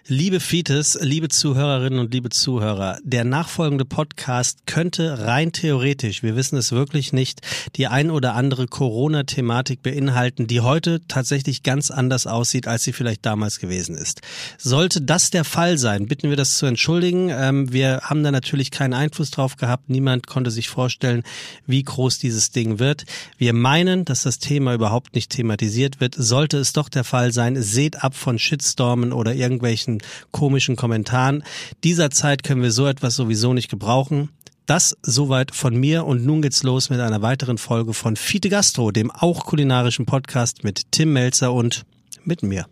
Liebe Fites, liebe Zuhörerinnen und liebe Zuhörer, der nachfolgende Podcast könnte rein theoretisch, wir wissen es wirklich nicht, die ein oder andere Corona-Thematik beinhalten, die heute tatsächlich ganz anders aussieht, als sie vielleicht damals gewesen ist. Sollte das der Fall sein, bitten wir das zu entschuldigen. Wir haben da natürlich keinen Einfluss drauf gehabt. Niemand konnte sich vorstellen, wie groß dieses Ding wird. Wir meinen, dass das Thema überhaupt nicht thematisiert wird. Sollte es doch der Fall sein, seht ab von Shitstormen oder irgendwelchen komischen Kommentaren. Dieser Zeit können wir so etwas sowieso nicht gebrauchen. Das soweit von mir und nun geht's los mit einer weiteren Folge von Fite Gastro, dem auch kulinarischen Podcast mit Tim Melzer und mit mir.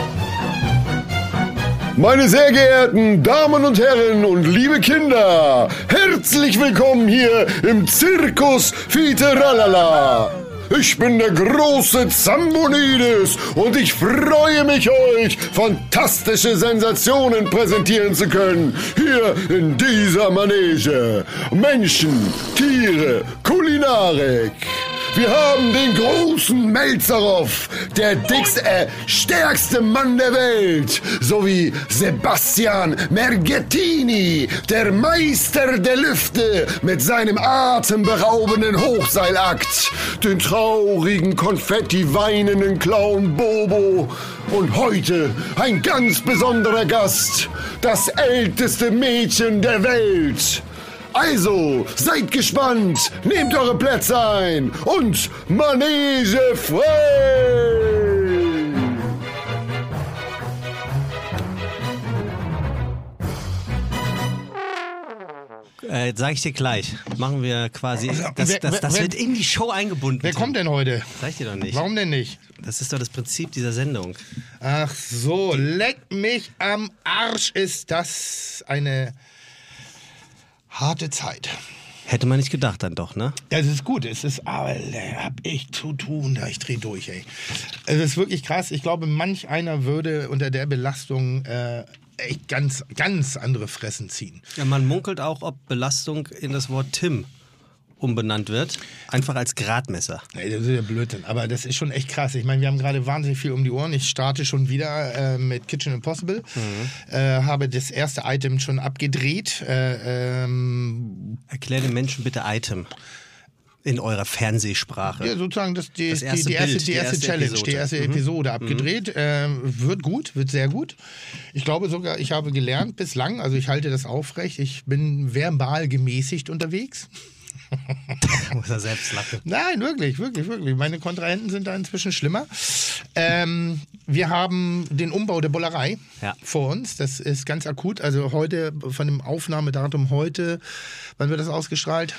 Meine sehr geehrten Damen und Herren und liebe Kinder, herzlich willkommen hier im Zirkus Fite Ralala. Ich bin der große Zambonides und ich freue mich, euch fantastische Sensationen präsentieren zu können. Hier in dieser Manege. Menschen, Tiere, Kulinarik. Wir haben den großen Melzerow, der stärkste Mann der Welt, sowie Sebastian Mergettini, der Meister der Lüfte mit seinem atemberaubenden Hochseilakt, den traurigen, konfetti-weinenden Clown Bobo und heute ein ganz besonderer Gast, das älteste Mädchen der Welt. Also, seid gespannt, nehmt eure Plätze ein und Manege frei! Sag ich dir gleich. Machen wir quasi, das wird in die Show eingebunden. Wer kommt denn heute? Sag ich dir doch nicht. Warum denn nicht? Das ist doch das Prinzip dieser Sendung. Ach so, leck mich am Arsch, ist das eine harte Zeit. Hätte man nicht gedacht dann doch, ne? Ja, es ist gut, aber hab ich zu tun, ich dreh durch, ey. Es ist wirklich krass, ich glaube, manch einer würde unter der Belastung echt ganz, ganz andere Fressen ziehen. Ja, man munkelt auch, ob Belastung in das Wort Tim umbenannt wird, einfach als Gradmesser. Nee, das ist ja Blödsinn, aber das ist schon echt krass. Ich meine, wir haben gerade wahnsinnig viel um die Ohren. Ich starte schon wieder mit Kitchen Impossible, habe das erste Item schon abgedreht. Erklär den Menschen bitte Item. In eurer Fernsehsprache. Ja, sozusagen die erste Challenge, Episode. die erste Episode abgedreht. Wird gut, wird sehr gut. Ich glaube sogar, ich habe gelernt bislang, also ich halte das aufrecht, ich bin verbal gemäßigt unterwegs. Muss er selbst lachen. Nein, wirklich. Meine Kontrahenten sind da inzwischen schlimmer. Wir haben den Umbau der Bollerei vor uns. Das ist ganz akut. Also heute, von dem Aufnahmedatum heute, wann wird das ausgestrahlt?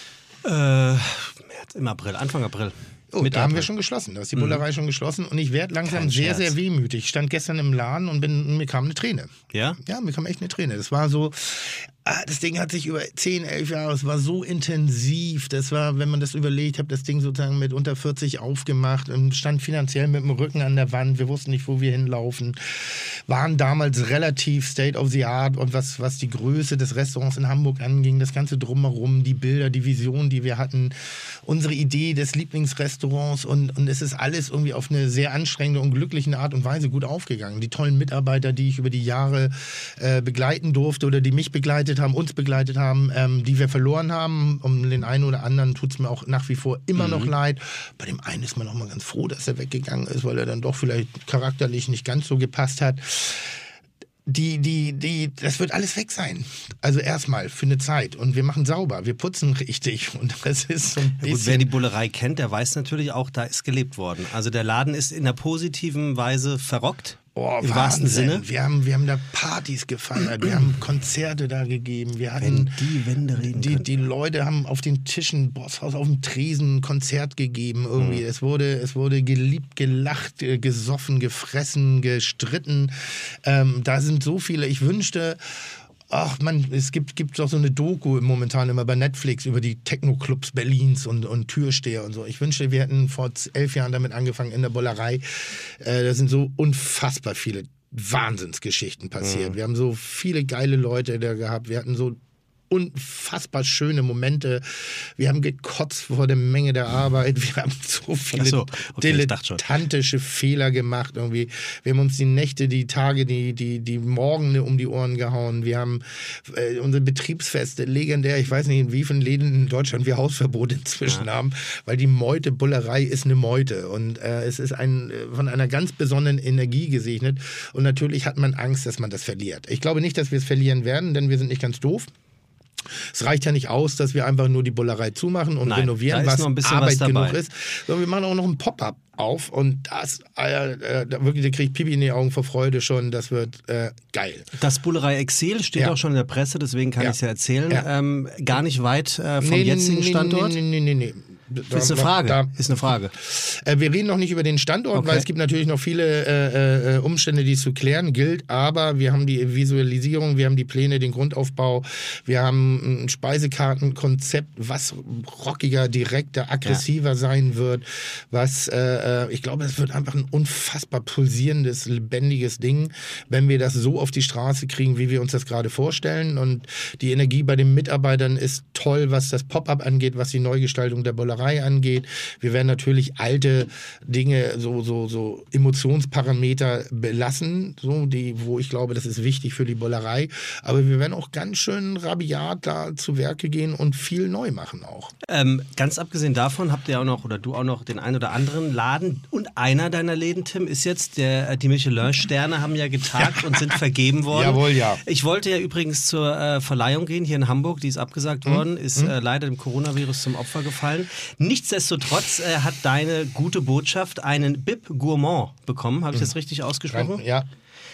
Im April, Anfang April. Oh, da haben wir schon geschlossen. Da ist die Bullerei schon geschlossen. Und ich werde langsam sehr, sehr wehmütig. Ich stand gestern im Laden und mir kam eine Träne. Ja? Ja, mir kam echt eine Träne. Das war so, das Ding hat sich über 10, 11 Jahre, es war so intensiv. Das war, wenn man das überlegt, habe das Ding sozusagen mit unter 40 aufgemacht und stand finanziell mit dem Rücken an der Wand. Wir wussten nicht, wo wir hinlaufen. Waren damals relativ state of the art und was die Größe des Restaurants in Hamburg anging, das Ganze drumherum, die Bilder, die Vision, die wir hatten, unsere Idee des Lieblingsrestaurants und es ist alles irgendwie auf eine sehr anstrengende und glückliche Art und Weise gut aufgegangen. Die tollen Mitarbeiter, die ich über die Jahre begleiten durfte oder die mich uns begleitet haben, die wir verloren haben. Um den einen oder anderen tut es mir auch nach wie vor immer noch leid. Bei dem einen ist man auch mal ganz froh, dass er weggegangen ist, weil er dann doch vielleicht charakterlich nicht ganz so gepasst hat. Das wird alles weg sein. Also erstmal für eine Zeit. Und wir machen sauber, wir putzen richtig. Und das ist so ein bisschen... Gut, wer die Bullerei kennt, der weiß natürlich auch, da ist gelebt worden. Also der Laden ist in einer positiven Weise verrockt. Oh, im wahrsten Sinne. Wir haben da Partys gefeiert, wir haben Konzerte da gegeben. Wir hatten, wenn die Wände reden die Leute haben auf den Tischen, Bosshaus auf dem Tresen ein Konzert gegeben irgendwie. Es wurde geliebt, gelacht, gesoffen, gefressen, gestritten. Da sind so viele, ich wünschte... Ach man, es gibt doch so eine Doku momentan immer bei Netflix über die Techno-Clubs Berlins und Türsteher und so. Ich wünschte, wir hätten vor 11 Jahren damit angefangen in der Bollerei. Da sind so unfassbar viele Wahnsinnsgeschichten passiert. Wir haben so viele geile Leute da gehabt. Wir hatten so unfassbar schöne Momente. Wir haben gekotzt vor der Menge der Arbeit. Wir haben so viele dilettantische Fehler gemacht. Irgendwie. Wir haben uns die Nächte, die Tage, die Morgene um die Ohren gehauen. Wir haben unsere Betriebsfeste legendär. Ich weiß nicht, in wie vielen Läden in Deutschland wir Hausverbot inzwischen haben, weil die Meute-Bullerei ist eine Meute. Und es ist von einer ganz besonderen Energie gesegnet. Und natürlich hat man Angst, dass man das verliert. Ich glaube nicht, dass wir es verlieren werden, denn wir sind nicht ganz doof. Es reicht ja nicht aus, dass wir einfach nur die Bullerei zumachen und renovieren, was Arbeit genug ist. Sondern wir machen auch noch ein Pop-up auf und das, wirklich, da kriege ich Pipi in die Augen vor Freude schon, das wird geil. Das Bullerei Exil steht auch schon in der Presse, deswegen kann ich es ja erzählen. Ja. Gar nicht weit vom jetzigen Standort? Nee. Ist eine Frage. Wir reden noch nicht über den Standort, weil es gibt natürlich noch viele Umstände, die es zu klären gilt, aber wir haben die Visualisierung, wir haben die Pläne, den Grundaufbau, wir haben ein Speisekartenkonzept, was rockiger, direkter, aggressiver sein wird, was, ich glaube, es wird einfach ein unfassbar pulsierendes, lebendiges Ding, wenn wir das so auf die Straße kriegen, wie wir uns das gerade vorstellen, und die Energie bei den Mitarbeitern ist toll, was das Pop-up angeht, was die Neugestaltung der Bullerei angeht. Wir werden natürlich alte Dinge, so Emotionsparameter belassen, wo ich glaube, das ist wichtig für die Bullerei. Aber wir werden auch ganz schön rabiat da zu Werke gehen und viel neu machen auch. Ganz abgesehen davon habt ihr auch noch, oder du auch noch, den ein oder anderen Laden. Und einer deiner Läden, Tim, ist jetzt, die Michelin-Sterne haben ja getagt und sind vergeben worden. Jawohl, ja. Ich wollte ja übrigens zur Verleihung gehen, hier in Hamburg, die ist abgesagt worden, ist leider dem Coronavirus zum Opfer gefallen. Nichtsdestotrotz hat deine gute Botschaft einen Bib Gourmand bekommen. Habe ich das richtig ausgesprochen? Ja.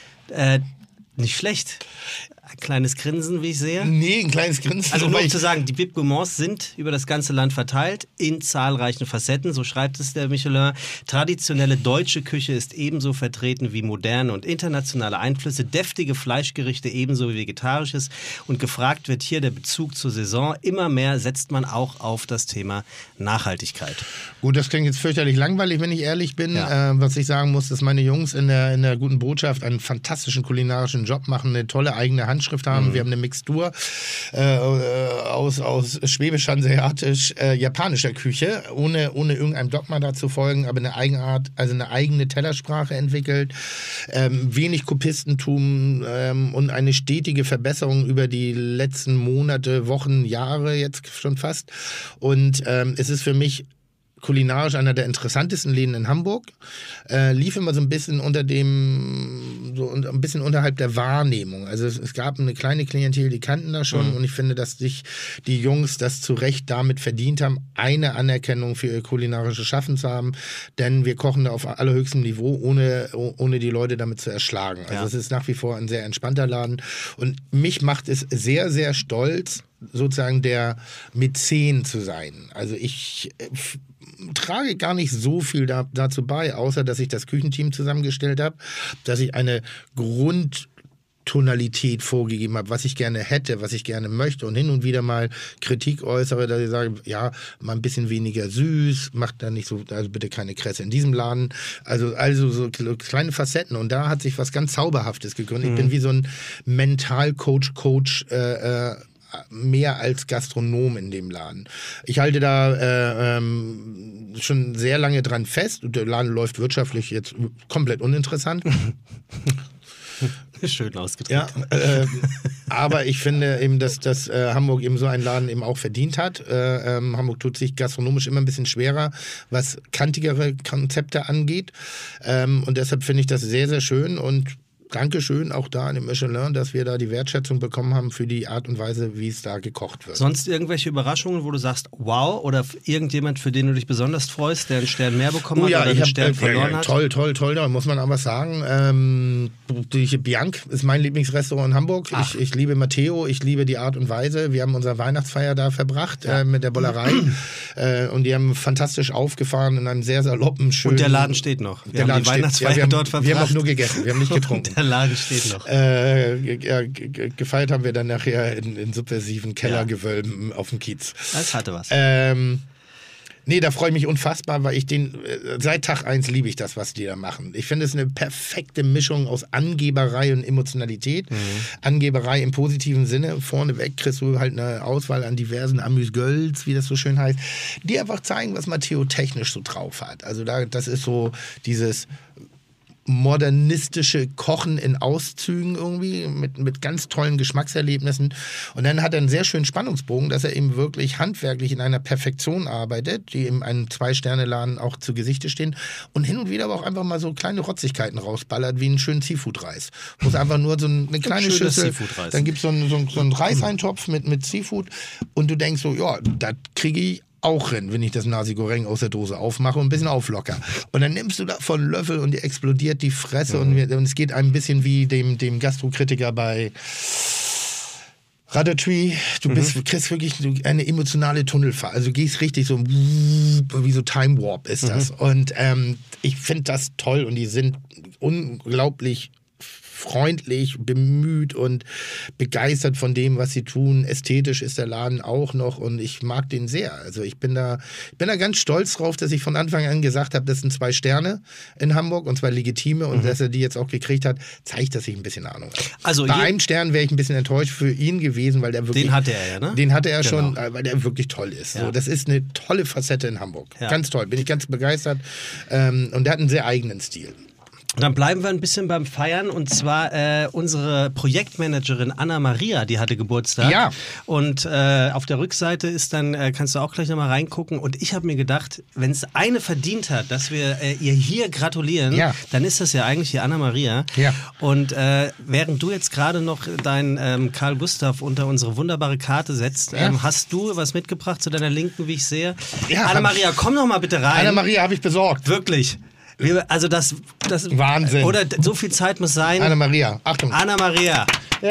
Nicht schlecht. Ein kleines Grinsen, wie ich sehe. Nee, ein kleines Grinsen. Also nur um zu sagen, die Bib Gourmands sind über das ganze Land verteilt, in zahlreichen Facetten, so schreibt es der Michelin. Traditionelle deutsche Küche ist ebenso vertreten wie moderne und internationale Einflüsse, deftige Fleischgerichte ebenso wie vegetarisches, und gefragt wird hier der Bezug zur Saison. Immer mehr setzt man auch auf das Thema Nachhaltigkeit. Gut, das klingt jetzt fürchterlich langweilig, wenn ich ehrlich bin. Ja. Was ich sagen muss, dass meine Jungs in der guten Botschaft einen fantastischen kulinarischen Job machen, eine tolle eigene Handschrift haben. Wir haben eine Mixtur aus schwäbisch-hanseatisch japanischer Küche, ohne irgendeinem Dogma da zu folgen, aber eine Eigenart, also eine eigene Tellersprache entwickelt, wenig Kopistentum und eine stetige Verbesserung über die letzten Monate, Wochen, Jahre jetzt schon fast. Und es ist für mich kulinarisch einer der interessantesten Läden in Hamburg, lief immer so ein bisschen ein bisschen unterhalb der Wahrnehmung. Also es gab eine kleine Klientel, die kannten das schon, und ich finde, dass sich die Jungs das zu Recht damit verdient haben, eine Anerkennung für ihr kulinarisches Schaffen zu haben, denn wir kochen da auf allerhöchstem Niveau, ohne die Leute damit zu erschlagen. Also es ist nach wie vor ein sehr entspannter Laden, und mich macht es sehr, sehr stolz, sozusagen der Mäzen zu sein. Also ich trage gar nicht so viel dazu bei, außer dass ich das Küchenteam zusammengestellt habe, dass ich eine Grundtonalität vorgegeben habe, was ich gerne hätte, was ich gerne möchte, und hin und wieder mal Kritik äußere, dass ich sage, ja, mal ein bisschen weniger süß, macht da nicht so, also bitte keine Kresse in diesem Laden. Also so kleine Facetten, und da hat sich was ganz Zauberhaftes gegründet. Ich bin wie so ein Mentalcoach, mehr als Gastronom in dem Laden. Ich halte da schon sehr lange dran fest, und der Laden läuft wirtschaftlich jetzt komplett uninteressant. Schön ausgedrückt. Ja, aber ich finde eben, dass Hamburg eben so einen Laden eben auch verdient hat. Hamburg tut sich gastronomisch immer ein bisschen schwerer, was kantigere Konzepte angeht. Und deshalb finde ich das sehr, sehr schön, und Dankeschön auch da an dem Michelin, dass wir da die Wertschätzung bekommen haben für die Art und Weise, wie es da gekocht wird. Sonst irgendwelche Überraschungen, wo du sagst, wow, oder irgendjemand, für den du dich besonders freust, der einen Stern mehr bekommen hat oder einen Stern verloren hat? Toll, da muss man aber sagen. Die Bianc ist mein Lieblingsrestaurant in Hamburg. Ich liebe Matteo, ich liebe die Art und Weise. Wir haben unsere Weihnachtsfeier da verbracht mit der Bullerei, und die haben fantastisch aufgefahren in einem sehr saloppen, schönen... Und der Laden steht noch. Wir haben die Weihnachtsfeier dort verbracht. Wir haben auch nur gegessen, wir haben nicht getrunken. Der Laden steht noch. Gefeiert haben wir dann nachher in subversiven Kellergewölben auf dem Kiez. Das hatte was. Nee, da freue ich mich unfassbar, weil ich seit Tag 1 liebe ich das, was die da machen. Ich finde es eine perfekte Mischung aus Angeberei und Emotionalität. Angeberei im positiven Sinne. Vorneweg kriegst du halt eine Auswahl an diversen Amüs-Gölz, wie das so schön heißt, die einfach zeigen, was Matteo technisch so drauf hat. Also das ist so dieses modernistische Kochen in Auszügen irgendwie mit ganz tollen Geschmackserlebnissen. Und dann hat er einen sehr schönen Spannungsbogen, dass er eben wirklich handwerklich in einer Perfektion arbeitet, die in einem 2-Sterne-Laden auch zu Gesichte stehen und hin und wieder aber auch einfach mal so kleine Rotzigkeiten rausballert, wie einen schönen Seafood-Reis. Wo es einfach nur so eine kleine Schüssel, dann gibt es so einen Reiseintopf mit Seafood und du denkst so, ja, das kriege ich auch hin, wenn ich das Nasi Goreng aus der Dose aufmache und ein bisschen auflocker. Und dann nimmst du davon einen Löffel und dir explodiert die Fresse und es geht ein bisschen wie dem Gastrokritiker bei Ratatouille. Du kriegst wirklich eine emotionale Tunnelfahrt. Also du gehst richtig so wie so Time Warp ist das. Und ich finde das toll und die sind unglaublich freundlich, bemüht und begeistert von dem, was sie tun. Ästhetisch ist der Laden auch noch und ich mag den sehr. Also ich bin da ganz stolz drauf, dass ich von Anfang an gesagt habe, das sind 2 Sterne in Hamburg und 2 legitime und dass er die jetzt auch gekriegt hat, zeigt, dass ich ein bisschen Ahnung habe. Also bei einem Stern wäre ich ein bisschen enttäuscht für ihn gewesen, weil der wirklich... Den hatte er ja, ne? Den hatte er schon, weil der wirklich toll ist. Ja. So, das ist eine tolle Facette in Hamburg. Ja. Ganz toll, bin ich ganz begeistert. Und der hat einen sehr eigenen Stil. Dann bleiben wir ein bisschen beim Feiern und zwar unsere Projektmanagerin Anna-Maria, die hatte Geburtstag. Ja. Und auf der Rückseite ist dann, kannst du auch gleich nochmal reingucken und ich habe mir gedacht, wenn es eine verdient hat, dass wir ihr hier gratulieren, dann ist das ja eigentlich die Anna-Maria. Ja. Und während du jetzt gerade noch deinen Karl Gustav unter unsere wunderbare Karte setzt, hast du was mitgebracht zu deiner Linken, wie ich sehe? Ja, Anna-Maria, komm noch mal bitte rein. Anna-Maria habe ich besorgt. Wirklich. Also das Wahnsinn. Oder so viel Zeit muss sein. Anna-Maria, Achtung. Anna-Maria.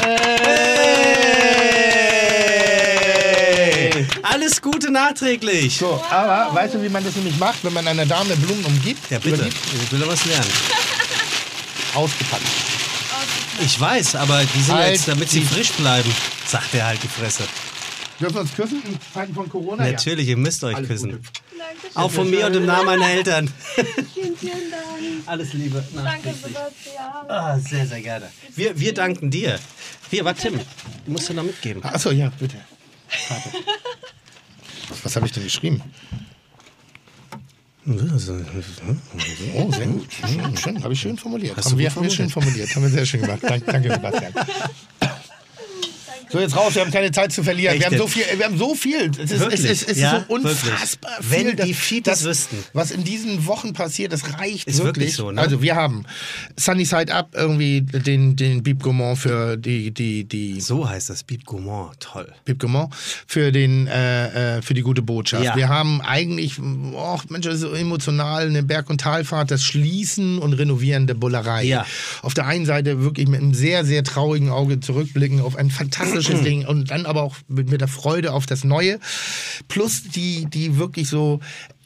Hey. Alles Gute nachträglich. So, aber weißt du, wie man das nämlich macht, wenn man einer Dame Blumen umgibt? Ja, bitte. Ich will da was lernen. Ausgepackt. Ich weiß, aber die sind halt jetzt, damit sie frisch bleiben, sagt er halt die Fresse. Dürfen wir uns küssen in Zeiten von Corona? Natürlich, ihr müsst euch küssen. Gute. Auch von mir und im Namen meiner Eltern. Vielen Dank. Alles Liebe. Danke, Sebastian. Ah, sehr, sehr gerne. Wir danken dir. Hier, warte, Tim. Du musst dir noch mitgeben. Achso, ja, bitte. Was habe ich denn geschrieben? Oh, sehr gut. Schön, habe ich schön formuliert. Haben wir schön formuliert. Haben wir sehr schön gemacht. Danke, Sebastian. So, jetzt raus, wir haben keine Zeit zu verlieren. Echt? Wir haben so viel. Es ist so unfassbar viel. Wenn die Fites wüssten. Was in diesen Wochen passiert, das reicht ist wirklich. So, ne? Also wir haben Sunny Side Up, irgendwie den Bib Gourmand für die so heißt das, Bib Gourmand, toll. Bib Gourmand für die gute Botschaft. Ja. Wir haben eigentlich, Mensch, das ist so emotional, eine Berg- und Talfahrt, das Schließen und Renovieren der Bullerei. Ja. Auf der einen Seite wirklich mit einem sehr, sehr traurigen Auge zurückblicken auf ein fantastisches Ding und dann aber auch mit der Freude auf das Neue. Plus die wirklich so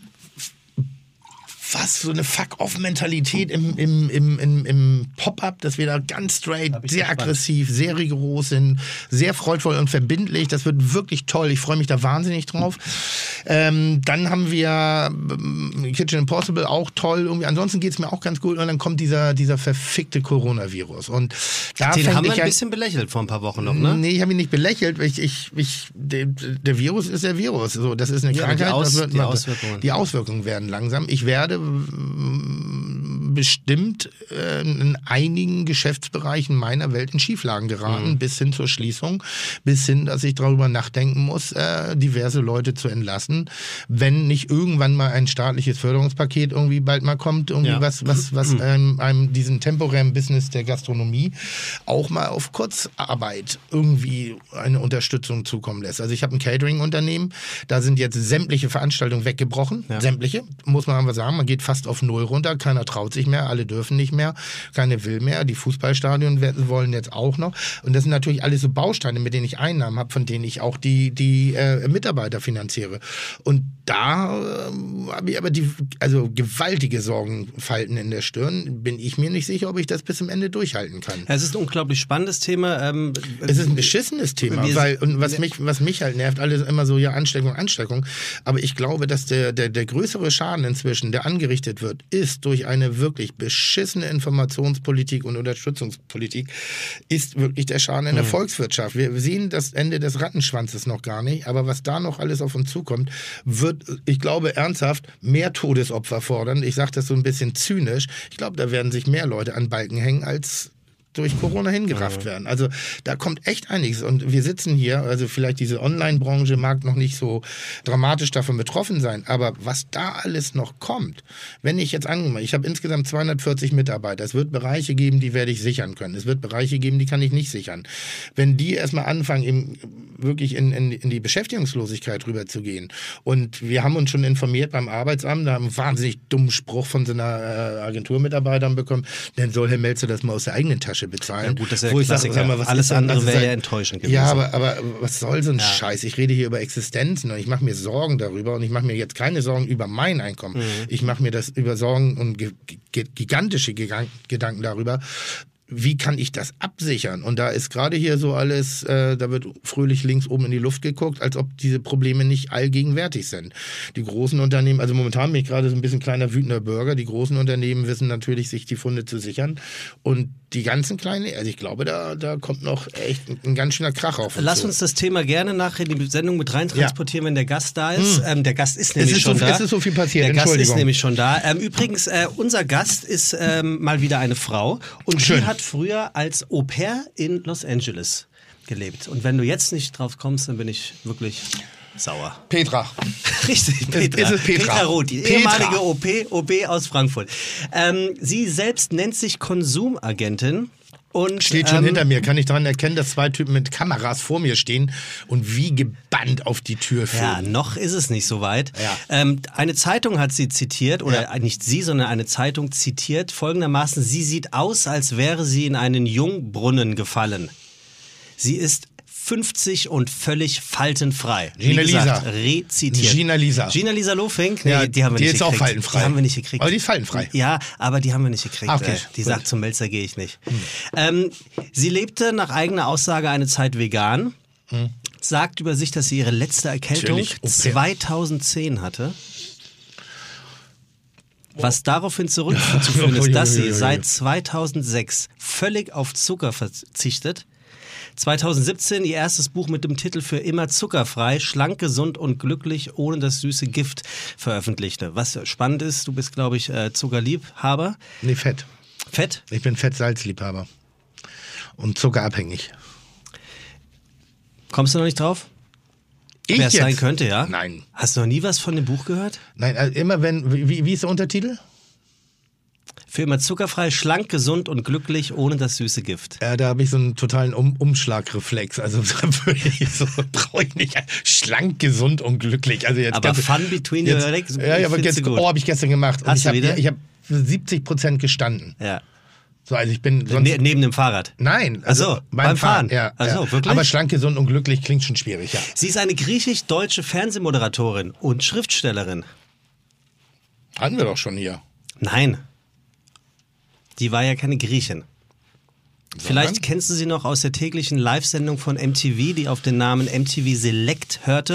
fast so eine Fuck-off-Mentalität im Pop-Up, dass wir da ganz straight, sehr aggressiv, sehr rigoros sind, sehr freudvoll und verbindlich. Das wird wirklich toll. Ich freue mich da wahnsinnig drauf. Dann haben wir Kitchen Impossible, auch toll. Irgendwie. Ansonsten geht es mir auch ganz gut. Und dann kommt dieser verfickte Coronavirus. Und da den haben wir ein bisschen belächelt vor ein paar Wochen noch, ne? Nee, ich habe ihn nicht belächelt. Der Virus ist der Virus. So, das ist eine Krankheit. Die Auswirkungen werden langsam. Ich werde bestimmt in einigen Geschäftsbereichen meiner Welt in Schieflagen geraten, bis hin zur Schließung, bis hin, dass ich darüber nachdenken muss, diverse Leute zu entlassen, wenn nicht irgendwann mal ein staatliches Förderungspaket irgendwie bald mal kommt, irgendwie was einem diesen temporären Business der Gastronomie auch mal auf Kurzarbeit irgendwie eine Unterstützung zukommen lässt. Also ich habe ein Catering-Unternehmen, da sind jetzt sämtliche Veranstaltungen weggebrochen, sämtliche, muss man einfach sagen, man geht fast auf Null runter, keiner traut sich mehr, alle dürfen nicht mehr, keiner will mehr, die Fußballstadien wollen jetzt auch noch und das sind natürlich alles so Bausteine, mit denen ich Einnahmen habe, von denen ich auch die Mitarbeiter finanziere und da habe ich aber gewaltige Sorgenfalten in der Stirn. Bin ich mir nicht sicher, ob ich das bis zum Ende durchhalten kann. Ja, es ist ein unglaublich spannendes Thema. Es ist ein beschissenes Thema, was mich halt nervt, alles immer so, ja, Ansteckung. Aber ich glaube, dass der größere Schaden inzwischen, der angerichtet wird, ist durch eine wirklich beschissene Informationspolitik und Unterstützungspolitik, ist wirklich der Schaden in der Volkswirtschaft. Wir sehen das Ende des Rattenschwanzes noch gar nicht, aber was da noch alles auf uns zukommt, wird, ich glaube, ernsthaft mehr Todesopfer fordern. Ich sage das so ein bisschen zynisch. Ich glaube, da werden sich mehr Leute an Balken hängen, als durch Corona hingerafft werden. Also da kommt echt einiges. Und wir sitzen hier, also vielleicht diese Online-Branche mag noch nicht so dramatisch davon betroffen sein, aber was da alles noch kommt, wenn ich jetzt angenommen, ich habe insgesamt 240 Mitarbeiter, es wird Bereiche geben, die werde ich sichern können. Es wird Bereiche geben, die kann ich nicht sichern. Wenn die erstmal anfangen, eben wirklich in die Beschäftigungslosigkeit rüberzugehen, und wir haben uns schon informiert beim Arbeitsamt, da haben wir einen wahnsinnig dummen Spruch von so einer Agenturmitarbeitern bekommen, dann soll Herr Melzer das mal aus der eigenen Tasche bezahlen. Ja gut, das ist ja Klassiker. Alles andere wäre ja enttäuschend gewesen. Ja, aber was soll so ein Scheiß? Ich rede hier über Existenzen und ich mache mir Sorgen darüber, und ich mache mir jetzt keine Sorgen über mein Einkommen. Ich mache mir das über Sorgen und gigantische Gedanken darüber, wie kann ich das absichern? Und da ist gerade hier so alles, da wird fröhlich links oben in die Luft geguckt, als ob diese Probleme nicht allgegenwärtig sind. Die großen Unternehmen, also momentan bin ich gerade so ein bisschen kleiner wütender Bürger, die großen Unternehmen wissen natürlich, sich die Funde zu sichern, und die ganzen kleinen, also ich glaube, da kommt noch echt ein ganz schöner Krach auf uns. Lass uns das Thema gerne nachher in die Sendung mit rein transportieren, wenn der Gast da ist. Der Gast ist nämlich schon da. Es ist so viel passiert, Der Gast ist nämlich schon da. Übrigens, unser Gast ist mal wieder eine Frau, und die hat früher als Au-pair in Los Angeles gelebt. Und wenn du jetzt nicht drauf kommst, dann bin ich wirklich sauer. Petra. Richtig, Petra. Ist es Petra? Petra Roth, die ehemalige OB aus Frankfurt. Sie selbst nennt sich Konsumagentin. Und, steht schon hinter mir, kann ich daran erkennen, dass zwei Typen mit Kameras vor mir stehen und wie gebannt auf die Tür filmen. Ja, noch ist es nicht so weit. Ja. Eine Zeitung hat sie zitiert, oder nicht sie, sondern eine Zeitung zitiert folgendermaßen: Sie sieht aus, als wäre sie in einen Jungbrunnen gefallen. Sie ist 50 und völlig faltenfrei. Gina Lisa. Rezitiert. Gina Lisa. Gina Lisa Lofink? Nee, Ja, die haben wir die nicht ist gekriegt. auch faltenfrei. Die haben wir nicht gekriegt. Aber die ist faltenfrei. Ja, aber die haben wir nicht gekriegt. Okay, Die gut. sagt, zum Melzer gehe ich nicht. Sie lebte nach eigener Aussage eine Zeit vegan. Sagt über sich, dass sie ihre letzte Erkältung Natürlich, Au-pair. 2010 hatte. Was daraufhin zurückzuführen ist, dass sie seit 2006 völlig auf Zucker verzichtet. 2017 ihr erstes Buch mit dem Titel Für immer zuckerfrei, schlank, gesund und glücklich ohne das süße Gift veröffentlichte. Was spannend ist, du bist, glaube ich, Zuckerliebhaber. Nee, Fett. Fett? Ich bin Fett-Salzliebhaber. Und zuckerabhängig. Kommst du noch nicht drauf? Ich Wer es jetzt? sein könnte, ja? Nein. Hast du noch nie was von dem Buch gehört? Nein, also immer wenn, wie ist der Untertitel? Für immer zuckerfrei, schlank, gesund und glücklich ohne das süße Gift. Ja, da habe ich so einen totalen Umschlagreflex. Also brauche ich nicht. Schlank, gesund und glücklich. Also jetzt Aber ganz, Fun between jetzt, your legs. Ja, aber jetzt, habe ich gestern gemacht. Und Hast du wieder? Ich habe 70% gestanden. Ja. So, also ich bin sonst, Neben dem Fahrrad. Nein, Ach so, beim Fahren. Ja, Ach so, ja. wirklich? Aber schlank, gesund und glücklich klingt schon schwierig, ja. Sie ist eine griechisch-deutsche Fernsehmoderatorin und Schriftstellerin. Hatten wir doch schon hier. Nein. Die war ja keine Griechin. Vielleicht kennst du sie noch aus der täglichen Live-Sendung von MTV, die auf den Namen MTV Select hörte.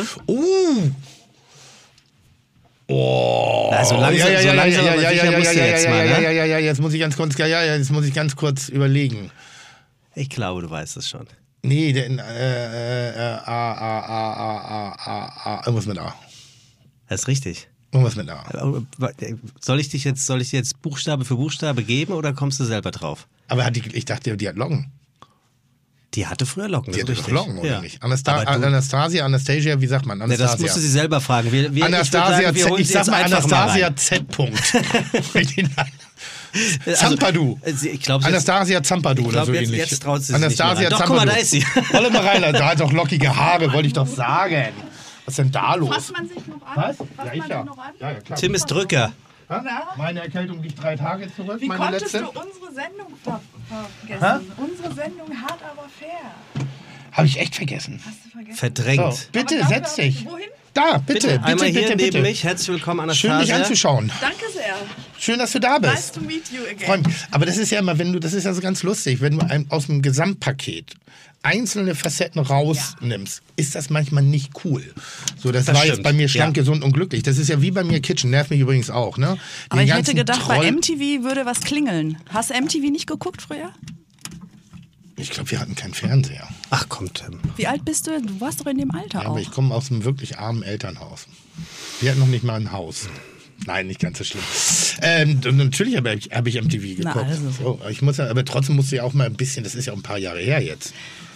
Also langsam, aber sicher musst du jetzt mal, ne? Ja, jetzt muss ich ganz kurz überlegen. Ich glaube, du weißt es schon. Nee, irgendwas mit A. Das ist richtig. Irgendwas mit A. Soll ich dir jetzt Buchstabe für Buchstabe geben oder kommst du selber drauf? Aber ich dachte, die hat Locken. Die hatte früher Locken. Die das hatte ist doch richtig. Locken, oder Ja. nicht? Anastasia, wie sagt man? Ne, Anastasia. das musst du sie selber fragen. Anastasia, ich sag mal Anastasia mal Z. Zampadu. Ich glaube, Anastasia Zampadu oder so jetzt, ähnlich. Jetzt traut sie sich Anastasia nicht mehr rein. Doch, Zampadu. guck mal, da ist sie. Wolle mal rein, da hat doch lockige Haare, wollte ich doch sagen. Was ist denn da los? Fasst man sich noch an? Was? Fasst Ja, man ich ja. sich noch an? Ja, klar. Tim ist Drücker. Ha? Meine Erkältung liegt 3 Tage zurück, Wie meine konntest letzte. du unsere Sendung vergessen? Unsere Sendung hart, aber fair. Habe ich echt vergessen. Hast du vergessen? Verdrängt. So, bitte, Aber setz dich. Wohin? Da, bitte. Einmal hier bitte, neben bitte. mich. Herzlich willkommen, Anastasia. Schön, dich anzuschauen. Danke sehr. Schön, dass du da bist. Nice to meet you again. Freu mich. Aber das ist ja immer, das ist ja so ganz lustig, wenn du aus dem Gesamtpaket einzelne Facetten rausnimmst, ist das manchmal nicht cool. So, das war stimmt. jetzt bei mir schlank, gesund und glücklich. Das ist ja wie bei mir Kitchen, nervt mich übrigens auch. Ne? Aber Den ich hätte ganzen gedacht, bei Troll- MTV würde was klingeln. Hast du MTV nicht geguckt früher? Ich glaube, wir hatten keinen Fernseher. Ach komm, Tim. Wie alt bist du? Du warst doch in dem Alter Ja, auch. aber ich komme aus einem wirklich armen Elternhaus. Wir hatten noch nicht mal ein Haus. Nein, nicht ganz so schlimm. Und natürlich habe ich MTV Na geguckt. also. So, aber trotzdem musste ja auch mal ein bisschen, das ist ja auch ein paar Jahre her jetzt.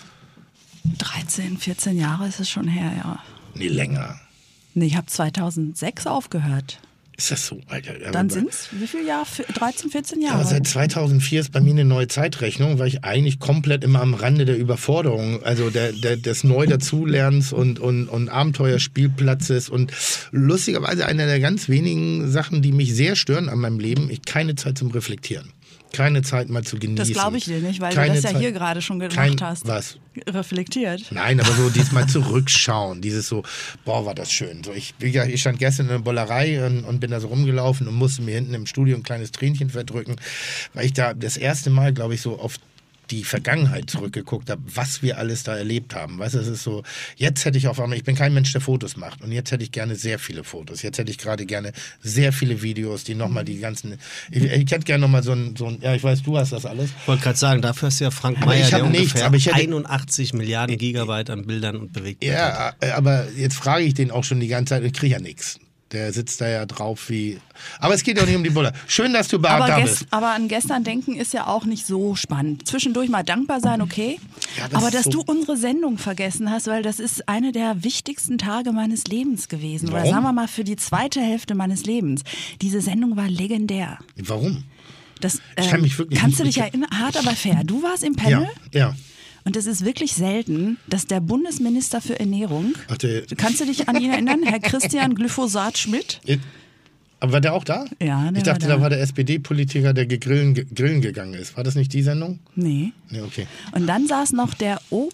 13, 14 Jahre ist es schon her, ja. Nee, länger. Nee, ich habe 2006 aufgehört. Ist das so, Alter? Ja, Dann aber- sind es, wie viele Jahre? 13, 14 Ja, Jahre? aber seit 2004 ist bei mir eine neue Zeitrechnung, weil ich eigentlich komplett immer am Rande der Überforderung, also des Neu-Dazulernens und Abenteuerspielplatzes und lustigerweise einer der ganz wenigen Sachen, die mich sehr stören an meinem Leben, ich keine Zeit zum Reflektieren. Keine Zeit mal zu genießen. Das glaube ich dir nicht, weil Keine du das ja Zeit- hier gerade schon gemacht hast. Was? Reflektiert. Nein, aber so diesmal zurückschauen, dieses so, boah, war das schön. So, ich stand gestern in der Bollerei und bin da so rumgelaufen und musste mir hinten im Studio ein kleines Tränchen verdrücken, weil ich da das erste Mal, glaube ich, so auf die Vergangenheit zurückgeguckt habe, was wir alles da erlebt haben. Weißt du, es ist so, jetzt hätte ich auf einmal, ich bin kein Mensch, der Fotos macht und jetzt hätte ich gerne sehr viele Fotos. Jetzt hätte ich gerade gerne sehr viele Videos, die nochmal die ganzen, ich hätte gerne nochmal so ein, ja, ich weiß, du hast das alles. Ich wollte gerade sagen, dafür hast du ja Frank Aber Meyer, ich hab der nichts, ungefähr aber ich hätte- 81 Milliarden Gigabyte an Bildern und Bewegtbild hat. Ja, aber jetzt frage ich den auch schon die ganze Zeit, ich kriege ja nichts. Der sitzt da ja drauf wie. Aber es geht ja nicht um die Bulle. Schön, dass du da bist. Aber an gestern denken ist ja auch nicht so spannend. Zwischendurch mal dankbar sein, okay. Ja, das aber ist dass so- du unsere Sendung vergessen hast, weil das ist eine der wichtigsten Tage meines Lebens gewesen. Oder Warum? sagen wir mal für die zweite Hälfte meines Lebens. Diese Sendung war legendär. Warum? Das, Ich kann mich wirklich kannst du nicht dich erinnern? Hart aber fair. Du warst im Panel. Ja. Und es ist wirklich selten, dass der Bundesminister für Ernährung, Ach, kannst du dich an ihn erinnern, Herr Christian Glyphosat-Schmidt? Aber war der auch da? Ja, der Ich dachte, war da. da war der SPD-Politiker, der grillen gegangen ist. War das nicht die Sendung? Nee. Nee, okay. Und dann saß noch der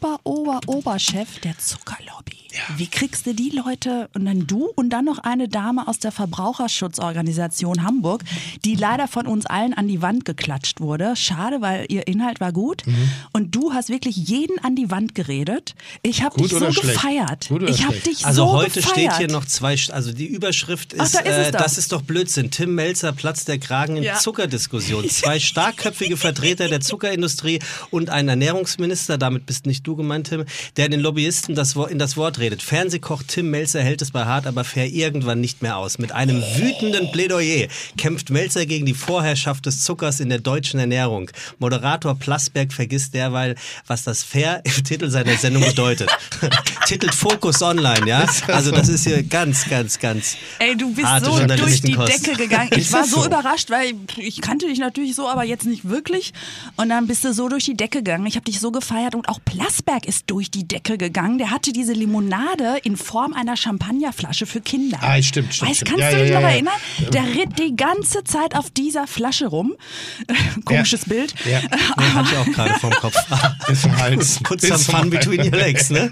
Oberchef der Zuckerlobby. Ja. Wie kriegst du die Leute und dann du und dann noch eine Dame aus der Verbraucherschutzorganisation Hamburg, die leider von uns allen an die Wand geklatscht wurde. Schade, weil ihr Inhalt war gut. Und du hast wirklich jeden an die Wand geredet. Ich habe Gut dich so oder schlecht? gefeiert. Gut oder Ich habe schlecht? dich Also so heute gefeiert. steht hier noch also die Überschrift Ach, ist, da ist es doch. das ist doch Blödsinn. Tim Melzer platzt der Kragen in Ja. Zuckerdiskussion. 2 starkköpfige Vertreter der Zuckerindustrie und ein Ernährungsminister, damit bist nicht du gemeint, Tim, der den Lobbyisten in das Wort redet. Fernsehkoch Tim Melzer hält es bei Hart aber fair irgendwann nicht mehr aus. Mit einem wütenden Plädoyer kämpft Melzer gegen die Vorherrschaft des Zuckers in der deutschen Ernährung. Moderator Plasberg vergisst derweil, was das fair im Titel seiner Sendung bedeutet. Titelt Fokus Online, ja? Also das ist hier ganz Ey, du bist harte so durch die Journalistenkost. Decke gegangen. Ich Ist war das so so? überrascht, weil ich kannte dich natürlich so, aber jetzt nicht wirklich. Und dann bist du so durch die Decke gegangen. Ich habe dich so gefeiert und auch Plasberg ist durch die Decke gegangen. Der hatte diese Limonade in Form einer Champagnerflasche für Kinder. Ah, stimmt. Kannst Ja, du dich ja, noch ja. erinnern? Der ritt die ganze Zeit auf dieser Flasche rum. Komisches Bild. Ja. Nee, hatte ich auch gerade vom Kopf. Bis zum Hals. Put Bis some zum fun Hals. between your legs, ne?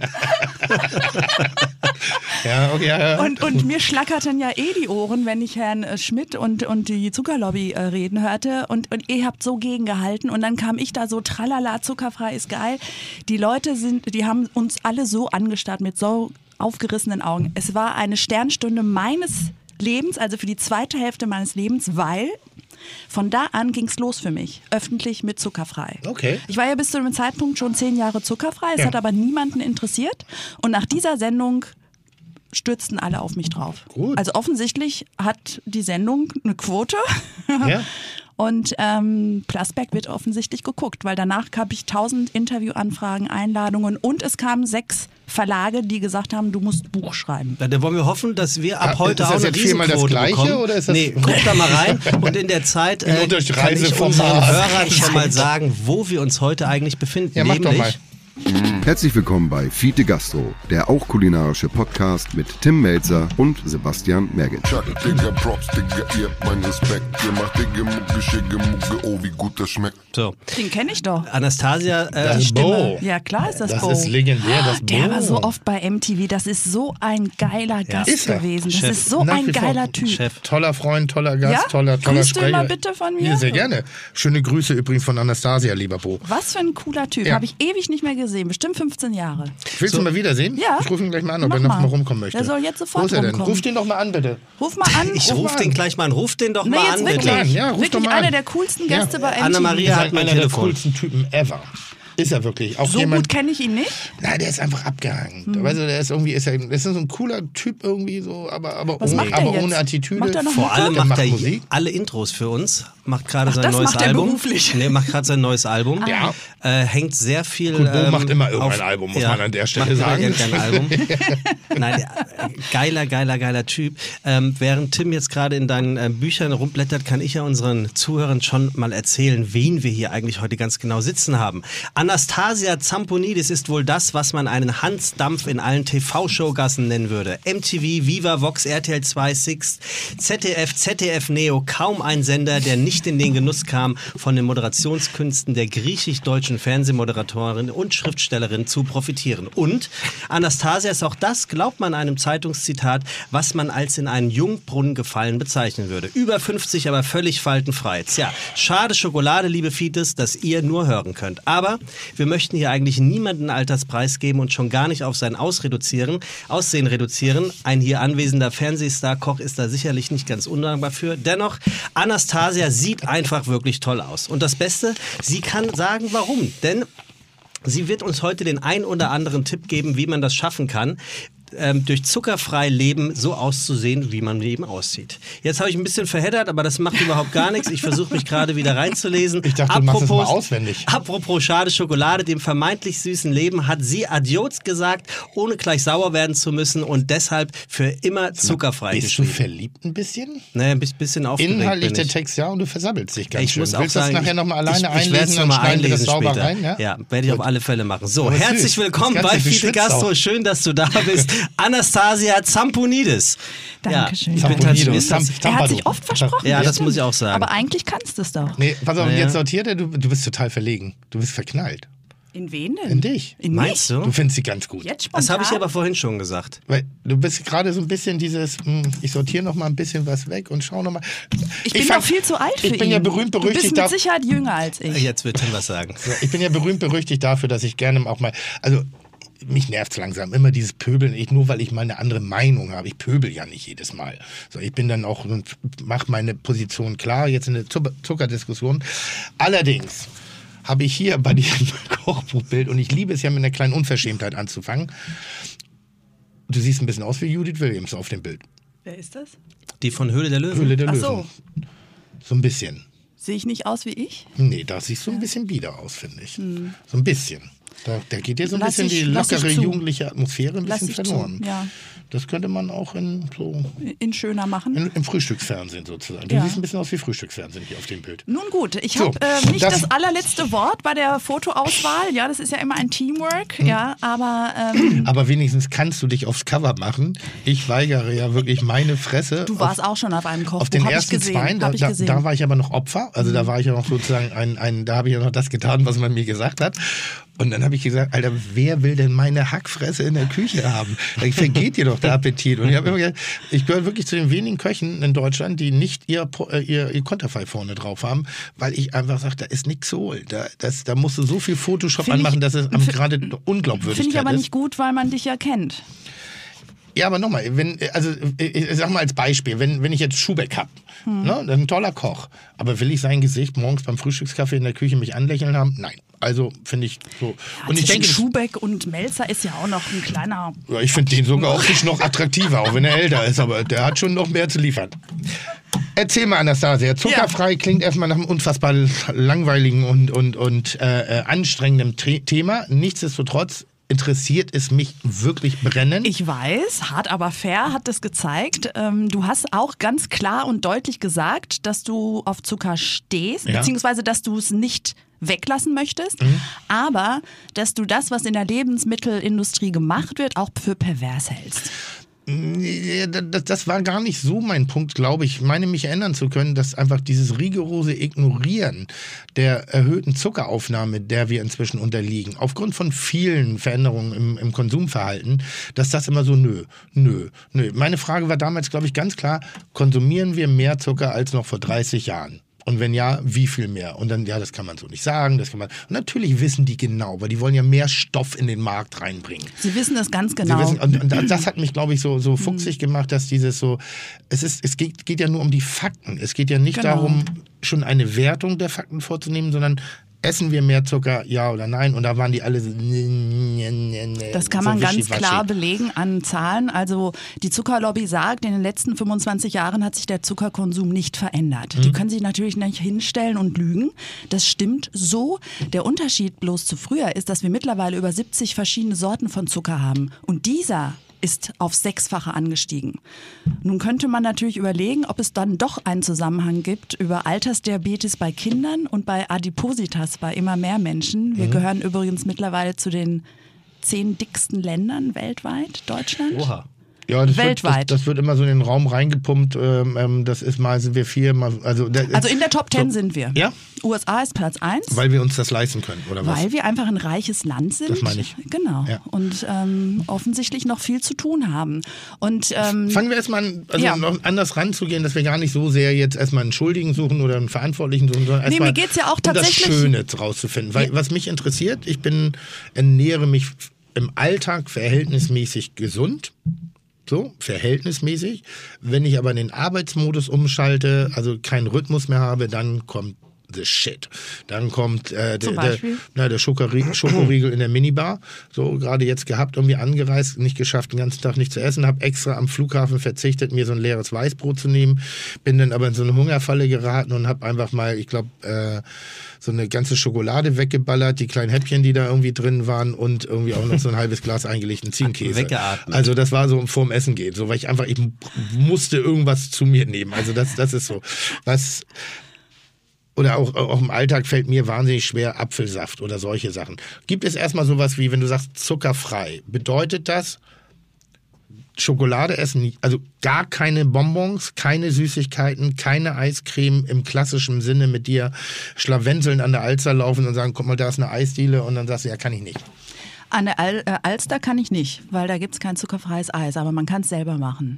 Ja, okay, ja. Und mir schlackerten ja die Ohren, wenn ich Herrn Schmidt und die Zuckerlobby reden hörte. Und ihr habt so gegengehalten. Und dann kam ich da so, tralala, zuckerfrei ist geil. Die Leute die haben uns alle so angestarrt mit so aufgerissenen Augen. Es war eine Sternstunde meines Lebens, also für die zweite Hälfte meines Lebens, weil von da an ging es los für mich, öffentlich mit zuckerfrei. Okay. Ich war ja bis zu dem Zeitpunkt schon 10 Jahre zuckerfrei, es Ja. hat aber niemanden interessiert. Und nach dieser Sendung stürzten alle auf mich drauf. Gut. Also offensichtlich hat die Sendung eine Quote. Ja. Und Plasberg wird offensichtlich geguckt, weil danach gab ich 1000 Interviewanfragen, Einladungen und es kamen 6 Verlage, die gesagt haben, du musst Buch schreiben. Da wollen wir hoffen, dass wir ab heute ist auch das eine jetzt viermal das Riesenquote Gleiche, bekommen. oder ist das- Nee, guck da mal rein und in der Zeit kann ich Reiseformat. unseren Hörern schon mal sagen, wo wir uns heute eigentlich befinden. Ja, mach doch Nämlich mal. Herzlich willkommen bei Fiete Gastro, der auch kulinarische Podcast mit Tim Melzer und Sebastian Merget. Digga, Props, Digga, ihr habt meinen Respekt. Ihr macht Digga, Mucke, Schicke, Mucke, oh, wie gut das schmeckt. So. Den kenne ich doch. Anastasia, Das Stimme. Bo. Ja, klar ist das Das Bo. ist legendär, das Bo. Der war so oft bei MTV. Das ist so ein geiler Gast Ist er. gewesen. Das Chef. ist so Nach ein wie vor. geiler Typ. Chef. Toller Freund, toller Gast, Ja? toller Grüßt du ihn Sprecher. mal bitte von mir? Ja, sehr gerne. Schöne Grüße übrigens von Anastasia, lieber Bo. Was für ein cooler Typ. Ja. Habe ich ewig nicht mehr gesehen. Bestimmt 15 Jahre. Willst du mal wiedersehen? Ja. Ich rufe ihn gleich mal an, ob Mach er noch mal. mal rumkommen möchte. Der soll jetzt sofort Wo ist er denn? rumkommen. Ruf den doch mal an, bitte. Ruf mal an. Ich rufe mal den an. gleich mal an. Ruf den doch Nee, mal jetzt an, wirklich. bitte. Ja, ruf wirklich doch mal einer an. der coolsten Ja. Gäste bei MTV. Anna-Maria Ist hat halt mein einer der Telefon. coolsten Typen ever. Ist er wirklich. Auch So jemand, gut kenne ich ihn nicht. Nein, der ist einfach abgehangen. Weißt du, der ist irgendwie, das ist so ein cooler Typ irgendwie so, aber Was ohne, macht er aber jetzt? ohne Attitüde. Macht er noch Vor allem Der macht er Musik. alle Intros für uns. Macht gerade Ach, sein das neues macht er Album. beruflich. Nee, macht gerade sein neues Album. Ja. Hängt sehr viel. Gut, Bo macht immer irgendein auf- Album, muss man an der Stelle macht sagen. Immer gern ein Album. Nein, geiler Typ. Während Tim jetzt gerade in deinen Büchern rumblättert, kann ich ja unseren Zuhörern schon mal erzählen, wen wir hier eigentlich heute ganz genau sitzen haben. Anastasia Zamponidis ist wohl das, was man einen Hansdampf in allen TV-Showgassen nennen würde. MTV, Viva, Vox, RTL 2, Six, ZDF, ZDF Neo, kaum ein Sender, der nicht in den Genuss kam, von den Moderationskünsten der griechisch-deutschen Fernsehmoderatorin und Schriftstellerin zu profitieren. Und Anastasia ist auch das, glaubt man einem Zeitungszitat, was man als in einen Jungbrunnen gefallen bezeichnen würde. Über 50, aber völlig faltenfrei. Tja, schade Schokolade, liebe Fites, dass ihr nur hören könnt. Aber wir möchten hier eigentlich niemanden Alterspreis geben und schon gar nicht auf sein Aussehen reduzieren. Ein hier anwesender Fernsehstar-Koch ist da sicherlich nicht ganz undankbar für. Dennoch, Anastasia sieht einfach wirklich toll aus. Und das Beste, sie kann sagen, warum. Denn sie wird uns heute den ein oder anderen Tipp geben, wie man das schaffen kann, durch zuckerfrei Leben so auszusehen, wie man eben aussieht. Jetzt habe ich ein bisschen verheddert, aber das macht überhaupt gar nichts. Ich versuche mich gerade wieder reinzulesen. Ich dachte, du machst es mal auswendig. Apropos schade Schokolade, dem vermeintlich süßen Leben hat sie Adios gesagt, ohne gleich sauer werden zu müssen und deshalb für immer zuckerfrei Bist du geschrieben. verliebt ein bisschen? Naja, ein bisschen aufgeregt Inhaltlich bin der ich. Text, ja, und du versabbelst dich ganz Ich schön. muss auch Willst du das sagen, nachher nochmal alleine ich werde es einlesen, dann nochmal schneiden wir das einlesen sauber später. rein? Ja, werde ich auf alle Fälle machen. So, Aber herzlich süß. willkommen Das bei Ganze Fiete beschwitzt Gastro. auch. Schön, dass du da bist. Anastasia Zamponidis. Dankeschön. Ja, ich bin tatsächlich- Er hat sich oft versprochen. Ja, das stimmt. muss ich auch sagen. Aber eigentlich kannst du es doch. Nee, pass auf, Naja. jetzt sortiert er, du bist total verlegen. Du bist verknallt. In wen denn? In dich. In Meinst mich? du? Du findest sie ganz gut. Jetzt spontan? Das habe ich aber vorhin schon gesagt. Weil du bist gerade so ein bisschen dieses, ich sortiere noch mal ein bisschen was weg und schau noch mal. Ich bin doch viel zu alt für ihn. Ich bin ja berühmt Du bist berüchtigt mit dafür. Sicherheit jünger als ich. Jetzt wird Tim was sagen. Ich bin ja berühmt berüchtigt dafür, dass ich gerne auch mal, also mich nervt's langsam, immer dieses Pöbeln, nur weil ich mal eine andere Meinung habe. Ich pöbel ja nicht jedes Mal. So, ich bin dann auch und mache meine Position klar, jetzt in der Zuckerdiskussion. Allerdings habe ich hier bei diesem Kochbuchbild, und ich liebe es ja mit einer kleinen Unverschämtheit anzufangen, du siehst ein bisschen aus wie Judith Williams auf dem Bild. Wer ist das? Die von Höhle der Löwen. Höhle der Ach Löwen. so. So ein bisschen. Sehe ich nicht aus wie ich? Nee, da siehst du ein bisschen bieder aus, finde ich. So ein bisschen. Da geht dir so ein Lass bisschen die ich lockere zu. jugendliche Atmosphäre ein Lass bisschen ich zu, verloren. ja. Das könnte man auch in Schöner machen. im Frühstücksfernsehen sozusagen. Du Ja. siehst ein bisschen aus wie Frühstücksfernsehen hier auf dem Bild. Nun gut, ich So, habe nicht das- das allerletzte Wort bei der Fotoauswahl. Ja, das ist ja immer ein Teamwork. Ja, aber Aber wenigstens kannst du dich aufs Cover machen. Ich weigere ja wirklich meine Fresse. du warst auch schon auf einem Kochbuch. Auf den hab ersten ich gesehen. zwei, Hab ich gesehen. da war ich aber noch Opfer. Also da war ich ja noch sozusagen da habe ich ja noch das getan, was man mir gesagt hat. Und dann habe ich gesagt, Alter, wer will denn meine Hackfresse in der Küche haben? Da vergeht dir doch der Appetit. Und ich habe immer gesagt, ich gehöre wirklich zu den wenigen Köchen in Deutschland, die nicht ihr Konterfei vorne drauf haben, weil ich einfach sage, da ist nichts zu holen. Da musst du so viel Photoshop Find ich- anmachen, dass es gerade Unglaubwürdigkeit Finde ich aber ist. nicht gut, weil man dich ja kennt. Ja, aber nochmal, ich sag mal als Beispiel, wenn ich jetzt Schubeck hab, ne, ein toller Koch, aber will ich sein Gesicht morgens beim Frühstückskaffee in der Küche mich anlächeln haben? Nein. Also finde ich so. Und ich Zwischen denke, Schubeck und Melzer ist ja auch noch ein kleiner. ja, ich finde den sogar optisch noch attraktiver, auch wenn er älter ist, aber der hat schon noch mehr zu liefern. Erzähl mal, Anastasia, zuckerfrei klingt erstmal nach einem unfassbar langweiligen und anstrengenden Thema. Nichtsdestotrotz interessiert es mich wirklich brennend. Ich weiß, hart aber fair hat es gezeigt. Du hast auch ganz klar und deutlich gesagt, dass du auf Zucker stehst, beziehungsweise dass du es nicht weglassen möchtest, aber dass du das, was in der Lebensmittelindustrie gemacht wird, auch für pervers hältst. Das war gar nicht so mein Punkt, glaube ich. Ich meine, mich erinnern zu können, dass einfach dieses rigorose Ignorieren der erhöhten Zuckeraufnahme, der wir inzwischen unterliegen, aufgrund von vielen Veränderungen im Konsumverhalten, dass das immer so nö. Meine Frage war damals, glaube ich, ganz klar, konsumieren wir mehr Zucker als noch vor 30 Jahren? Und wenn ja, wie viel mehr? Und dann, das kann man so nicht sagen, das kann man. Und natürlich wissen die genau, weil die wollen ja mehr Stoff in den Markt reinbringen. Sie wissen es ganz genau. Und das hat mich, glaube ich, so fuchsig gemacht, dass dieses so, es geht ja nur um die Fakten. Es geht ja nicht darum, schon eine Wertung der Fakten vorzunehmen, sondern essen wir mehr Zucker, ja oder nein? Und da waren die alle so. Das kann man ganz klar belegen an Zahlen. Also die Zuckerlobby sagt, in den letzten 25 Jahren hat sich der Zuckerkonsum nicht verändert. Die können sich natürlich nicht hinstellen und lügen. Das stimmt so. Der Unterschied bloß zu früher ist, dass wir mittlerweile über 70 verschiedene Sorten von Zucker haben. Und dieser ist auf 6-fache angestiegen. Nun könnte man natürlich überlegen, ob es dann doch einen Zusammenhang gibt über Altersdiabetes bei Kindern und bei Adipositas bei immer mehr Menschen. Wir gehören übrigens mittlerweile zu den 10 dicksten Ländern weltweit, Deutschland. Oha. Ja, weltweit. Das wird immer so in den Raum reingepumpt. Das ist mal sind wir 4, mal also in der Top 10 sind wir. Ja? USA ist Platz 1. Weil wir uns das leisten können, oder was? Weil wir einfach ein reiches Land sind. Das meine ich. Genau. Ja. Und offensichtlich noch viel zu tun haben. Und fangen wir erstmal an, noch anders ranzugehen, dass wir gar nicht so sehr jetzt erstmal einen Schuldigen suchen oder einen Verantwortlichen suchen, sondern erstmal mir geht's ja auch tatsächlich das Schöne rauszufinden. Weil was mich interessiert, ich ernähre mich im Alltag verhältnismäßig gesund. So, verhältnismäßig. Wenn ich aber in den Arbeitsmodus umschalte, also keinen Rhythmus mehr habe, dann kommt the shit. Dann kommt der Schokoriegel in der Minibar. So, gerade jetzt gehabt, irgendwie angereist, nicht geschafft, den ganzen Tag nicht zu essen, habe extra am Flughafen verzichtet, mir so ein leeres Weißbrot zu nehmen, bin dann aber in so eine Hungerfalle geraten und habe einfach mal, ich glaube, so eine ganze Schokolade weggeballert, die kleinen Häppchen, die da irgendwie drin waren und irgendwie auch noch so ein halbes Glas eingelegten Ziegenkäse. Weggeatmet. Also das war so vorm Essen gehen, so, weil ich musste irgendwas zu mir nehmen. Also das ist so. Oder auch im Alltag fällt mir wahnsinnig schwer Apfelsaft oder solche Sachen. Gibt es erstmal sowas wie, wenn du sagst zuckerfrei, bedeutet das Schokolade essen, also gar keine Bonbons, keine Süßigkeiten, keine Eiscreme im klassischen Sinne mit dir schlawenzeln an der Alster laufen und sagen, guck mal, da ist eine Eisdiele und dann sagst du, ja, kann ich nicht. An der Alster kann ich nicht, weil da gibt es kein zuckerfreies Eis, aber man kann es selber machen.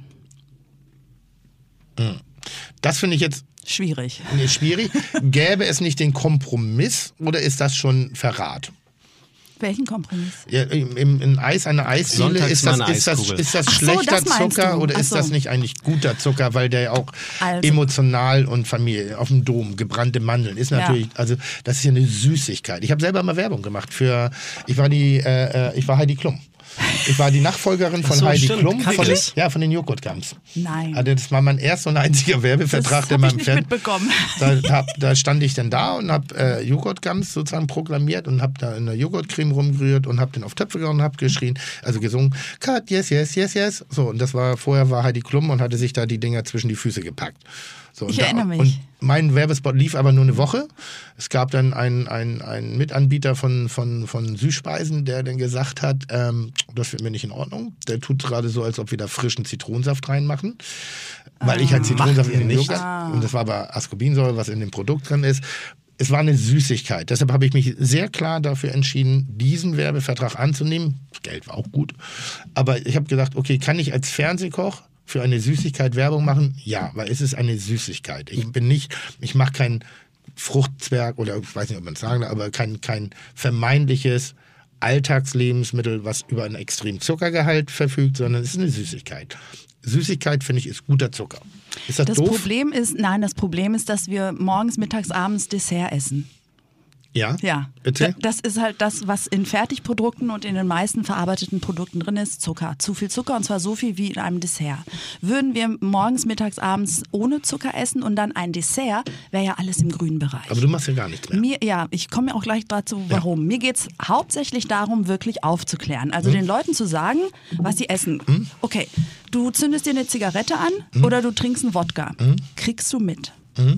Das finde ich jetzt schwierig. Schwierig. Gäbe es nicht den Kompromiss oder ist das schon Verrat? Welchen Kompromiss? Ja, in Eis, eine Eisdiele, ist das schlechter Zucker oder ist das nicht eigentlich guter Zucker, weil der ja auch emotional und Familie auf dem Dom, gebrannte Mandeln, ist natürlich, also das ist ja eine Süßigkeit. Ich habe selber mal Werbung gemacht ich war Heidi Klum. Ich war die Nachfolgerin von Heidi Klum, von den Joghurtgums. Nein. Also das war mein erster und einziger Werbevertrag, der meinem Fernsehen. Mitbekommen. Da stand ich dann da und habe Joghurtgums sozusagen proklamiert und habe da in der Joghurtcreme rumgerührt und habe den auf Töpfe gehauen und habe geschrien, also gesungen, Cut, yes, yes, yes, yes. So, und vorher war Heidi Klum und hatte sich da die Dinger zwischen die Füße gepackt. So, ich erinnere mich. Und mein Werbespot lief aber nur eine Woche. Es gab dann einen Mitanbieter von Süßspeisen, der dann gesagt hat, das wird mir nicht in Ordnung. Der tut gerade so, als ob wir da frischen Zitronensaft reinmachen. Weil ich halt Zitronensaft in den Joghurt, und das war aber Ascorbinsäure, was in dem Produkt drin ist. Es war eine Süßigkeit. Deshalb habe ich mich sehr klar dafür entschieden, diesen Werbevertrag anzunehmen. Das Geld war auch gut. Aber ich habe gesagt, okay, kann ich als Fernsehkoch für eine Süßigkeit Werbung machen? Ja, weil es ist eine Süßigkeit. Ich mache kein Fruchtzwerg oder ich weiß nicht, ob man es sagen darf, aber kein vermeintliches Alltagslebensmittel, was über einen extremen Zuckergehalt verfügt, sondern es ist eine Süßigkeit. Süßigkeit, finde ich, ist guter Zucker. Ist das doof? Das Problem ist, dass wir morgens, mittags, abends Dessert essen. Ja? Ja, Bitte? das ist halt das, was in Fertigprodukten und in den meisten verarbeiteten Produkten drin ist, Zucker. Zu viel Zucker und zwar so viel wie in einem Dessert. Würden wir morgens, mittags, abends ohne Zucker essen und dann ein Dessert, wäre ja alles im grünen Bereich. Aber du machst ja gar nichts mehr. Ich komme auch gleich dazu, warum. Mir geht es hauptsächlich darum, wirklich aufzuklären. Also den Leuten zu sagen, was sie essen. Okay, du zündest dir eine Zigarette an oder du trinkst einen Wodka. Kriegst du mit.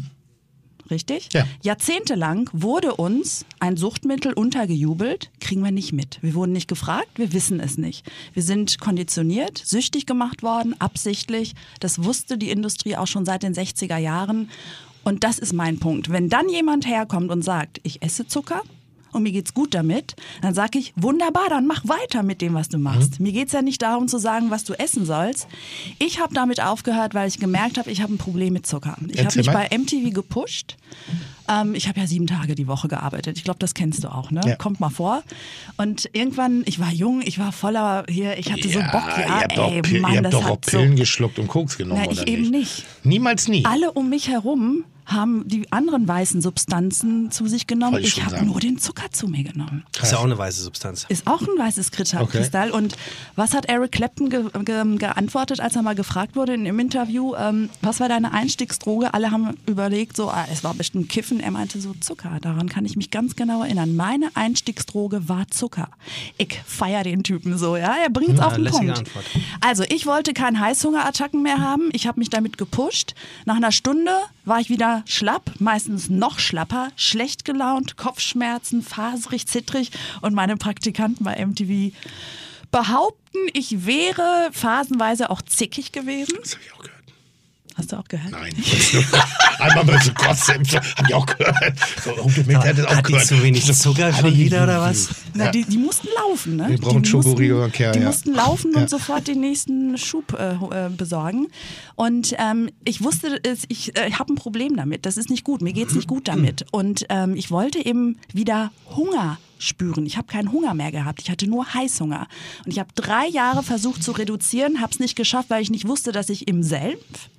Richtig? Ja. Jahrzehntelang wurde uns ein Suchtmittel untergejubelt, kriegen wir nicht mit. Wir wurden nicht gefragt, wir wissen es nicht. Wir sind konditioniert, süchtig gemacht worden, absichtlich. Das wusste die Industrie auch schon seit den 60er Jahren. Und das ist mein Punkt. Wenn dann jemand herkommt und sagt, ich esse Zucker und mir geht's gut damit, dann sage ich, wunderbar, dann mach weiter mit dem, was du machst. Mir geht's ja nicht darum zu sagen, was du essen sollst. Ich habe damit aufgehört, weil ich gemerkt habe, ich habe ein Problem mit Zucker. Ich habe mich bei MTV gepusht. Ich habe ja 7 Tage die Woche gearbeitet. Ich glaube, das kennst du auch, ne? Ja. Kommt mal vor. Und irgendwann, ich war jung, ich war voller hier, ich hatte so Bock. Ja, ihr habt doch auch Pillen geschluckt und Koks genommen, Na, ich oder eben nicht? nicht. Niemals nie. Alle um mich herum haben die anderen weißen Substanzen zu sich genommen. Wollte ich Ich schon habe sagen. nur den Zucker zu mir genommen. Ist ja auch eine weiße Substanz. Ist auch ein weißes Kristall. Und was hat Eric Clapton geantwortet, als er mal gefragt wurde in einem Interview, was war deine Einstiegsdroge? Alle haben überlegt, so, es war bestimmt Kiffen. Er meinte so, Zucker. Daran kann ich mich ganz genau erinnern. Meine Einstiegsdroge war Zucker. Ich feiere den Typen so, ja. Er bringt es auf den lässige Punkt. Antwort. Also, ich wollte keine Heißhungerattacken mehr haben. Ich habe mich damit gepusht. Nach einer Stunde war ich wieder schlapp, meistens noch schlapper, schlecht gelaunt, Kopfschmerzen, faserig, zittrig und meine Praktikanten bei MTV behaupten, ich wäre phasenweise auch zickig gewesen. Das habe ich auch gehört. Hast du auch gehört? Nein. Einmal mal so trotzdem, so, hab ich auch gehört. So, hat das auch Hat die gehört. zu wenig Zucker schon wieder oder was? Na, die mussten laufen, ne? Die brauchen einen Schokoriegel oder Kerl, Die ja. mussten laufen Ja. und sofort den nächsten Schub besorgen. Und ich wusste, ich habe ein Problem damit. Das ist nicht gut. Mir geht's nicht gut damit. Und ich wollte eben wieder Hunger spüren. Ich habe keinen Hunger mehr gehabt. Ich hatte nur Heißhunger. Und ich habe 3 Jahre versucht zu reduzieren, habe es nicht geschafft, weil ich nicht wusste, dass ich im Senf,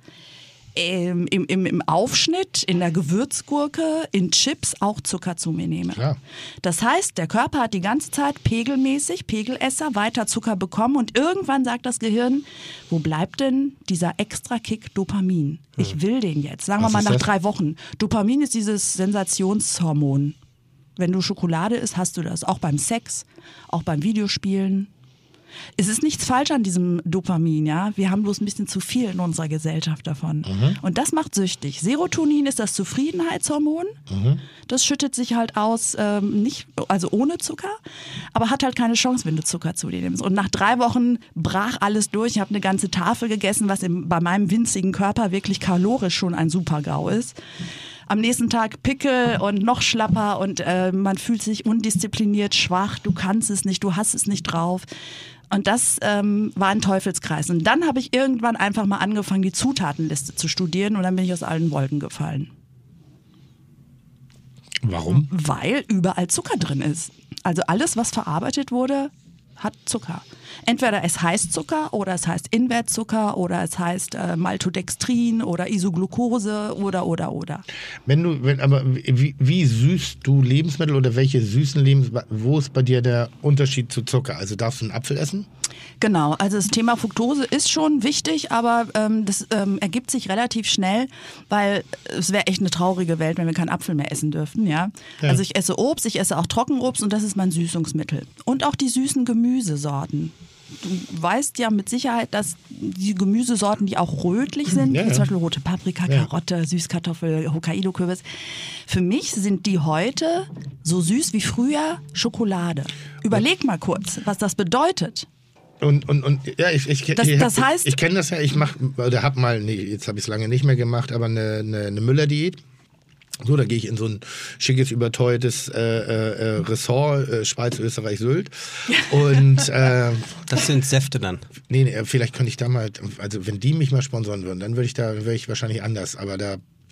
im Aufschnitt, in der Gewürzgurke, in Chips auch Zucker zu mir nehme. Klar. Das heißt, der Körper hat die ganze Zeit pegelmäßig, Pegelesser, weiter Zucker bekommen und irgendwann sagt das Gehirn, wo bleibt denn dieser extra Kick Dopamin? Ich will den jetzt. Sagen wir Was mal ist nach das? 3 Wochen. Dopamin ist dieses Sensationshormon. Wenn du Schokolade isst, hast du das. Auch beim Sex, auch beim Videospielen. Es ist nichts falsch an diesem Dopamin, ja. Wir haben bloß ein bisschen zu viel in unserer Gesellschaft davon. Und das macht süchtig. Serotonin ist das Zufriedenheitshormon. Das schüttet sich halt aus, nicht, also ohne Zucker, aber hat halt keine Chance, wenn du Zucker zu dir nimmst. Und nach 3 Wochen brach alles durch. Ich habe eine ganze Tafel gegessen, was bei meinem winzigen Körper wirklich kalorisch schon ein Super-GAU ist. Am nächsten Tag Pickel und noch schlapper und man fühlt sich undiszipliniert, schwach, du kannst es nicht, du hast es nicht drauf. Und das war ein Teufelskreis. Und dann habe ich irgendwann einfach mal angefangen, die Zutatenliste zu studieren und dann bin ich aus allen Wolken gefallen. Warum? Weil überall Zucker drin ist. Also alles, was verarbeitet wurde, hat Zucker. Entweder es heißt Zucker oder es heißt Invertzucker oder es heißt Maltodextrin oder Isoglucose oder. Aber wie süßt du Lebensmittel oder welche süßen Lebensmittel, wo ist bei dir der Unterschied zu Zucker? Also darfst du einen Apfel essen? Genau, also das Thema Fructose ist schon wichtig, aber das ergibt sich relativ schnell, weil es wäre echt eine traurige Welt, wenn wir keinen Apfel mehr essen dürften. Ja? Also ich esse Obst, ich esse auch Trockenobst und das ist mein Süßungsmittel. Und auch die süßen Gemüsesorten. Du weißt ja mit Sicherheit, dass die Gemüsesorten, die auch rötlich sind, wie zum Beispiel rote Paprika, Karotte, Süßkartoffel, Hokkaido-Kürbis, für mich sind die heute so süß wie früher Schokolade. Überleg mal kurz, was das bedeutet. Und ja, ich kenne das ja, ich mache, oder hab mal, nee, jetzt habe ich es lange nicht mehr gemacht, aber eine Müller-Diät. So, da gehe ich in so ein schickes, überteuertes Ressort, Schweiz, Österreich, Sylt. Und das sind Säfte dann. Nee, vielleicht könnte ich da mal, also wenn die mich mal sponsoren würden, dann wäre ich wahrscheinlich anders, aber da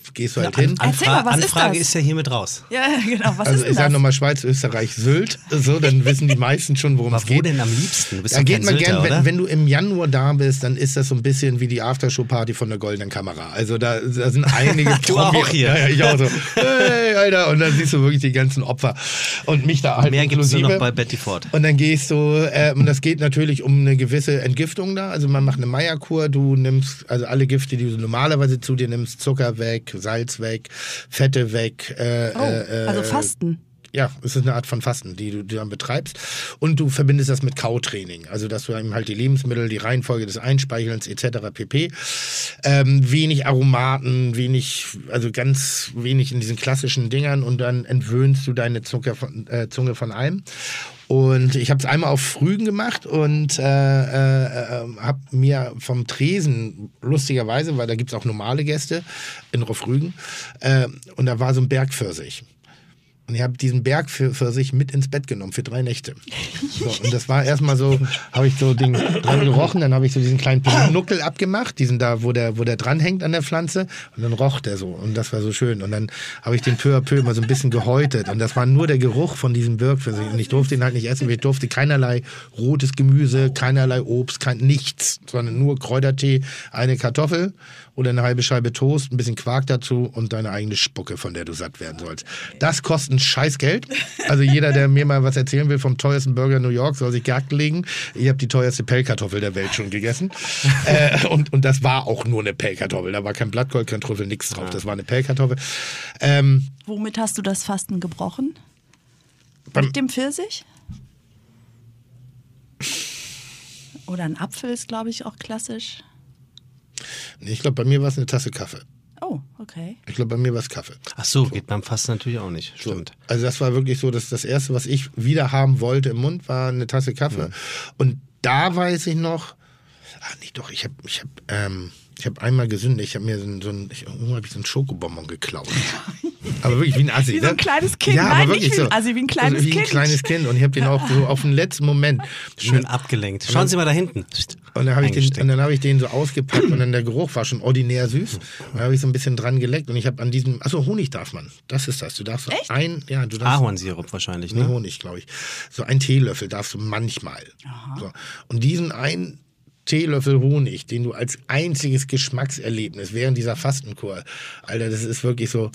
gehst du halt hin. Erzähl mal, was Anfrage ist das? ist ja hiermit raus. Ja, genau. Was Also ist denn ich sage das? nochmal Schweiz, Österreich, Sylt. So, dann wissen die meisten schon, worum es Aber wo geht. denn am liebsten? Du bist Da doch geht kein man Sylter, gern, oder? wenn du im Januar da bist, dann ist das so ein bisschen wie die Aftershow-Party von der Goldenen Kamera. Also da sind einige Du auch hier. Ja, ich auch so. Hey, Alter. Und dann siehst du wirklich die ganzen Opfer. Und mich da halt Mehr gibt es nur inklusive. noch bei Betty Ford. Und dann gehst du, und das geht natürlich um eine gewisse Entgiftung da. Also man macht eine Meierkur, du nimmst also alle Gifte, die du normalerweise zu dir nimmst, Zucker weg, Salz weg, Fette weg. Also Fasten. Ja, es ist eine Art von Fasten, die du dann betreibst. Und du verbindest das mit Kautraining. Also, dass du eben halt die Lebensmittel, die Reihenfolge des Einspeichelns etc. pp. Wenig Aromaten, also ganz wenig in diesen klassischen Dingern und dann entwöhnst du deine Zunge von allem. Und ich habe es einmal auf Rügen gemacht und habe mir vom Tresen, lustigerweise, weil da gibt es auch normale Gäste in Rügen, und da war so ein Bergpfirsich. Und ich habe diesen Bergpfirsich mit ins Bett genommen für 3 Nächte. So, und das war erstmal so, habe ich so dran gerochen, dann habe ich so diesen kleinen Nuckel abgemacht, diesen da, wo der dran hängt an der Pflanze, und dann roch der so und das war so schön. Und dann habe ich den peu à peu mal so ein bisschen gehäutet und das war nur der Geruch von diesem Bergpfirsich und ich durfte ihn halt nicht essen, ich durfte keinerlei rotes Gemüse, keinerlei Obst, nichts, sondern nur Kräutertee, eine Kartoffel oder eine halbe Scheibe Toast, ein bisschen Quark dazu und deine eigene Spucke, von der du satt werden sollst. Das kostet ein Scheißgeld. Also jeder, der mir mal was erzählen will vom teuersten Burger in New York, soll sich Jagd legen. Ich habe die teuerste Pellkartoffel der Welt schon gegessen. Und das war auch nur eine Pellkartoffel. Da war kein Blattgold, kein Trüffel, nichts drauf. Das war eine Pellkartoffel. Womit hast du das Fasten gebrochen? Mit dem Pfirsich? Oder ein Apfel ist, glaube ich, auch klassisch. Nee, ich glaube, bei mir war es eine Tasse Kaffee. Oh, okay. Ich glaube, bei mir war es Kaffee. Ach so, geht beim Fasten natürlich auch nicht. Stimmt. So. Also das war wirklich so, dass das Erste, was ich wieder haben wollte im Mund, war eine Tasse Kaffee. Und da weiß ich noch, ich habe einmal gesündigt, ich habe mir so einen Schokobonbon geklaut. Aber wirklich wie ein Assi. Wie so ein kleines Kind. Ja, Nein, aber wirklich nicht wie ein so. Assi, wie ein kleines also wie ein Kind. kleines Kind. Und ich habe den auch so auf den letzten Moment. Schön abgelenkt. Schauen Sie mal da hinten. Und dann habe ich den so ausgepackt und dann der Geruch war schon ordinär süß. Und dann habe ich so ein bisschen dran geleckt und ich habe an diesem, Honig darf man. Das ist das. Du darfst Echt? du darfst Ahornsirup wahrscheinlich, Nee, ne? Honig, glaube ich. So ein Teelöffel darfst du manchmal. So. Und diesen einen Teelöffel Honig, den du als einziges Geschmackserlebnis während dieser Fastenkur, Alter, das ist wirklich so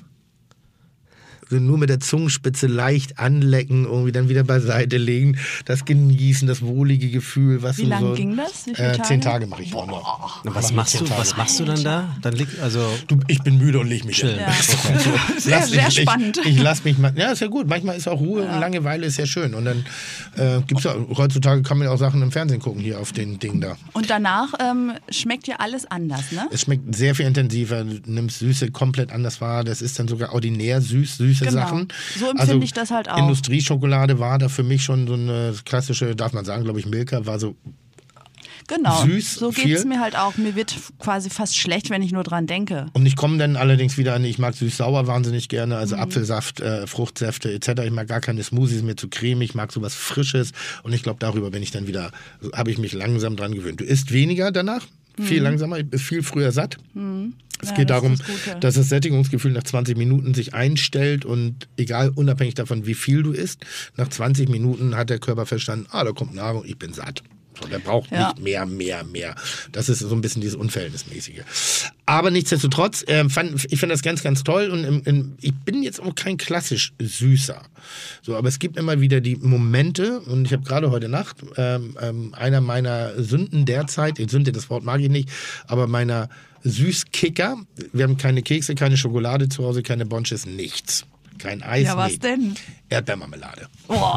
nur mit der Zungenspitze leicht anlecken, irgendwie dann wieder beiseite legen, das Genießen, das wohlige Gefühl. Wie lange ging das? Wie viele Tage? 10 Tage mache ich vorne. Was machst du dann da? Dann Ich bin müde und leg mich hin. Ja. Sehr spannend. Ich lasse mich mal. Ja, ist ja gut. Manchmal ist auch Ruhe und Langeweile ist ja schön. Und dann gibt's ja, heutzutage kann man ja auch Sachen im Fernsehen gucken, hier auf den Ding da. Und danach schmeckt dir alles anders, ne? Es schmeckt sehr viel intensiver. Du nimmst Süße komplett anders wahr. Das ist dann sogar ordinär süße Sachen. So empfinde ich das halt auch. Industrieschokolade war da für mich schon so eine klassische, darf man sagen, glaube ich, Milka war so genau. süß. So geht es mir halt auch. Mir wird quasi fast schlecht, wenn ich nur dran denke. Und ich komme dann allerdings wieder an, ich mag süß-sauer wahnsinnig gerne, also Apfelsaft, Fruchtsäfte etc. Ich mag gar keine Smoothies mehr zu cremig, ich mag sowas Frisches und ich glaube, darüber bin ich dann wieder, habe ich mich langsam dran gewöhnt. Du isst weniger danach, viel langsamer, bist viel früher satt. Es geht darum, dass das Sättigungsgefühl nach 20 Minuten sich einstellt und egal, unabhängig davon, wie viel du isst, nach 20 Minuten hat der Körper verstanden, da kommt Nahrung, ich bin satt. Und er braucht nicht mehr. Das ist so ein bisschen dieses Unverhältnismäßige. Aber nichtsdestotrotz, ich finde das ganz, ganz toll und ich bin jetzt auch kein klassisch Süßer. So, aber es gibt immer wieder die Momente und ich habe gerade heute Nacht einer meiner Sünden derzeit, Sünde, das Wort mag ich nicht, aber meiner Süßkicker, wir haben keine Kekse, keine Schokolade zu Hause, keine Bonches, nichts. Kein Eis. Ja, was denn? Erdbeermarmelade.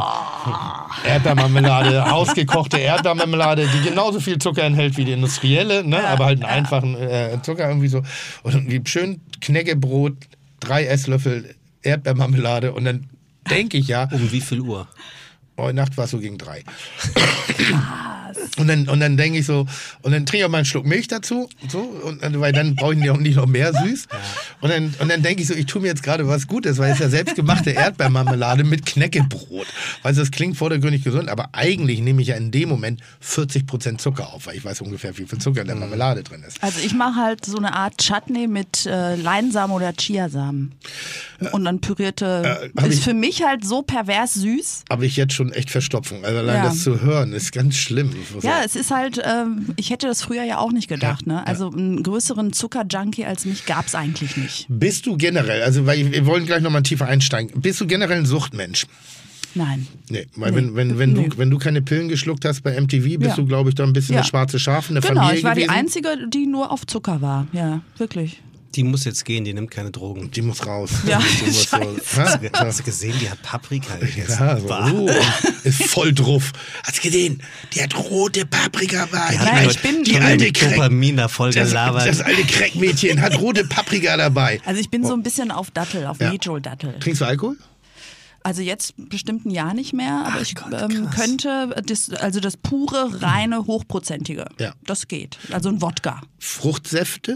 Erdbeermarmelade, ausgekochte Erdbeermarmelade, die genauso viel Zucker enthält wie die industrielle, ne? Aber halt einen einfachen Zucker irgendwie so. Und irgendwie schön Knäckebrot, 3 Esslöffel Erdbeermarmelade und dann denke ich ja. Um wie viel Uhr? Heute Nacht war es so gegen 3. krass. Und dann denke ich so, und dann trinke ich auch mal einen Schluck Milch dazu, so, weil dann brauchen die auch nicht noch mehr süß. Und dann denke ich so, ich tue mir jetzt gerade was Gutes, weil es ja selbstgemachte Erdbeermarmelade mit Knäckebrot. Weißt du, das klingt vordergründig gesund, aber eigentlich nehme ich ja in dem Moment 40% Zucker auf, weil ich weiß ungefähr, wie viel Zucker in der Marmelade drin ist. Also ich mache halt so eine Art Chutney mit Leinsamen oder Chiasamen. Und dann pürierte, ist für mich halt so pervers süß. Habe ich jetzt schon echt Verstopfung. Also allein das zu hören, ist ganz schlimm. Ja, es ist halt, ich hätte das früher ja auch nicht gedacht. Ne? Also einen größeren Zuckerjunkie als mich gab es eigentlich nicht. Bist du generell, also weil wir wollen gleich nochmal tiefer einsteigen, bist du generell ein Suchtmensch? Nein. Nee, weil wenn du keine Pillen geschluckt hast bei MTV, bist du, glaube ich, da ein bisschen eine schwarze Schaf in der Familie gewesen. Genau, ich war die Einzige, die nur auf Zucker war. Ja, wirklich. Die muss jetzt gehen, die nimmt keine Drogen. Die muss raus. Ja, hast du gesehen, die hat Paprika gegessen. Ja, ist voll drauf. Hast du gesehen? Die hat rote Paprika bei. Die alte Dopamin voll gelabert. Das alte Crackmädchen hat rote Paprika dabei. Also ich bin so ein bisschen auf Dattel, auf Majol-Dattel. Trinkst du Alkohol? Also jetzt bestimmt ein Jahr nicht mehr, aber ich könnte, das pure, reine, hochprozentige, das geht. Also ein Wodka. Fruchtsäfte?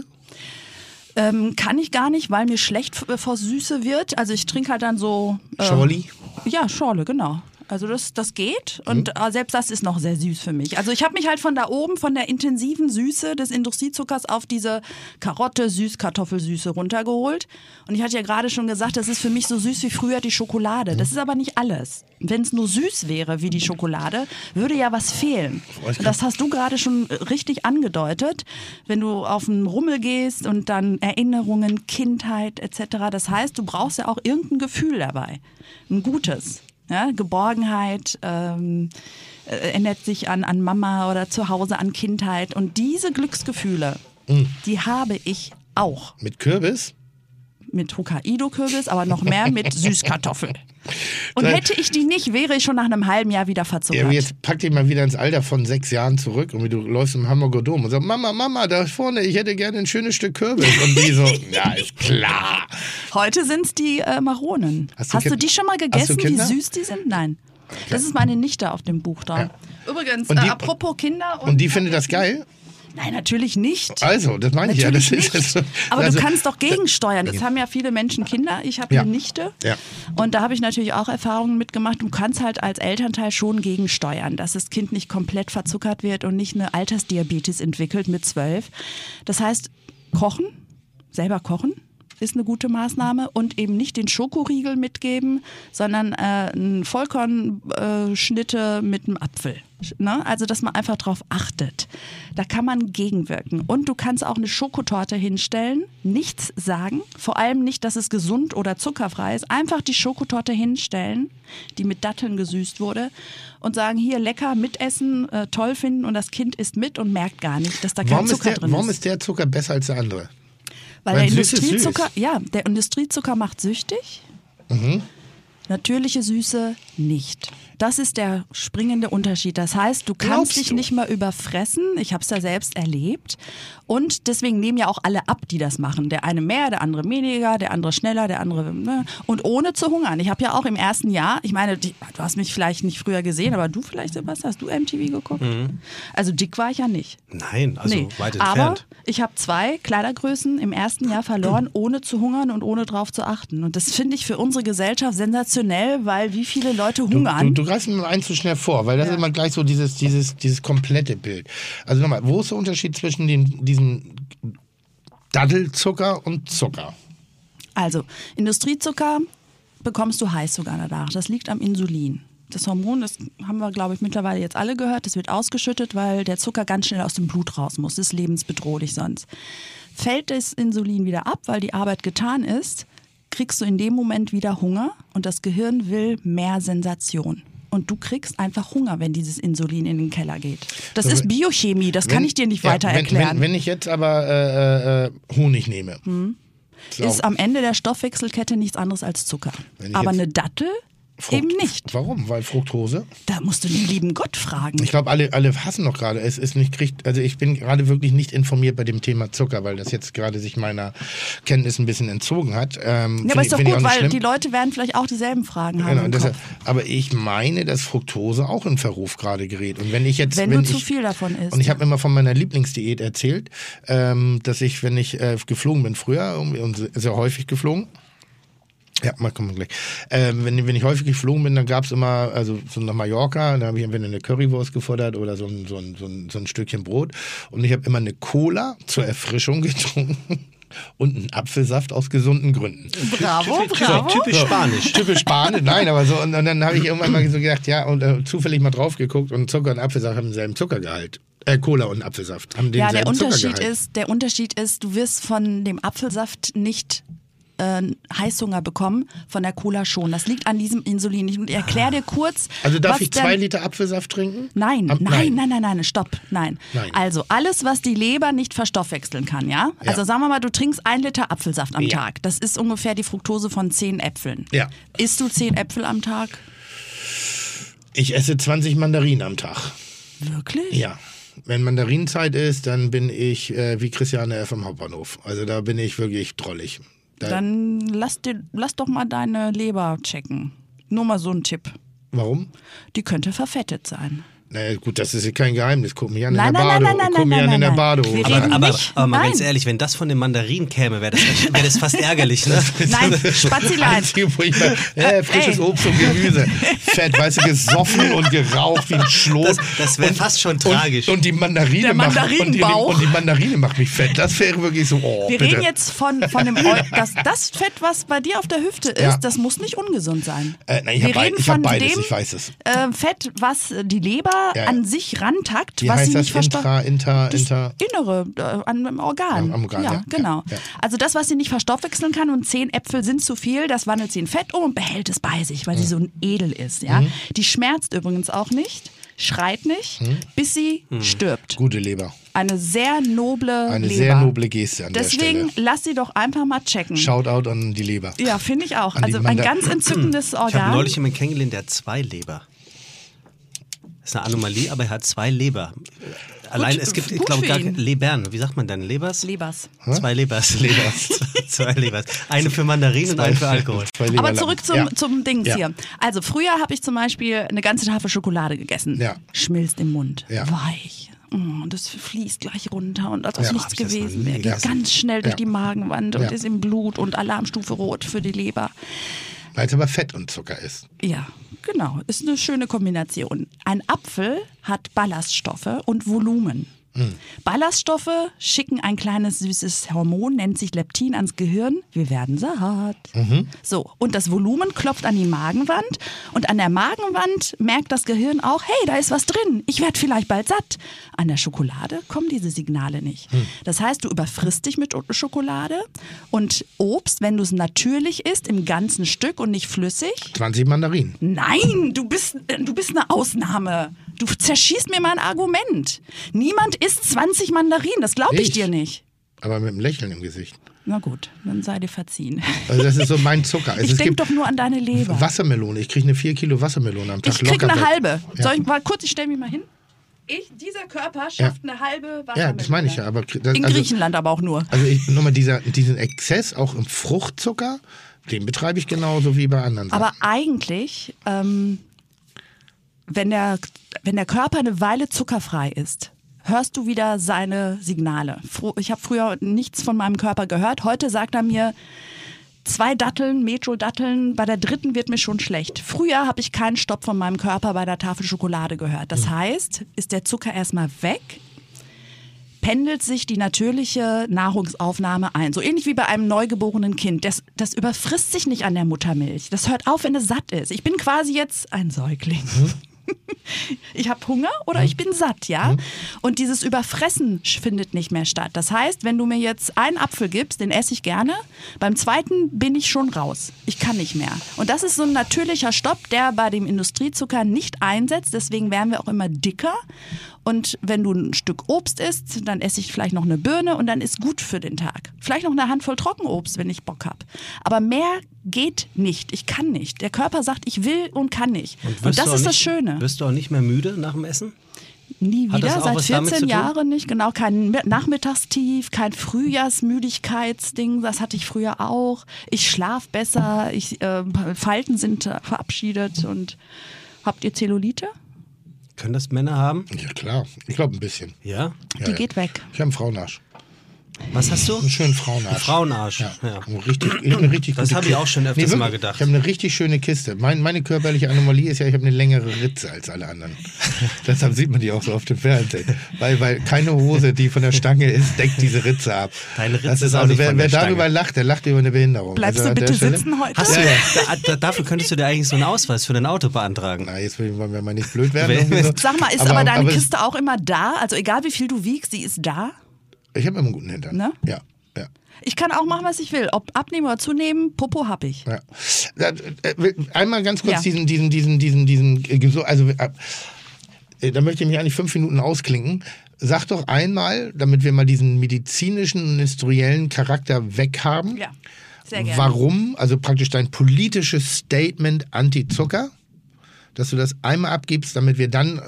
Kann ich gar nicht, weil mir schlecht vor Süße wird. Also ich trinke halt dann so... Schorli? Ja, Schorle, genau. Also das geht und selbst das ist noch sehr süß für mich. Also ich habe mich halt von da oben, von der intensiven Süße des Industriezuckers auf diese Karotte, Süßkartoffelsüße runtergeholt. Und ich hatte ja gerade schon gesagt, das ist für mich so süß wie früher die Schokolade. Das ist aber nicht alles. Wenn es nur süß wäre wie die Schokolade, würde ja was fehlen. Und das hast du gerade schon richtig angedeutet. Wenn du auf einen Rummel gehst und dann Erinnerungen, Kindheit etc. Das heißt, du brauchst ja auch irgendein Gefühl dabei. Ein gutes. Ja, Geborgenheit ändert sich an Mama oder zu Hause, an Kindheit. Und diese Glücksgefühle, die habe ich auch. Mit Kürbis? Mit Hokkaido-Kürbis, aber noch mehr mit Süßkartoffel. Und hätte ich die nicht, wäre ich schon nach einem halben Jahr wieder verzuckert. Ja, jetzt pack dich mal wieder ins Alter von 6 Jahren zurück und du läufst im Hamburger Dom und sagst, Mama, da vorne, ich hätte gerne ein schönes Stück Kürbis. Und die so, ja, ist klar. Heute sind es die Maronen. Hast du die schon mal gegessen, wie süß die sind? Nein. Okay. Das ist meine Nichte auf dem Buch da. Ja. Übrigens, apropos Kinder. Und die findet das geil? Nein, natürlich nicht. Also, das meine ich ja. Das ist, aber also, du kannst doch gegensteuern. Das haben ja viele Menschen Kinder. Ich habe eine Nichte. Ja. Und da habe ich natürlich auch Erfahrungen mitgemacht. Du kannst halt als Elternteil schon gegensteuern, dass das Kind nicht komplett verzuckert wird und nicht eine Altersdiabetes entwickelt mit 12. Das heißt, selber kochen ist eine gute Maßnahme und eben nicht den Schokoriegel mitgeben, sondern Vollkornschnitte mit einem Apfel. Ne? Also, dass man einfach drauf achtet. Da kann man gegenwirken. Und du kannst auch eine Schokotorte hinstellen, nichts sagen, vor allem nicht, dass es gesund oder zuckerfrei ist. Einfach die Schokotorte hinstellen, die mit Datteln gesüßt wurde und sagen, hier lecker, mitessen, toll finden und das Kind isst mit und merkt gar nicht, dass da kein Zucker drin ist. Warum ist der Zucker besser als der andere? Weil der Industriezucker macht süchtig. Mhm. Natürliche Süße nicht. Das ist der springende Unterschied. Das heißt, du kannst dich nicht mehr überfressen. Ich habe es ja selbst erlebt. Und deswegen nehmen ja auch alle ab, die das machen. Der eine mehr, der andere weniger, der andere schneller, der andere... Ne? Und ohne zu hungern. Ich habe ja auch im ersten Jahr, ich meine, du hast mich vielleicht nicht früher gesehen, aber du vielleicht, Sebastian, hast du MTV geguckt? Mhm. Also dick war ich ja nicht. Nein, weit entfernt. Aber ich habe 2 Kleidergrößen im ersten Jahr verloren, ohne zu hungern und ohne drauf zu achten. Und das finde ich für unsere Gesellschaft sensationell, weil wie viele Leute hungern. Du greifst mir mal eins zu schnell vor, weil das ist immer gleich so dieses komplette Bild. Also nochmal, wo ist der Unterschied zwischen diesem Dattelzucker und Zucker? Also, Industriezucker bekommst du heiß sogar danach. Das liegt am Insulin. Das Hormon, das haben wir, glaube ich, mittlerweile jetzt alle gehört, das wird ausgeschüttet, weil der Zucker ganz schnell aus dem Blut raus muss. Das ist lebensbedrohlich sonst. Fällt das Insulin wieder ab, weil die Arbeit getan ist, kriegst du in dem Moment wieder Hunger und das Gehirn will mehr Sensation. Und du kriegst einfach Hunger, wenn dieses Insulin in den Keller geht. Das ist Biochemie, das kann ich dir nicht weiter erklären. Wenn ich jetzt aber Honig nehme. Ist am Ende der Stoffwechselkette nichts anderes als Zucker. Aber eine Dattel eben nicht. Warum? Weil Fructose? Da musst du den lieben Gott fragen. Ich glaube, alle hassen noch gerade. Es ist nicht also ich bin gerade wirklich nicht informiert bei dem Thema Zucker, weil das jetzt gerade sich meiner Kenntnis ein bisschen entzogen hat. Ja, aber ist doch gut, weil die Leute werden vielleicht auch dieselben Fragen haben. Genau, deshalb, aber ich meine, dass Fructose auch in Verruf gerade gerät. Und wenn du zu viel davon isst. Und ich habe immer von meiner Lieblingsdiät erzählt, dass ich, wenn ich geflogen bin früher, und sehr häufig geflogen. Ja, mal kommen wir gleich. Wenn ich häufig geflogen bin, dann gab es immer, also so nach Mallorca, da habe ich entweder eine Currywurst gefordert oder so ein Stückchen Brot. Und ich habe immer eine Cola zur Erfrischung getrunken und einen Apfelsaft aus gesunden Gründen. Bravo. Typisch Spanisch. Typisch Spanisch, nein, aber so. Und dann habe ich irgendwann mal so gedacht, ja, und zufällig mal drauf geguckt und Zucker und Apfelsaft haben denselben Zuckergehalt. Cola und Apfelsaft haben denselben Zuckergehalt. Der Unterschied ist, du wirst von dem Apfelsaft nicht Heißhunger bekommen, von der Cola schon. Das liegt an diesem Insulin. Ich erkläre dir kurz. Also darf ich 2 Liter Apfelsaft trinken? Nein, stopp, nein. Also alles, was die Leber nicht verstoffwechseln kann, ja? Also sagen wir mal, du trinkst 1 Liter Apfelsaft am Tag. Das ist ungefähr die Fructose von 10 Äpfeln. Ja. Isst du 10 Äpfel am Tag? Ich esse 20 Mandarinen am Tag. Wirklich? Ja. Wenn Mandarinenzeit ist, dann bin ich wie Christiane F. am Hauptbahnhof. Also da bin ich wirklich drollig. Dann lass doch mal deine Leber checken. Nur mal so ein Tipp. Warum? Die könnte verfettet sein. Naja, gut, das ist ja kein Geheimnis. Guck mich an in der Badehose. Aber mal ganz ehrlich, wenn das von den Mandarinen käme, wäre das fast ärgerlich, ne? Nein, Spazilein. Frisches Obst und Gemüse. Fett, weißt du, gesoffen und geraucht wie ein Schlot. Das wäre fast schon tragisch. Und die Mandarine macht mich fett. Das wäre wirklich so, Wir reden jetzt von dem das Fett, was bei dir auf der Hüfte ist, das muss nicht ungesund sein. Nein, ich habe beides, ich weiß es. Fett, was die Leber an sich rantakt, wie was heißt sie das? nicht verstoffwechseln. Das Innere, am Organ. Am Organ, ja. Genau. Ja. Also das, was sie nicht verstoffwechseln kann und 10 Äpfel sind zu viel, das wandelt sie in Fett um und behält es bei sich, weil sie so edel ist. Ja? Die schmerzt übrigens auch nicht, schreit nicht, bis sie stirbt. Gute Leber. Eine sehr noble Leber. Sehr noble Geste an der Stelle. Deswegen lass sie doch einfach mal checken. Shoutout an die Leber. Ja, finde ich auch. Also ein ganz entzückendes Organ. Ich habe neulich jemanden kennengelernt, der hat 2 Leber. Das ist eine Anomalie, aber er hat 2 Leber. Allein, es gibt, ich glaube, gar keine Lebern. Wie sagt man denn? Lebers? 2 Lebers. 2 Lebers. Eine für Mandarinen und eine für Alkohol. Aber zurück zum Dings hier. Also früher habe ich zum Beispiel eine ganze Tafel Schokolade gegessen. Ja. Schmilzt im Mund. Ja. Weich. Und das fließt gleich runter und als ob nichts gewesen wäre. Geht ganz schnell durch die Magenwand und ist im Blut und Alarmstufe rot für die Leber. Weil es aber Fett und Zucker ist. Ja, genau. Ist eine schöne Kombination. Ein Apfel hat Ballaststoffe und Volumen. Ballaststoffe schicken ein kleines süßes Hormon, nennt sich Leptin, ans Gehirn. Wir werden satt. So, und das Volumen klopft an die Magenwand. Und an der Magenwand merkt das Gehirn auch, hey, da ist was drin. Ich werde vielleicht bald satt. An der Schokolade kommen diese Signale nicht. Das heißt, du überfrisst dich mit Schokolade und Obst, wenn du es natürlich isst, im ganzen Stück und nicht flüssig. 20 Mandarinen. Nein, du bist eine Ausnahme. Du zerschießt mir mein Argument. Niemand isst 20 Mandarinen, das glaube ich dir nicht. Aber mit einem Lächeln im Gesicht. Na gut, dann sei dir verziehen. Also das ist so mein Zucker. Also ich denke doch nur an deine Leber. Wassermelone, ich kriege eine 4 Kilo Wassermelone am Tag. Ich kriege eine halbe. Ja. Soll ich mal kurz, ich stelle mich mal hin. Dieser Körper schafft eine halbe Wassermelone. Ja, das meine ich ja. Aber in Griechenland aber auch nur. Also nochmal diesen Exzess, auch im Fruchtzucker, den betreibe ich genauso wie bei anderen Sachen. Aber eigentlich, wenn der Körper eine Weile zuckerfrei ist, hörst du wieder seine Signale. Ich habe früher nichts von meinem Körper gehört. Heute sagt er mir, 2 Datteln, Metro-Datteln, bei der 3. wird mir schon schlecht. Früher habe ich keinen Stopp von meinem Körper bei der Tafel Schokolade gehört. Das heißt, ist der Zucker erstmal weg, pendelt sich die natürliche Nahrungsaufnahme ein. So ähnlich wie bei einem neugeborenen Kind. Das überfrisst sich nicht an der Muttermilch. Das hört auf, wenn es satt ist. Ich bin quasi jetzt ein Säugling. Ich habe Hunger oder ich bin satt, ja? Und dieses Überfressen findet nicht mehr statt. Das heißt, wenn du mir jetzt einen Apfel gibst, den esse ich gerne, beim 2. bin ich schon raus. Ich kann nicht mehr. Und das ist so ein natürlicher Stopp, der bei dem Industriezucker nicht einsetzt. Deswegen werden wir auch immer dicker. Und wenn du ein Stück Obst isst, dann esse ich vielleicht noch eine Birne und dann ist gut für den Tag. Vielleicht noch eine Handvoll Trockenobst, wenn ich Bock habe. Aber mehr geht nicht. Ich kann nicht. Der Körper sagt, ich will und kann nicht. Und das wirst ist du das Schöne. Wirst du auch nicht mehr müde nach dem Essen? Nie Hat das wieder, auch seit was damit zu 14 tun? Jahren nicht. Genau, kein Nachmittagstief, kein Frühjahrsmüdigkeitsding. Das hatte ich früher auch. Ich schlaf besser, Falten sind verabschiedet. Und habt ihr Zellulite? Können das Männer haben? Ja, klar. Ich glaube ein bisschen. Ja? Die geht weg. Ich habe einen Frauenarsch. Was hast du? Einen schönen Frauenarsch. Frauenarsch. Ja. Ja. Ich habe eine richtig Das gute habe ich Kiste. auch schon öfters wirklich. mal gedacht. Ich habe eine richtig schöne Kiste. Meine körperliche Anomalie ist ja, ich habe eine längere Ritze als alle anderen. Deshalb sieht man die auch so auf dem Fernsehen. Weil keine Hose, die von der Stange ist, deckt diese Ritze ab. Deine Ritze das ist auch also nicht von wer der darüber Stange. lacht, der lacht über eine Behinderung. Bleibst also du bitte sitzen heute? Hast du, dafür könntest du dir eigentlich so einen Ausweis für dein Auto beantragen. Na, jetzt wollen wir mal nicht blöd werden. irgendwie so. Sag mal, ist aber deine es- Kiste auch immer da? Also egal wie viel du wiegst, sie ist da? Ich habe immer einen guten Hintern. Ne? Ja. Ich kann auch machen, was ich will. Ob abnehmen oder zunehmen, Popo hab ich. Ja. Einmal ganz kurz Ja. Da möchte ich mich eigentlich 5 Minuten ausklinken. Sag doch einmal, damit wir mal diesen medizinischen und industriellen Charakter weghaben. Ja, sehr gerne. Warum, also praktisch dein politisches Statement Anti-Zucker, dass du das einmal abgibst, damit wir dann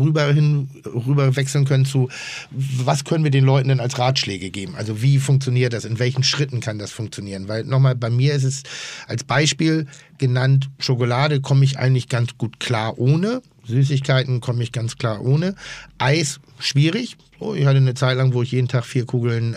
rüber wechseln können zu, was können wir den Leuten denn als Ratschläge geben? Also wie funktioniert das? In welchen Schritten kann das funktionieren? Weil nochmal, bei mir ist es als Beispiel genannt, Schokolade komme ich eigentlich ganz gut klar ohne. Süßigkeiten komme ich ganz klar ohne. Eis, schwierig. Oh, ich hatte eine Zeit lang, wo ich jeden Tag 4 Kugeln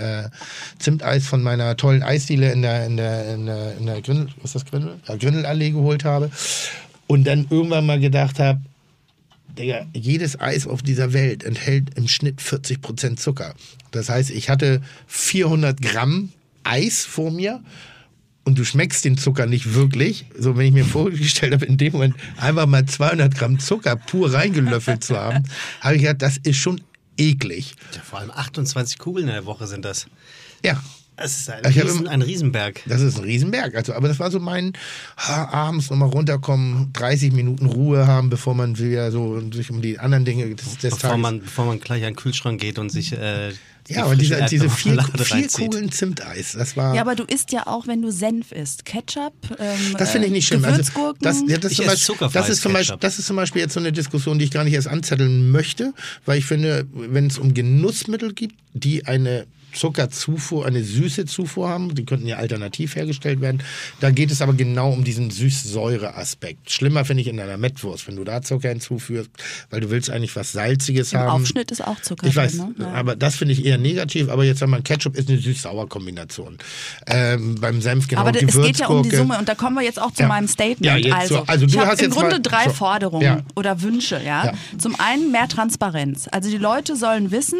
Zimteis von meiner tollen Eisdiele in der Grindel, was ist das, Grindel? Ja, Grindelallee geholt habe. Und dann irgendwann mal gedacht habe, Digga, jedes Eis auf dieser Welt enthält im Schnitt 40% Zucker. Das heißt, ich hatte 400 Gramm Eis vor mir und du schmeckst den Zucker nicht wirklich. So, wenn ich mir vorgestellt habe, in dem Moment einfach mal 200 Gramm Zucker pur reingelöffelt zu haben, habe ich gedacht, das ist schon eklig. Ja, vor allem 28 Kugeln in der Woche sind das. Ja. Das ist Ich ein Riesenberg. Das ist ein Riesenberg. Also, aber das war so mein abends nochmal runterkommen, 30 Minuten Ruhe haben, bevor man wieder so sich um die anderen Dinge des Bevor Tages... man gleich an den Kühlschrank geht und sich Ja, aber diese 4 reinzieht. Kugeln Zimteis, das war... Ja, aber du isst ja auch, wenn du Senf isst. Ketchup, das finde ich nicht schlimm. Gewürzgurken. Ich esse zuckerfreies Ketchup. Das ist zum Beispiel jetzt so eine Diskussion, die ich gar nicht erst anzetteln möchte, weil ich finde, wenn es um Genussmittel gibt, die eine Zuckerzufuhr, eine süße Zufuhr haben, die könnten ja alternativ hergestellt werden, da geht es aber genau um diesen Süß-Säure-Aspekt. Schlimmer finde ich in einer Mettwurst, wenn du da Zucker hinzuführst, weil du willst eigentlich was Salziges Im haben. Aufschnitt ist auch Zucker Ich weiß, drin, ne? Ja. aber das finde ich eher negativ, aber jetzt sagen wir, Ketchup ist eine Süß-Sauer-Kombination. Beim Senf genau, Aber es geht ja um die Gewürzgurke. Summe und da kommen wir jetzt auch zu Ja. meinem Statement. Ja, jetzt so. Also ich du habe hast im jetzt Grunde mal- 3 so. Forderungen Ja. oder Wünsche. Ja? Ja. Zum einen mehr Transparenz. Also die Leute sollen wissen,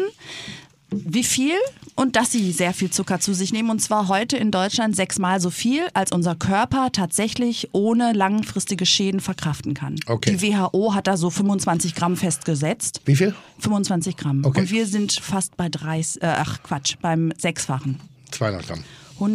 wie viel und dass sie sehr viel Zucker zu sich nehmen. Und zwar heute in Deutschland 6-mal so viel, als unser Körper tatsächlich ohne langfristige Schäden verkraften kann. Okay. Die WHO hat da so 25 Gramm festgesetzt. Wie viel? 25 Gramm. Okay. Und wir sind fast bei beim 6-fachen. 200 Gramm.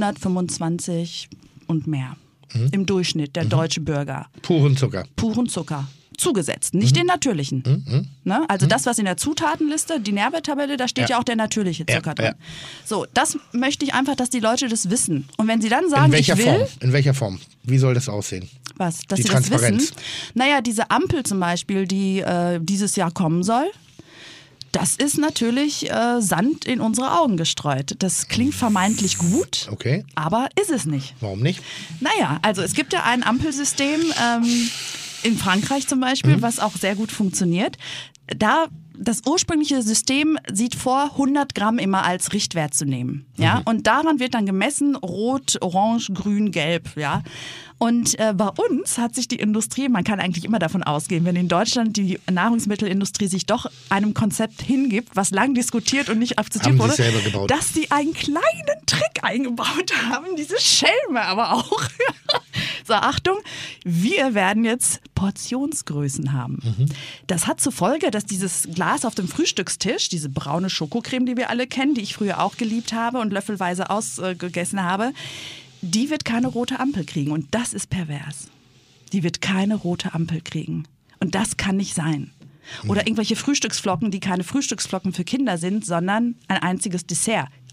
125 und mehr. Im Durchschnitt der deutsche Bürger. Puren Zucker. Puren Zucker. Zugesetzt, nicht den natürlichen. Ne? Also das, was in der Zutatenliste, die Nährwerttabelle, da steht ja auch der natürliche Zucker drin. ja. So, das möchte ich einfach, dass die Leute das wissen. Und wenn sie dann sagen, In welcher ich will, Form? In welcher Form? Wie soll das aussehen? was, dass Die sie das Transparenz. wissen. Naja, diese Ampel zum Beispiel, die dieses Jahr kommen soll, das ist natürlich Sand in unsere Augen gestreut. Das klingt vermeintlich gut, Okay. aber ist es nicht. Warum nicht? Naja, also es gibt ja ein Ampelsystem in Frankreich zum Beispiel, was auch sehr gut funktioniert. Das ursprüngliche System sieht vor, 100 Gramm immer als Richtwert zu nehmen. Ja? Und daran wird dann gemessen, rot, orange, grün, gelb. Ja? Und bei uns hat sich die Industrie, man kann eigentlich immer davon ausgehen, wenn in Deutschland die Nahrungsmittelindustrie sich doch einem Konzept hingibt, was lang diskutiert und nicht akzeptiert Haben sie wurde, selber gebaut. dass sie einen kleinen Trick eingebaut haben, diese Schelme aber auch. So, Achtung, wir werden jetzt Portionsgrößen haben. Das hat zur Folge, dass dieses Glas auf dem Frühstückstisch, diese braune Schokocreme, die wir alle kennen, die ich früher auch geliebt habe und löffelweise ausgegessen habe, die wird keine rote Ampel kriegen. Und das ist pervers. Die wird keine rote Ampel kriegen. Und das kann nicht sein. Oder irgendwelche Frühstücksflocken, die keine Frühstücksflocken für Kinder sind, sondern ein einziges Dessert.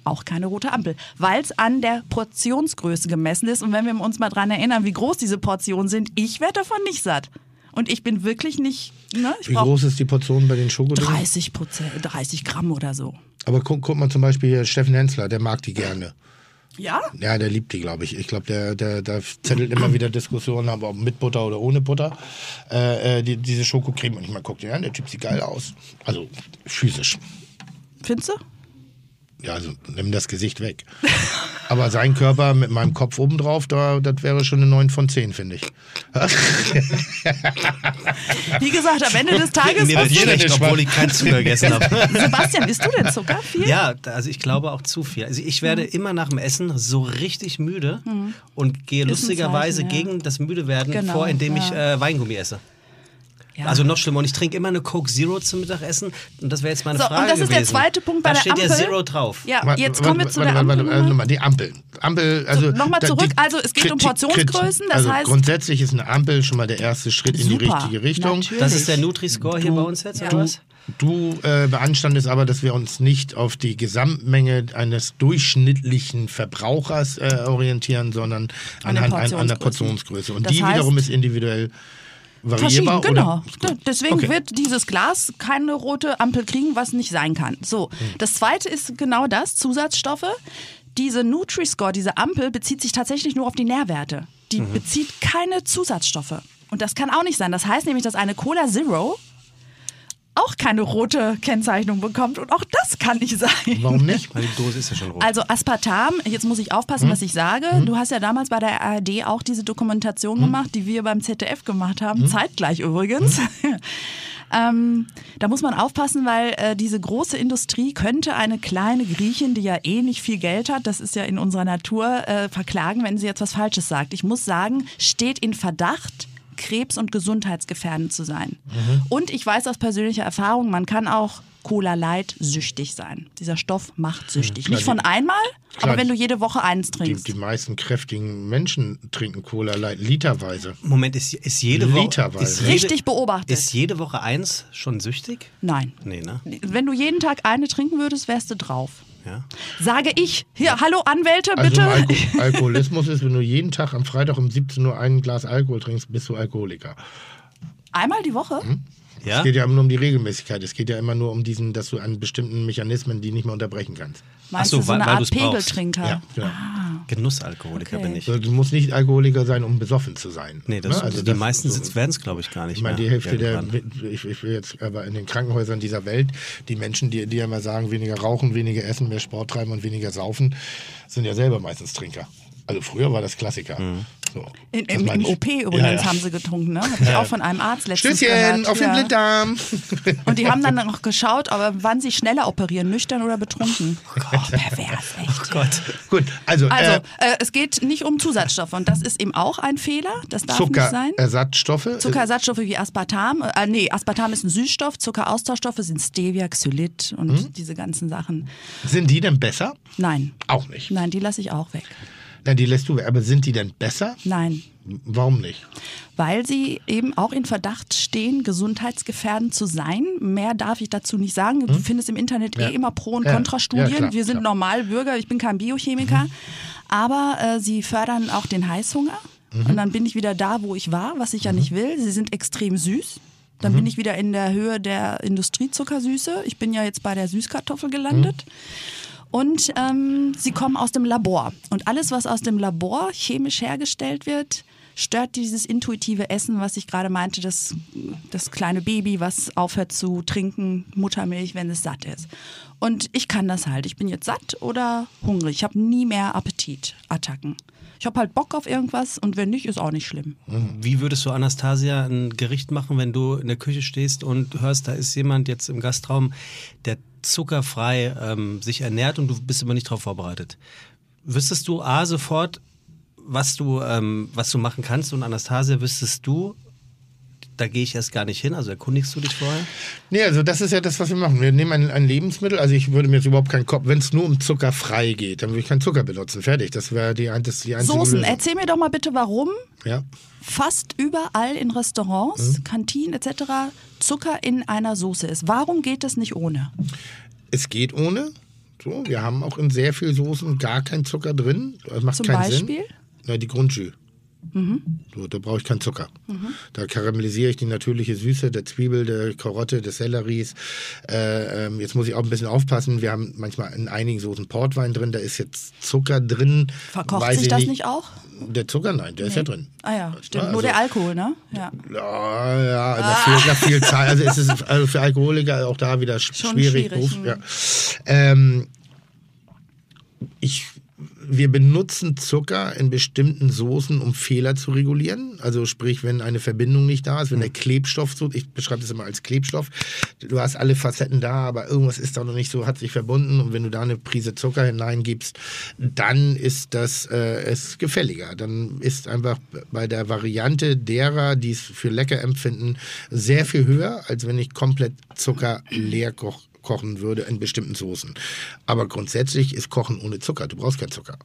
auch keine rote Ampel, weil es an der Portionsgröße gemessen ist. Und wenn wir uns mal dran erinnern, wie groß diese Portionen sind, ich werde davon nicht satt. Und ich bin wirklich nicht... Ne, Wie groß ist die Portion bei den Schokodingen? 30 Gramm oder so. Aber guck mal zum Beispiel hier Steffen Hensler, der mag die gerne. Ja? Ja, der liebt die, glaube ich. Ich glaube, der zettelt immer wieder Diskussionen, aber ob mit Butter oder ohne Butter. Diese Schokocreme. Und ich mal guck dir an, der Typ sieht geil aus. Also physisch. Findest du? Ja, also nimm das Gesicht weg. Aber sein Körper mit meinem Kopf obendrauf, das wäre schon eine 9 von 10, finde ich. Wie gesagt, am Ende des Tages... Mir wird schlecht, obwohl ich keinen Zucker gegessen habe. Sebastian, isst du denn Zucker viel? Ja, also ich glaube auch zu viel. Also ich werde immer nach dem Essen so richtig müde und gehe Ist ein lustigerweise Zeichen, ja. gegen das Müdewerden Genau, vor, indem ich ja. Weingummi esse. Ja. Also noch schlimmer. Und ich trinke immer eine Coke Zero zum Mittagessen. Und das wäre jetzt meine So, Frage und das ist der gewesen. zweite Punkt bei da der steht Ampel. ja Zero drauf. Ja, jetzt kommen wir zu der Ampel. Nochmal, die Ampel. Also, nochmal zurück, also es geht um Portionsgrößen, das heißt... Grundsätzlich ist eine Ampel schon mal der erste Schritt in die Super, richtige Richtung. natürlich. Das ist der Nutri-Score hier bei uns jetzt, oder was? Du beanstandest aber, dass wir uns nicht auf die Gesamtmenge eines durchschnittlichen Verbrauchers orientieren, sondern an der Portionsgröße. Und Das die heißt, wiederum ist individuell verschieden, variierbar. genau. Oder? Deswegen Okay. wird dieses Glas keine rote Ampel kriegen, was nicht sein kann. So, das zweite ist genau das, Zusatzstoffe. Diese Nutri-Score, diese Ampel bezieht sich tatsächlich nur auf die Nährwerte. Die bezieht keine Zusatzstoffe. Und das kann auch nicht sein. Das heißt nämlich, dass eine Cola Zero auch keine rote Kennzeichnung bekommt. Und auch das kann nicht sein. Warum nicht? Weil die Dose ist ja schon rot. Also Aspartam, jetzt muss ich aufpassen, was ich sage. Du hast ja damals bei der ARD auch diese Dokumentation gemacht, die wir beim ZDF gemacht haben, zeitgleich übrigens. Da muss man aufpassen, weil diese große Industrie könnte eine kleine Griechin, die ja eh nicht viel Geld hat, das ist ja in unserer Natur, verklagen, wenn sie jetzt was Falsches sagt. Ich muss sagen, steht in Verdacht, krebs- und gesundheitsgefährdend zu sein. Und ich weiß aus persönlicher Erfahrung, man kann auch Cola Light süchtig sein. Dieser Stoff macht süchtig. Klar, Nicht von einmal, klar, aber wenn du jede Woche eins trinkst. Die meisten kräftigen Menschen trinken Cola Light literweise. Moment, ist jede Woche... Literweise. Ist jede, Richtig beobachtet. Ist jede Woche eins schon süchtig? Nein. Nee, ne? Wenn du jeden Tag eine trinken würdest, wärst du drauf. Ja. Sage ich. Hier, hallo Anwälte, Also bitte. Alkoholismus ist, wenn du jeden Tag am Freitag um 17 Uhr ein Glas Alkohol trinkst, bist du Alkoholiker. Einmal die Woche? Ja? Es geht ja immer nur um die Regelmäßigkeit. Es geht ja immer nur um diesen, dass du an bestimmten Mechanismen die nicht mehr unterbrechen kannst. Meinst Ach so, du so eine weil Art du's brauchst. Pegeltrinker? Ja, genau. Genussalkoholiker Okay. bin ich. Also du musst nicht Alkoholiker sein, um besoffen zu sein. Nee, das, Ne? Also die das- meisten so- werden es, glaube ich, gar nicht Ich meine, mehr. die Hälfte irgendwann. ich will jetzt aber in den Krankenhäusern dieser Welt, die Menschen, die ja immer sagen, weniger rauchen, weniger essen, mehr Sport treiben und weniger saufen, sind ja selber meistens Trinker. Also früher war das Klassiker. So, das Im meine ich. OP übrigens Ja. haben sie getrunken, ne? Habe ich auch von einem Arzt letztens Stößchen gehört. auf den Ja. Blinddarm. Und die haben dann auch geschaut, aber wann sie schneller operieren, nüchtern oder betrunken. Oh, pervers, echt. Oh Gott. Gut, also, Es geht nicht um Zusatzstoffe und das ist eben auch ein Fehler. Das darf nicht sein. Zuckerersatzstoffe. Zuckerersatzstoffe wie Aspartam. Aspartam ist ein Süßstoff. Zuckeraustauschstoffe sind Stevia, Xylit und diese ganzen Sachen. Sind die denn besser? Nein. Auch nicht. Nein, die lasse ich auch weg. Nein, die lässt du weg. Aber sind die denn besser? Nein. Warum nicht? Weil sie eben auch in Verdacht stehen, gesundheitsgefährdend zu sein. Mehr darf ich dazu nicht sagen. Du findest im Internet immer Pro- und Ja. Kontrastudien. Ja, klar, Wir sind klar. Normalbürger, ich bin kein Biochemiker. Aber sie fördern auch den Heißhunger. Und dann bin ich wieder da, wo ich war, was ich ja nicht will. Sie sind extrem süß. Dann bin ich wieder in der Höhe der Industriezuckersüße. Ich bin ja jetzt bei der Süßkartoffel gelandet. Und sie kommen aus dem Labor. Und alles, was aus dem Labor chemisch hergestellt wird, stört dieses intuitive Essen, was ich gerade meinte, das kleine Baby, was aufhört zu trinken, Muttermilch, wenn es satt ist. Und ich kann das halt. Ich bin jetzt satt oder hungrig. Ich habe nie mehr Appetitattacken. Ich habe halt Bock auf irgendwas und wenn nicht, ist auch nicht schlimm. Wie würdest du, Anastasia, ein Gericht machen, wenn du in der Küche stehst und hörst, da ist jemand jetzt im Gastraum, der zuckerfrei sich ernährt und du bist aber nicht darauf vorbereitet? Wüsstest du sofort, was du machen kannst, und Anastasia, wüsstest du, da gehe ich erst gar nicht hin, also erkundigst du dich vorher? Nee, also das ist ja das, was wir machen. Wir nehmen ein Lebensmittel, also ich würde mir jetzt überhaupt keinen Kopf, wenn es nur um zuckerfrei geht, dann würde ich keinen Zucker benutzen. Fertig, das wäre die einzige Soßen, Lösung. erzähl mir doch mal bitte, warum Ja. fast überall in Restaurants, Kantinen etc. Zucker in einer Soße ist. Warum geht das nicht ohne? Es geht ohne. So, wir haben auch in sehr vielen Soßen gar keinen Zucker drin. Das macht Zum keinen Beispiel? Sinn. Na, die Grundjus. So, da brauche ich keinen Zucker. Da karamellisiere ich die natürliche Süße der Zwiebel, der Karotte, des Selleries. Jetzt muss ich auch ein bisschen aufpassen. Wir haben manchmal in einigen Soßen Portwein drin, da ist jetzt Zucker drin. Verkocht Weiß sich ich das nicht auch? Der Zucker, nein, der ist ja drin. Ah ja, stimmt. Ja, Nur also- der Alkohol, ne? Ja. Ja, da viel Zeit. Also es ist also für Alkoholiker auch da wieder schwierig. Ja. Wir benutzen Zucker in bestimmten Soßen, um Fehler zu regulieren. Also sprich, wenn eine Verbindung nicht da ist, wenn der Klebstoff so, ich beschreibe das immer als Klebstoff, du hast alle Facetten da, aber irgendwas ist da noch nicht so, hat sich verbunden und wenn du da eine Prise Zucker hineingibst, dann ist das es gefälliger. Dann ist einfach bei der Variante derer, die es für lecker empfinden, sehr viel höher, als wenn ich komplett Zucker leer kochen würde in bestimmten Soßen. Aber grundsätzlich ist Kochen ohne Zucker. Du brauchst keinen Zucker.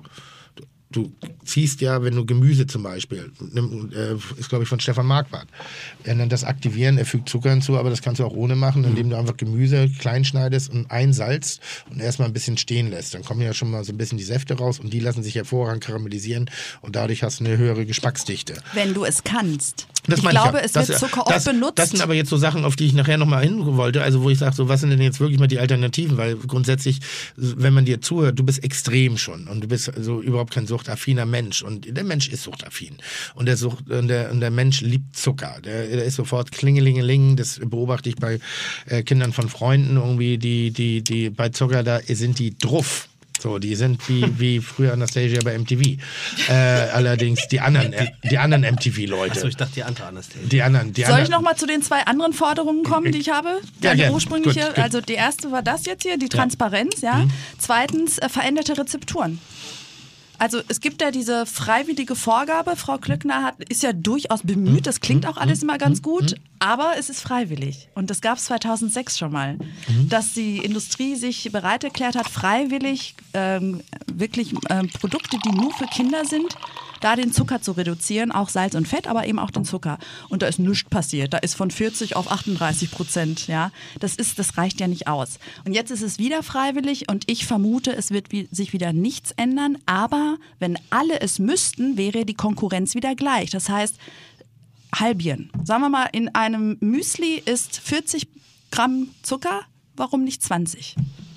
Du ziehst ja, wenn du Gemüse zum Beispiel, ist glaube ich von Stefan Marquardt, er nennt das Aktivieren, er fügt Zucker hinzu, aber das kannst du auch ohne machen, indem du einfach Gemüse klein schneidest und einsalzt und erstmal ein bisschen stehen lässt. Dann kommen ja schon mal so ein bisschen die Säfte raus und die lassen sich hervorragend karamellisieren und dadurch hast du eine höhere Geschmacksdichte. Wenn du es kannst. Das Ich meine glaube, ja. es wird Zucker oft benutzt. Das sind aber jetzt so Sachen, auf die ich nachher nochmal hin wollte, also wo ich sage, so, was sind denn jetzt wirklich mal die Alternativen? Weil grundsätzlich, wenn man dir zuhört, du bist extrem schon und du bist also überhaupt kein suchtaffiner Mensch und der Mensch ist suchtaffin und der Mensch liebt Zucker. Der ist sofort Klingelingeling, das beobachte ich bei Kindern von Freunden irgendwie, die bei Zucker, da sind die druff. So, die sind wie früher Anastasia bei MTV. Allerdings die anderen MTV-Leute. Achso, ich dachte die andere Anastasia. Soll ich nochmal zu den 2 anderen Forderungen kommen, die ich habe? Ja, Die gerne. ursprüngliche, Gut. also die erste war das jetzt hier, die Transparenz, ja. Zweitens, veränderte Rezepturen. Also es gibt ja diese freiwillige Vorgabe, Frau Klöckner ist ja durchaus bemüht, das klingt auch alles immer ganz gut, aber es ist freiwillig. Und das gab es 2006 schon mal, dass die Industrie sich bereit erklärt hat, freiwillig wirklich Produkte, die nur für Kinder sind, da den Zucker zu reduzieren, auch Salz und Fett, aber eben auch den Zucker. Und da ist nichts passiert. Da ist von 40 auf 38%. Ja? Das reicht ja nicht aus. Und jetzt ist es wieder freiwillig und ich vermute, es wird sich wieder nichts ändern. Aber wenn alle es müssten, wäre die Konkurrenz wieder gleich. Das heißt, halbieren. Sagen wir mal, in einem Müsli ist 40 Gramm Zucker, warum nicht 20?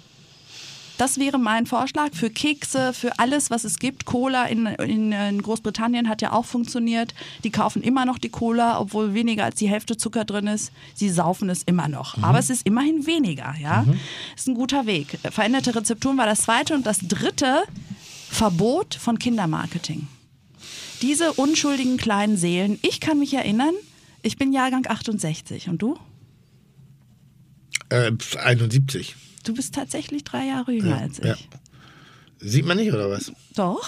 Das wäre mein Vorschlag für Kekse, für alles, was es gibt. Cola in Großbritannien hat ja auch funktioniert. Die kaufen immer noch die Cola, obwohl weniger als die Hälfte Zucker drin ist. Sie saufen es immer noch. Aber es ist immerhin weniger. Ja? Ist ein guter Weg. Veränderte Rezepturen war das zweite. Und das dritte, Verbot von Kindermarketing. Diese unschuldigen kleinen Seelen. Ich kann mich erinnern, ich bin Jahrgang 68. Und du? 71. Du bist tatsächlich 3 Jahre jünger als ich. Ja. Sieht man nicht, oder was? Doch.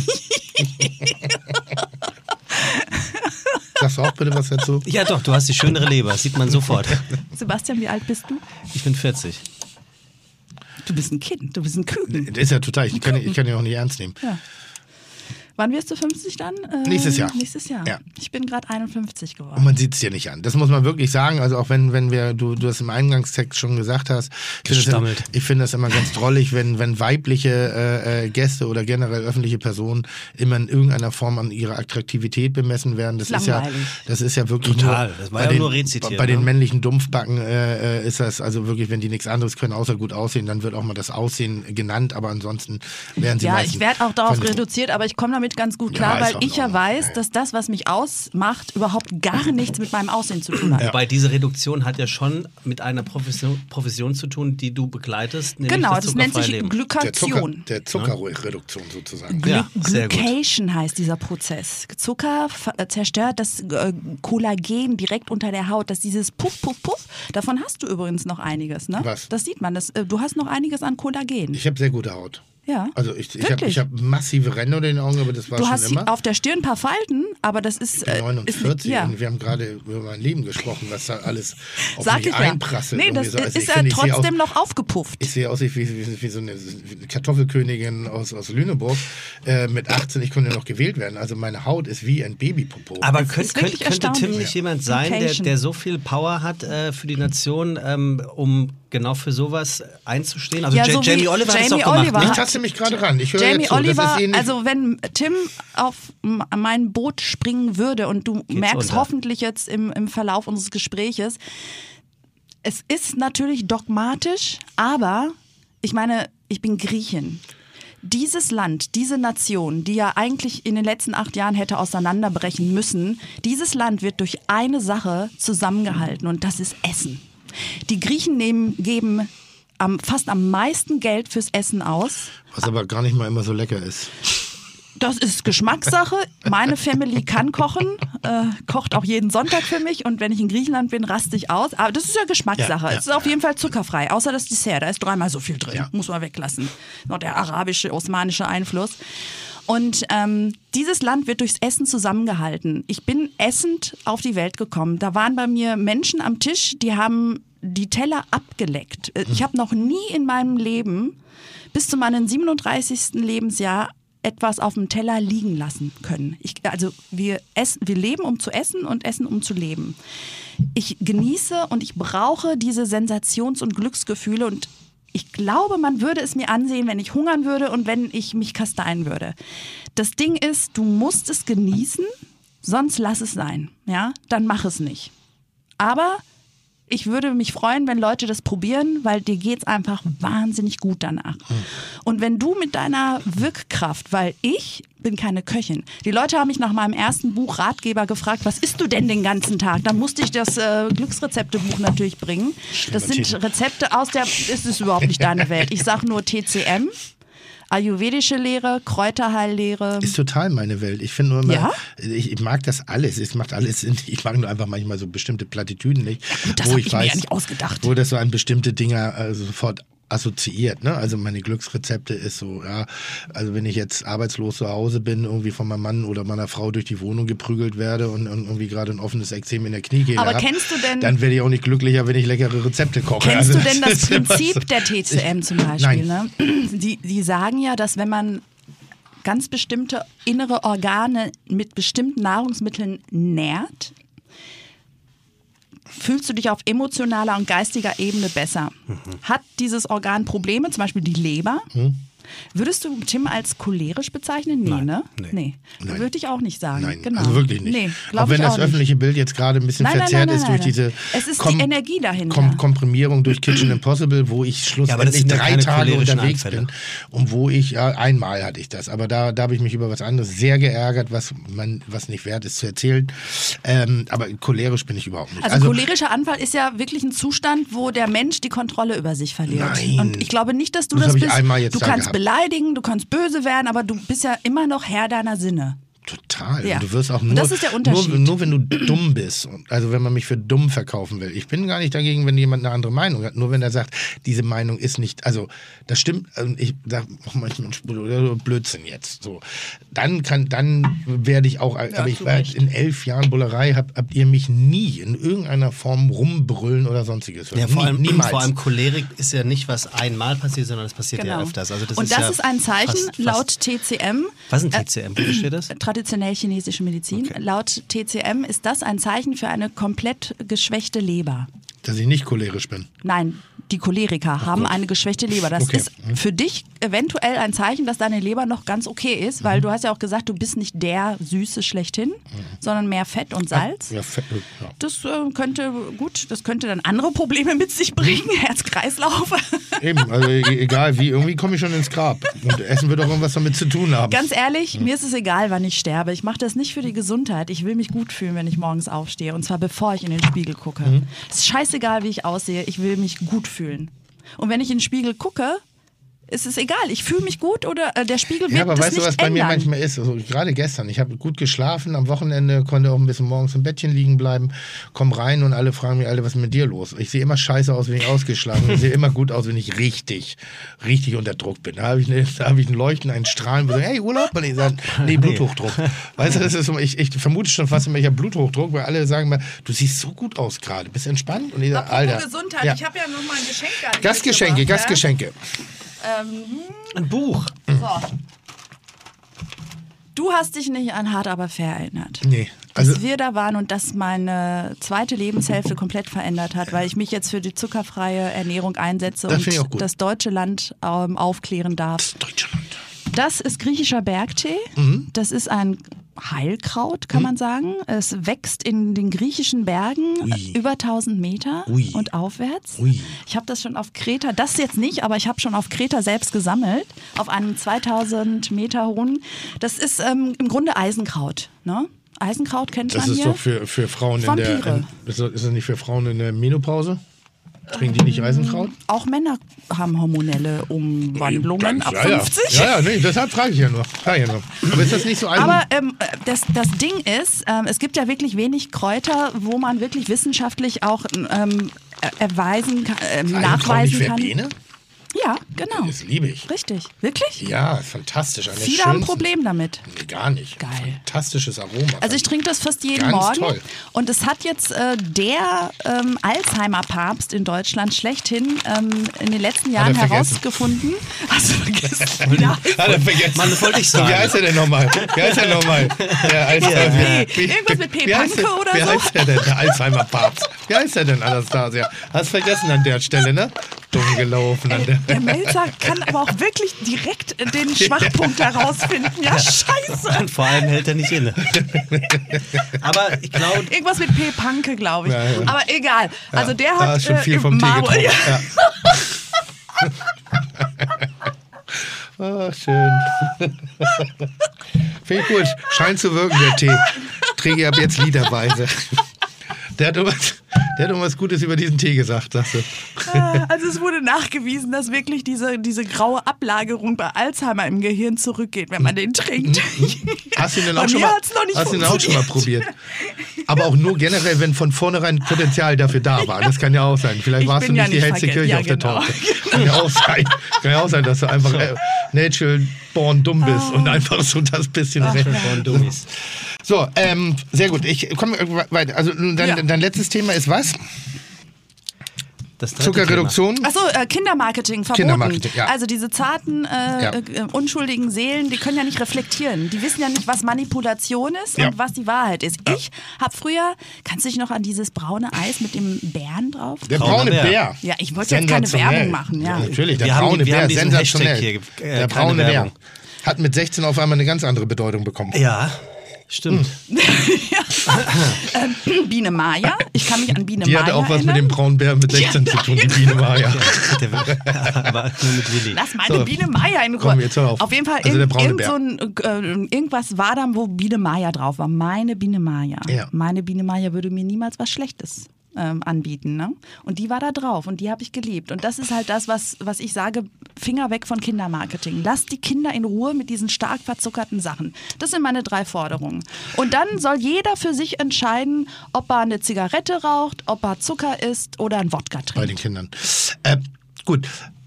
Sagst du auch bitte was dazu? Ja doch, du hast die schönere Leber, sieht man sofort. Sebastian, wie alt bist du? Ich bin 40. Du bist ein Kind, du bist ein Küken. Das ist ja total, ich kann ihn auch nicht ernst nehmen. Ja. Wann wirst du 50 dann? Nächstes Jahr. Nächstes Jahr. Ja. Ich bin gerade 51 geworden. Und man sieht es dir nicht an. Das muss man wirklich sagen. Also auch wenn du das im Eingangstext schon gesagt hast. Ich finde das immer ganz drollig, wenn weibliche Gäste oder generell öffentliche Personen immer in irgendeiner Form an ihrer Attraktivität bemessen werden. Das ist ja wirklich total. Nur, das war ja nur rezitiert. Bei den männlichen Dumpfbacken ist das also wirklich, wenn die nichts anderes können, außer gut aussehen, dann wird auch mal das Aussehen genannt. Aber ansonsten werden sie meistens... Ich werde auch darauf reduziert, aber ich komme damit ganz gut klar, weil ich ja weiß, dass das, was mich ausmacht, überhaupt gar nichts mit meinem Aussehen zu tun hat. Ja. Wobei diese Reduktion hat ja schon mit einer Profession zu tun, die du begleitest. Genau, das nennt sich Leben. Glykation. Der Zuckerreduktion sozusagen. Glycation heißt dieser Prozess. Zucker zerstört das Kollagen direkt unter der Haut. Das ist dieses Puff, Puff, Puff. Davon hast du übrigens noch einiges. Ne? Was? Das sieht man. Du hast noch einiges an Kollagen. Ich habe sehr gute Haut. Ja. Also ich hab massive Ränder unter den Augen, aber das war du schon hast immer. Auf der Stirn ein paar Falten, aber das ist... Ich bin 49 ja. und wir haben gerade über mein Leben gesprochen, was da alles auf Sag mich einprasselt. Nee, das ist ja trotzdem noch aufgepufft. Ich sehe aus wie so eine Kartoffelkönigin aus Lüneburg. Mit 18, ich konnte noch gewählt werden. Also meine Haut ist wie ein Babypopo. Aber könnte Tim nicht jemand sein, der so viel Power hat für die Nation, um genau für sowas einzustehen? Also Ja, so wie Jamie Oliver hat es Jamie doch gemacht, Oliver. ne? Ich taste mich gerade ran. Ich höre Jamie jetzt so. Oliver, Das ist ähnlich. also wenn Tim auf mein Boot springen würde und du merkst unter. hoffentlich jetzt im Verlauf unseres Gespräches, es ist natürlich dogmatisch, aber ich meine, ich bin Griechin. Dieses Land, diese Nation, die ja eigentlich in den letzten 8 Jahren hätte auseinanderbrechen müssen, dieses Land wird durch eine Sache zusammengehalten und das ist Essen. Die Griechen geben fast am meisten Geld fürs Essen aus. Was aber gar nicht mal immer so lecker ist. Das ist Geschmackssache. Meine Family kann kochen, kocht auch jeden Sonntag für mich und wenn ich in Griechenland bin, raste ich aus. Aber das ist ja Geschmackssache. Es ist auf jeden Fall zuckerfrei, außer das Dessert. Da ist 3-mal so viel drin. Ja. Muss man weglassen. Noch der arabische, osmanische Einfluss. Und dieses Land wird durchs Essen zusammengehalten. Ich bin essend auf die Welt gekommen. Da waren bei mir Menschen am Tisch, die haben die Teller abgeleckt. Ich habe noch nie in meinem Leben bis zu meinem 37. Lebensjahr etwas auf dem Teller liegen lassen können. Wir leben, um zu essen und essen, um zu leben. Ich genieße und ich brauche diese Sensations- und Glücksgefühle und ich glaube, man würde es mir ansehen, wenn ich hungern würde und wenn ich mich kasteien würde. Das Ding ist, du musst es genießen, sonst lass es sein. Ja? Dann mach es nicht. Aber ich würde mich freuen, wenn Leute das probieren, weil dir geht's einfach wahnsinnig gut danach. Und wenn du mit deiner Wirkkraft, weil ich bin keine Köchin. Die Leute haben mich nach meinem ersten Buch Ratgeber gefragt, was isst du denn den ganzen Tag? Dann musste ich das Glücksrezeptebuch natürlich bringen. Das sind Rezepte es ist überhaupt nicht deine Welt. Ich sage nur TCM. Ayurvedische Lehre, Kräuterheillehre. Ist total meine Welt. Ich finde nur immer, Ja? ich mag das alles. Es macht alles Sinn. Ich mag nur einfach manchmal so bestimmte Plattitüden nicht. Gut, das wo hab ich ich mir weiß, ja nicht ausgedacht. Wo das so an bestimmte Dinge sofort assoziiert, ne? Also meine Glücksrezepte ist so, ja, also wenn ich jetzt arbeitslos zu Hause bin, irgendwie von meinem Mann oder meiner Frau durch die Wohnung geprügelt werde und irgendwie gerade ein offenes Ekzem in der Kniekehle Aber hab, kennst du denn- dann werde ich auch nicht glücklicher, wenn ich leckere Rezepte koche. Kennst Also du denn das ist immer Prinzip so. der TCM zum Beispiel? Nein. Ne? Die sagen ja, dass wenn man ganz bestimmte innere Organe mit bestimmten Nahrungsmitteln nährt, fühlst du dich auf emotionaler und geistiger Ebene besser. Hat dieses Organ Probleme, zum Beispiel die Leber? Würdest du Tim als cholerisch bezeichnen? Nee, Nein. ne? Nee. Nein. Würde ich auch nicht sagen. Nein, Genau. also wirklich nicht. Nee, glaub auch wenn ich das auch nicht. öffentliche Bild jetzt gerade ein bisschen Nein, verzerrt nein, ist durch nein. diese Es ist die Energie dahinter. Komprimierung durch Kitchen Impossible, wo ich Ja, aber das schlussendlich sind ja 3 keine Tage cholerischen unterwegs Anfälle. bin und wo ich, ja, einmal hatte ich das, aber da habe ich mich über was anderes sehr geärgert, was nicht wert ist zu erzählen. Aber cholerisch bin ich überhaupt nicht. Also cholerischer Anfall ist ja wirklich ein Zustand, wo der Mensch die Kontrolle über sich verliert. Nein. Und ich glaube nicht, dass du Das das hab ich bist. einmal jetzt Du da kannst gehabt. beleidigen, du kannst böse werden, aber du bist ja immer noch Herr deiner Sinne. Total. Ja. Und du wirst auch Und nur, das ist der Unterschied. nur wenn du dumm bist. Also wenn man mich für dumm verkaufen will. Ich bin gar nicht dagegen, wenn jemand eine andere Meinung hat. Nur wenn er sagt, diese Meinung ist nicht, also das stimmt. Ich sage manchmal Blödsinn jetzt. So, dann werde ich auch. aber ich zu war Recht. in 11 Jahren Bullerei, habt ihr mich nie in irgendeiner Form rumbrüllen oder sonstiges. Ja, vor allem niemals. Cholerik ist ja nicht was einmal passiert, sondern es passiert ja Genau. öfters. Also Und das ja ist ein Zeichen laut TCM. Was ist ein TCM? Wofür steht das? Traditionell chinesische Medizin. Okay. Laut TCM ist das ein Zeichen für eine komplett geschwächte Leber. Dass ich nicht cholerisch bin. Nein, die Choleriker haben eine geschwächte Leber. Das Okay. ist für dich eventuell ein Zeichen, dass deine Leber noch ganz okay ist, weil du hast ja auch gesagt, du bist nicht der Süße schlechthin, sondern mehr Fett und Salz. Ja, ja. Das das könnte dann andere Probleme mit sich bringen, Herz-Kreislauf. Eben, also egal wie, irgendwie komme ich schon ins Grab. Und Essen wird auch irgendwas damit zu tun haben. Ganz ehrlich, mir ist es egal, wann ich sterbe. Ich mache das nicht für die Gesundheit. Ich will mich gut fühlen, wenn ich morgens aufstehe. Und zwar bevor ich in den Spiegel gucke. Es ist scheißegal, wie ich aussehe. Ich will mich gut fühlen. Und wenn ich in den Spiegel gucke, ist es egal. Ich fühle mich gut oder der Spiegel wird Ja, aber das weißt du, nicht was bei mir ändern. manchmal ist? Also, gerade gestern, ich habe gut geschlafen, am Wochenende konnte auch ein bisschen morgens im Bettchen liegen bleiben, komm rein und alle fragen mich, Alter, was ist mit dir los? Ich sehe immer scheiße aus, wenn ich ausgeschlafen bin. Ich sehe immer gut aus, wenn ich richtig unter Druck bin. Da habe ich ein Leuchten, einen Strahlen, wo ich sage, hey, Urlaub? Und ich sage, nee, Bluthochdruck. Weißt du, das ist so, ich vermute schon fast immer, ich habe Bluthochdruck, weil alle sagen mir, du siehst so gut aus gerade, bist entspannt? Und ich sage, Alter. Gesundheit, ja. ich habe ja noch mal ein Geschenk gar nicht Gastgeschenke, mitgebracht, Gastgeschenke. Ein Buch. Ja? So. Du hast dich nicht an Hart aber fair erinnert. Nee, dass wir da waren und das meine zweite Lebenshälfte komplett verändert hat, weil ich mich jetzt für die zuckerfreie Ernährung einsetze und das deutsche Land aufklären darf. Das deutsche Land. Das ist griechischer Bergtee. Das ist ein Heilkraut, kann man sagen. Es wächst in den griechischen Bergen über 1000 Meter und aufwärts. Ich habe das schon auf Kreta, das jetzt nicht, aber ich habe schon auf Kreta selbst gesammelt, auf einem 2000 Meter hohen. Das ist im Grunde Eisenkraut, ne? Eisenkraut kennt man hier. Das ist doch für Frauen Vampire. ist das nicht für Frauen in der Menopause? Trinken die nicht Eisenkraut? Auch Männer haben hormonelle Umwandlungen ab 50. Ja, nee, deshalb frage ich ja nur. Aber ist das nicht so Eisen? Aber das Ding ist, es gibt ja wirklich wenig Kräuter, wo man wirklich wissenschaftlich auch nachweisen kann. Verbene? Ja, genau. Das liebe ich. Richtig. Wirklich? Ja, ist fantastisch. Viele haben ein Problem damit. Nee, gar nicht. Geil. Fantastisches Aroma. Also ich trinke das fast jeden Ganz Morgen. Toll. Und es hat jetzt der Alzheimer-Papst in Deutschland schlechthin in den letzten Jahren herausgefunden. Hast du vergessen? Hat er vergessen. Mann, das wollte ich sagen. Wie heißt er denn nochmal? Der Alzheimer. Irgendwas mit P. Panke oder so? Wie heißt der denn, der Alzheimer-Papst? Wie heißt der denn, Anastasia? Hast vergessen an der Stelle, ne? Dumm gelaufen an der. Der Melzer kann aber auch wirklich direkt den Schwachpunkt herausfinden. Ja, scheiße. Und vor allem hält er nicht inne. Aber ich glaube... Irgendwas mit P. Panke, glaube ich. Ja. Aber egal. Also der da hat ist schon viel vom Tee getrunken. Ja. Oh, schön. Finde ich gut. Scheint zu wirken, der Tee. Trinke ich ab jetzt literweise. Der hat irgendwas Gutes über diesen Tee gesagt, sagst du. Also es wurde nachgewiesen, dass wirklich diese graue Ablagerung bei Alzheimer im Gehirn zurückgeht, wenn man den trinkt. Hast du ihn denn auch schon mal probiert? Aber auch nur generell, wenn von vornherein Potenzial dafür da war. Das kann ja auch sein. Vielleicht warst du nicht die hellste Kirche auf der Torte. Kann ja auch sein, dass du einfach natural born dumm bist und einfach so das bisschen born dumm ist. So, sehr gut. Ich komme weiter. Also dein letztes Thema ist was? Zuckerreduktion? Achso, Kindermarketing verboten. Kindermarketing, ja. Also diese zarten, unschuldigen Seelen, die können ja nicht reflektieren. Die wissen ja nicht, was Manipulation ist und was die Wahrheit ist. Ja. Ich habe früher, kannst du dich noch an dieses braune Eis mit dem Bären drauf? Der braune Bär. Ja, ich wollte jetzt keine Werbung machen. Ja, natürlich, der braune Bär, sensationell. Der braune Bär hat mit 16 auf einmal eine ganz andere Bedeutung bekommen. Ja. Stimmt. Biene Maya. Ich kann mich an Biene Maya erinnern. Die hatte auch was mit dem braunen Bär mit 16 zu tun, die Biene Maya. Aber nur mit Willi. Lass meine Biene Maya in Ruhe. Komm, jetzt hör auf. Auf jeden Fall, also irgendwas war da, wo Biene Maya drauf war. Meine Biene Maya. Ja. Meine Biene Maya würde mir niemals was Schlechtes anbieten. Ne? Und die war da drauf und die habe ich geliebt. Und das ist halt das, was ich sage, Finger weg von Kindermarketing. Lasst die Kinder in Ruhe mit diesen stark verzuckerten Sachen. Das sind meine 3 Forderungen. Und dann soll jeder für sich entscheiden, ob er eine Zigarette raucht, ob er Zucker isst oder ein Wodka trinkt. Bei den Kindern. Gut.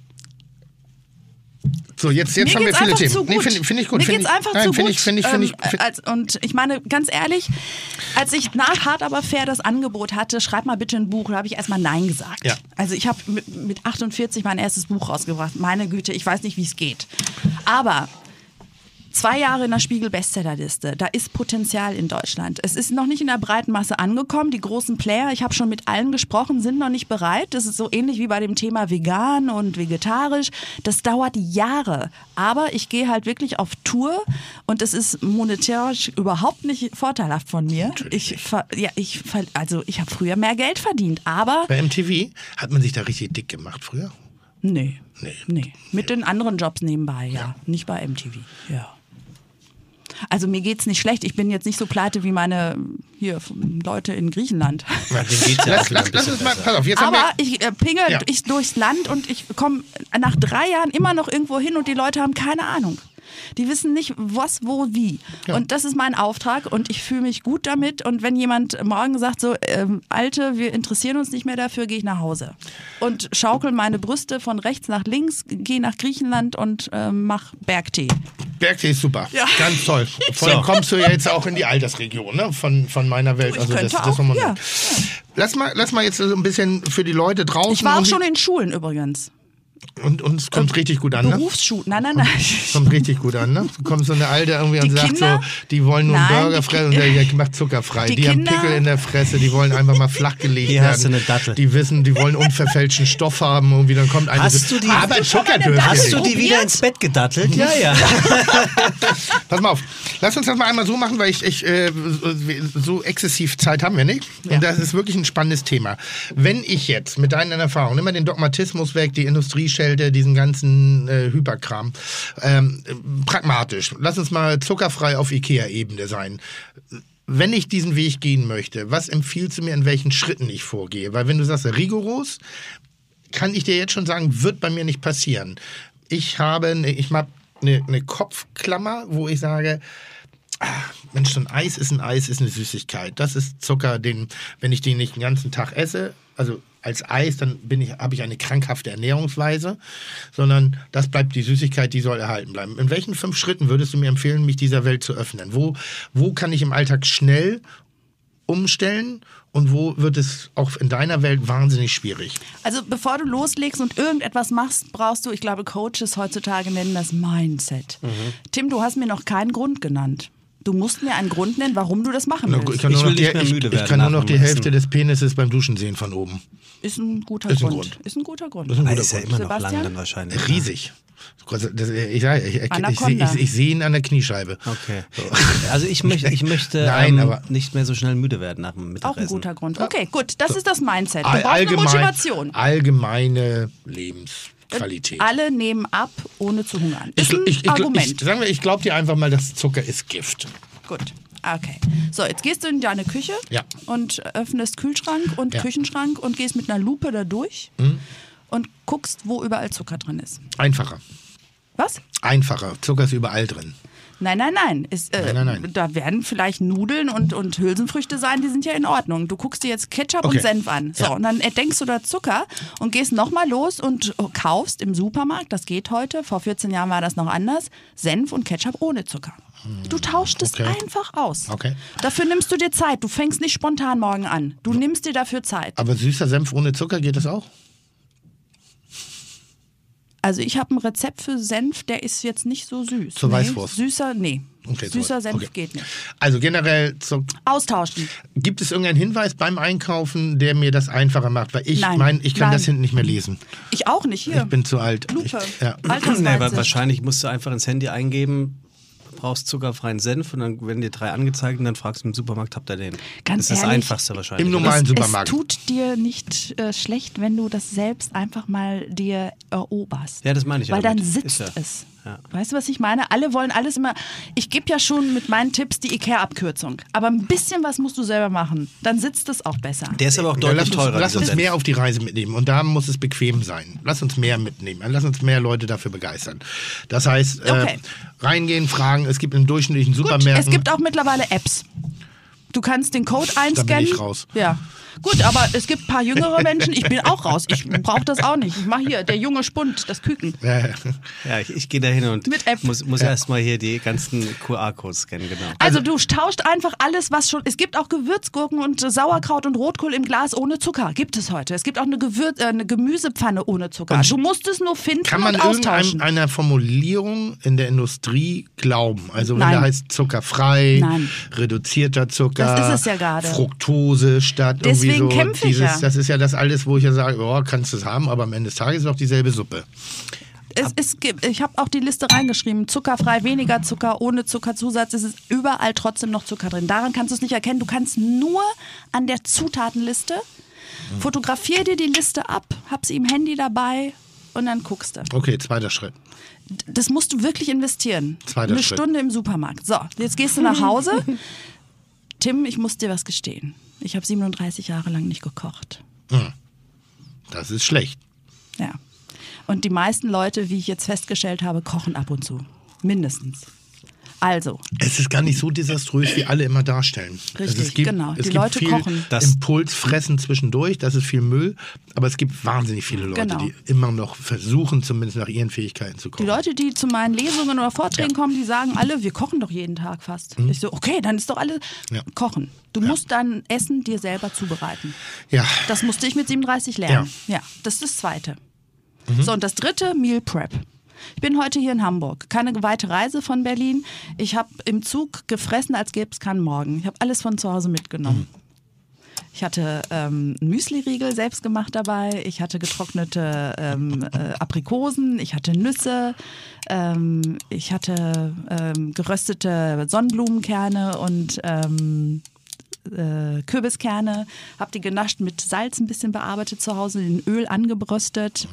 So, jetzt haben wir viele Themen. Nee, finde ich gut. Mir geht's einfach zu gut. Und ich meine, ganz ehrlich, als ich nach Hart aber fair das Angebot hatte, schreib mal bitte ein Buch, da habe ich erstmal Nein gesagt. Ja. Also ich habe mit 48 mein erstes Buch rausgebracht. Meine Güte, ich weiß nicht, wie es geht. Aber 2 Jahre in der Spiegel-Bestsellerliste. Da ist Potenzial in Deutschland. Es ist noch nicht in der breiten Masse angekommen. Die großen Player, ich habe schon mit allen gesprochen, sind noch nicht bereit. Das ist so ähnlich wie bei dem Thema vegan und vegetarisch. Das dauert Jahre. Aber ich gehe halt wirklich auf Tour und es ist monetär überhaupt nicht vorteilhaft von mir. Ich habe früher mehr Geld verdient, aber... Bei MTV hat man sich da richtig dick gemacht früher? Nee. Mit den anderen Jobs nebenbei, ja. Nicht bei MTV, ja. Also mir geht's nicht schlecht. Ich bin jetzt nicht so pleite wie meine Leute in Griechenland. Ja, lass uns mal, pass auf, jetzt aber ich pingel durchs Land und ich komme nach 3 Jahren immer noch irgendwo hin und die Leute haben keine Ahnung. Die wissen nicht, was, wo, wie. Ja. Und das ist mein Auftrag und ich fühle mich gut damit. Und wenn jemand morgen sagt so, Alte, wir interessieren uns nicht mehr dafür, gehe ich nach Hause. Und schaukel meine Brüste von rechts nach links, gehe nach Griechenland und mach Bergtee. Bergtee ist super, ganz toll. Kommst du ja jetzt auch in die Altersregion, ne? von meiner Welt. Also das mal ja. Lass mal jetzt so ein bisschen für die Leute draußen. Ich war auch schon in Schulen übrigens. Und es kommt richtig gut an, ne? Berufsschule. Nein. Kommt richtig gut an, ne? Du kommst so eine Alte irgendwie und sagt Kinder? so, die wollen nur einen Nein, Burger fressen und der macht zuckerfrei. Die haben Kinder? Pickel in der Fresse, die wollen einfach mal flachgelegt Hier werden. hast du eine Dattel. Die wissen, die wollen unverfälschten Stoff haben und dann kommt eine Hast du die- aber Zucker dürft ihr Hast du nicht. die wieder ins Bett gedattelt? Ja. Pass mal auf, lass uns das mal einmal so machen, weil so exzessiv Zeit haben wir nicht. Und das ist wirklich ein spannendes Thema. Wenn ich jetzt mit deinen Erfahrungen, nimm mal den Dogmatismus weg, die Industrieschelte, diesen ganzen Hyperkram, pragmatisch, lass uns mal zuckerfrei auf Ikea-Ebene sein. Wenn ich diesen Weg gehen möchte, was empfiehlst du mir, in welchen Schritten ich vorgehe? Weil wenn du sagst, rigoros, kann ich dir jetzt schon sagen, wird bei mir nicht passieren. Ich habe eine Kopfklammer, wo ich sage, Mensch, so ein Eis ist eine Süßigkeit. Das ist Zucker, wenn ich den nicht den ganzen Tag esse, also als Eis, dann habe ich eine krankhafte Ernährungsweise, sondern das bleibt die Süßigkeit, die soll erhalten bleiben. In welchen 5 Schritten würdest du mir empfehlen, mich dieser Welt zu öffnen? Wo kann ich im Alltag schnell umstellen und wo wird es auch in deiner Welt wahnsinnig schwierig? Also bevor du loslegst und irgendetwas machst, brauchst du, ich glaube, Coaches heutzutage nennen das Mindset. Tim, du hast mir noch keinen Grund genannt. Du musst mir einen Grund nennen, warum du das machen willst. Ich kann nur noch nicht mehr müde ich werden kann nur nach noch dem die Hälfte Essen. des Penises beim Duschen sehen von oben. Ist ein guter Ist ein Grund. Grund. Ist ein guter Grund. Das ist ein Das guter ist ja Grund. immer noch lang Sebastian? dann wahrscheinlich. Riesig. Ich Anaconda. sehe ihn an der Kniescheibe. Okay. Also ich möchte Nein, aber- nicht mehr so schnell müde werden nach dem Mittagessen. Auch ein guter Grund. Okay, gut, das ist das Mindset. Du brauchst eine Motivation. Allgemeine Lebensqualität. Alle nehmen ab, ohne zu hungern. Ist ein Argument. Sagen wir, ich glaube dir einfach mal, dass Zucker ist Gift. Gut. Okay. So, jetzt gehst du in deine Küche Ja. und öffnest Kühlschrank und Ja. Küchenschrank und gehst mit einer Lupe da durch und guckst, wo überall Zucker drin ist. Einfacher. Was? Einfacher. Zucker ist überall drin. Nein. Nein. Da werden vielleicht Nudeln und Hülsenfrüchte sein, die sind ja in Ordnung. Du guckst dir jetzt Ketchup Okay. und Senf an. So, Ja. und dann entdenkst du da Zucker und gehst nochmal los und kaufst im Supermarkt, das geht heute, vor 14 Jahren war das noch anders, Senf und Ketchup ohne Zucker. Du tauschst es Okay. einfach aus. Okay. Dafür nimmst du dir Zeit. Du fängst nicht spontan morgen an. Du nimmst dir dafür Zeit. Aber süßer Senf ohne Zucker, geht das auch? Also ich habe ein Rezept für Senf, der ist jetzt nicht so süß. Zur Weißwurst? Süßer, nee. Okay, Süßer Senf okay. geht nicht. Also generell, Austauschen. gibt es irgendeinen Hinweis beim Einkaufen, der mir das einfacher macht? Weil ich Nein. ich kann Nein. das hinten nicht mehr lesen. Ich auch nicht. Hier. Ich bin zu alt. Lupe. Ja. Nee, Altersweize. wahrscheinlich musst du einfach ins Handy eingeben, du brauchst zuckerfreien Senf und dann werden dir 3 angezeigt und dann fragst du im Supermarkt, habt ihr den? Ganz das ist das ehrlich, Einfachste wahrscheinlich. Im oder? normalen Es Supermarkt. tut dir nicht schlecht, wenn du das selbst einfach mal dir eroberst. Ja, das meine ich Weil damit. dann sitzt Ist ja- es. ja. Weißt du, was ich meine? Alle wollen alles immer. Ich gebe ja schon mit meinen Tipps die Ikea-Abkürzung. Aber ein bisschen was musst du selber machen. Dann sitzt es auch besser. Der ist aber auch Ja, deutlich teurer. lass dieser uns Senf. mehr auf die Reise mitnehmen und da muss es bequem sein. Lass uns mehr mitnehmen. Lass uns mehr Leute dafür begeistern. Das heißt, Okay. reingehen, fragen. Es gibt im durchschnittlichen Gut, Supermärkten. es gibt auch mittlerweile Apps. Du kannst den Code einscannen. ich raus. Ja. Gut, aber es gibt ein paar jüngere Menschen. Ich bin auch raus. Ich brauche das auch nicht. Ich mache hier der junge Spund, das Küken. Ja, ich gehe da hin und Mit App. muss erstmal hier die ganzen QR-Codes scannen, genau. Also du tauscht einfach alles, was schon. Es gibt auch Gewürzgurken und Sauerkraut und Rotkohl im Glas ohne Zucker. Gibt es heute. Es gibt auch eine Gemüsepfanne ohne Zucker. Du musst es nur finden Kann man und austauschen. irgendeiner Formulierung in der Industrie glauben? Also wenn Nein. da heißt zuckerfrei, Nein. reduzierter Zucker, Das ist es ja gerade. Fructose statt Deswegen irgendwie so. kämpfe ich ja. Das ist ja das alles, wo ich ja sage, oh, kannst du es haben, aber am Ende des Tages ist es doch dieselbe Suppe. Ich habe auch die Liste reingeschrieben. Zuckerfrei, weniger Zucker, ohne Zuckerzusatz. Es ist überall trotzdem noch Zucker drin. Daran kannst du es nicht erkennen. Du kannst nur an der Zutatenliste, fotografier dir die Liste ab, hab sie im Handy dabei und dann guckst du. Okay, zweiter Schritt. Das musst du wirklich investieren. Zweiter Eine Schritt. Stunde im Supermarkt. So, jetzt gehst du nach Hause. Tim, ich muss dir was gestehen. Ich habe 37 Jahre lang nicht gekocht. Das ist schlecht. Ja. Und die meisten Leute, wie ich jetzt festgestellt habe, kochen ab und zu. Mindestens. Also, Es ist gar nicht so desaströs, wie alle immer darstellen. Richtig, es gibt, genau. Es Die gibt Leute viel kochen. Impulsfressen zwischendurch, das ist viel Müll, aber es gibt wahnsinnig viele Leute, Genau. die immer noch versuchen, zumindest nach ihren Fähigkeiten zu die kochen. Leute, die zu meinen Lesungen oder Vorträgen Ja. kommen, die sagen alle, wir kochen doch jeden Tag fast. Ich so, okay, dann ist doch alles Ja. kochen. Du musst dein Essen dir selber zubereiten. Ja, Das musste ich mit 37 lernen. Ja, das ist das Zweite. So, und das dritte, Meal Prep. Ich bin heute hier in Hamburg. Keine weite Reise von Berlin. Ich habe im Zug gefressen, als gäbe es keinen Morgen. Ich habe alles von zu Hause mitgenommen. Ich hatte Müsli-Riegel selbst gemacht dabei. Ich hatte getrocknete Aprikosen. Ich hatte Nüsse. Ich hatte geröstete Sonnenblumenkerne und Kürbiskerne. Habe die genascht, mit Salz ein bisschen bearbeitet zu Hause, in Öl angebröstet.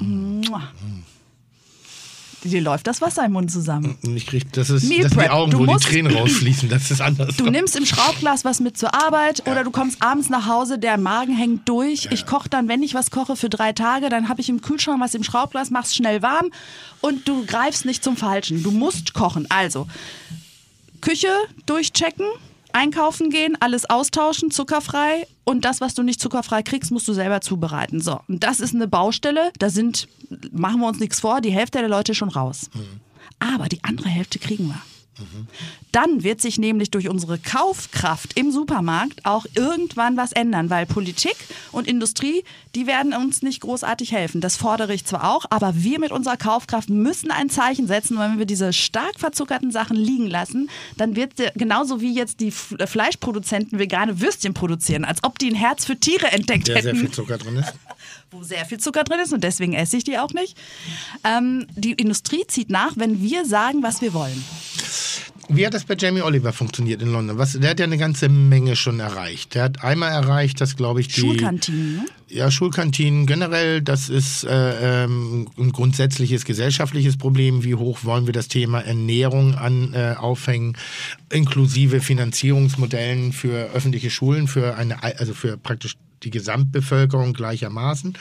Dir läuft das Wasser im Mund zusammen. Das sind die Augen, wo die Tränen rausfließen. Das ist anders. Du nimmst im Schraubglas was mit zur Arbeit oder du kommst abends nach Hause, der Magen hängt durch. Ich koche dann, wenn ich was koche, für 3 Tage, dann habe ich im Kühlschrank was im Schraubglas, mach's schnell warm und du greifst nicht zum Falschen. Du musst kochen. Also, Küche durchchecken, einkaufen gehen, alles austauschen, zuckerfrei, und das, was du nicht zuckerfrei kriegst, musst du selber zubereiten. So, und das ist eine Baustelle, machen wir uns nichts vor, die Hälfte der Leute schon raus. Aber die andere Hälfte kriegen wir. Dann wird sich nämlich durch unsere Kaufkraft im Supermarkt auch irgendwann was ändern, weil Politik und Industrie, die werden uns nicht großartig helfen. Das fordere ich zwar auch, aber wir mit unserer Kaufkraft müssen ein Zeichen setzen, weil wenn wir diese stark verzuckerten Sachen liegen lassen, dann wird genauso wie jetzt die Fleischproduzenten vegane Würstchen produzieren, als ob die ein Herz für Tiere entdeckt hätten. Sehr viel Zucker drin ist. Wo sehr viel Zucker drin ist und deswegen esse ich die auch nicht. Die Industrie zieht nach, wenn wir sagen, was wir wollen. Wie hat das bei Jamie Oliver funktioniert in London? Der hat ja eine ganze Menge schon erreicht. Der hat einmal erreicht, dass, glaube ich, Schulkantinen, ne? Ja, Schulkantinen generell, das ist ein grundsätzliches gesellschaftliches Problem. Wie hoch wollen wir das Thema Ernährung aufhängen, inklusive Finanzierungsmodellen für öffentliche Schulen, für praktisch die Gesamtbevölkerung gleichermaßen.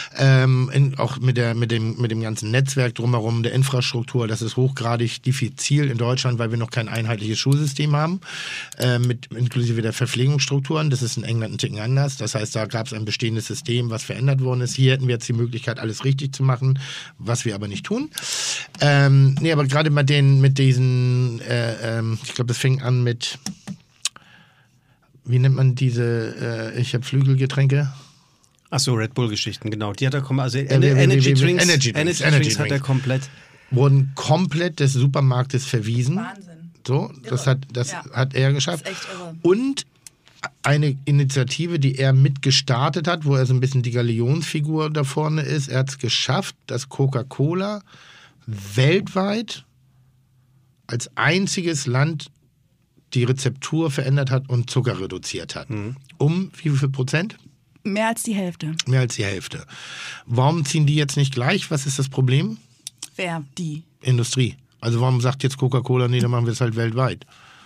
Auch mit dem ganzen Netzwerk drumherum, der Infrastruktur, das ist hochgradig diffizil in Deutschland, weil wir noch kein einheitliches Schulsystem haben, inklusive der Verpflegungsstrukturen. Das ist in England ein Ticken anders. Das heißt, da gab es ein bestehendes System, was verändert worden ist. Hier hätten wir jetzt die Möglichkeit, alles richtig zu machen, was wir aber nicht tun. Aber gerade mit diesen, ich glaube, es fing an mit, wie nennt man diese, ich habe Flügelgetränke? Achso, Red Bull-Geschichten, genau. Die hat er Energy Drinks hat er komplett. Wurden komplett des Supermarktes verwiesen. Wahnsinn. So, das hat er geschafft. Das ist echt irre. Und eine Initiative, die er mitgestartet hat, wo er so ein bisschen die Galionsfigur da vorne ist. Er hat es geschafft, dass Coca-Cola weltweit als einziges Land die Rezeptur verändert hat und Zucker reduziert hat. Um wie viel Prozent? Mehr als die Hälfte. Mehr als die Hälfte. Warum ziehen die jetzt nicht gleich? Was ist das Problem? Wer? Die? Industrie. Also warum sagt jetzt Coca-Cola, nee, dann machen wir es halt weltweit?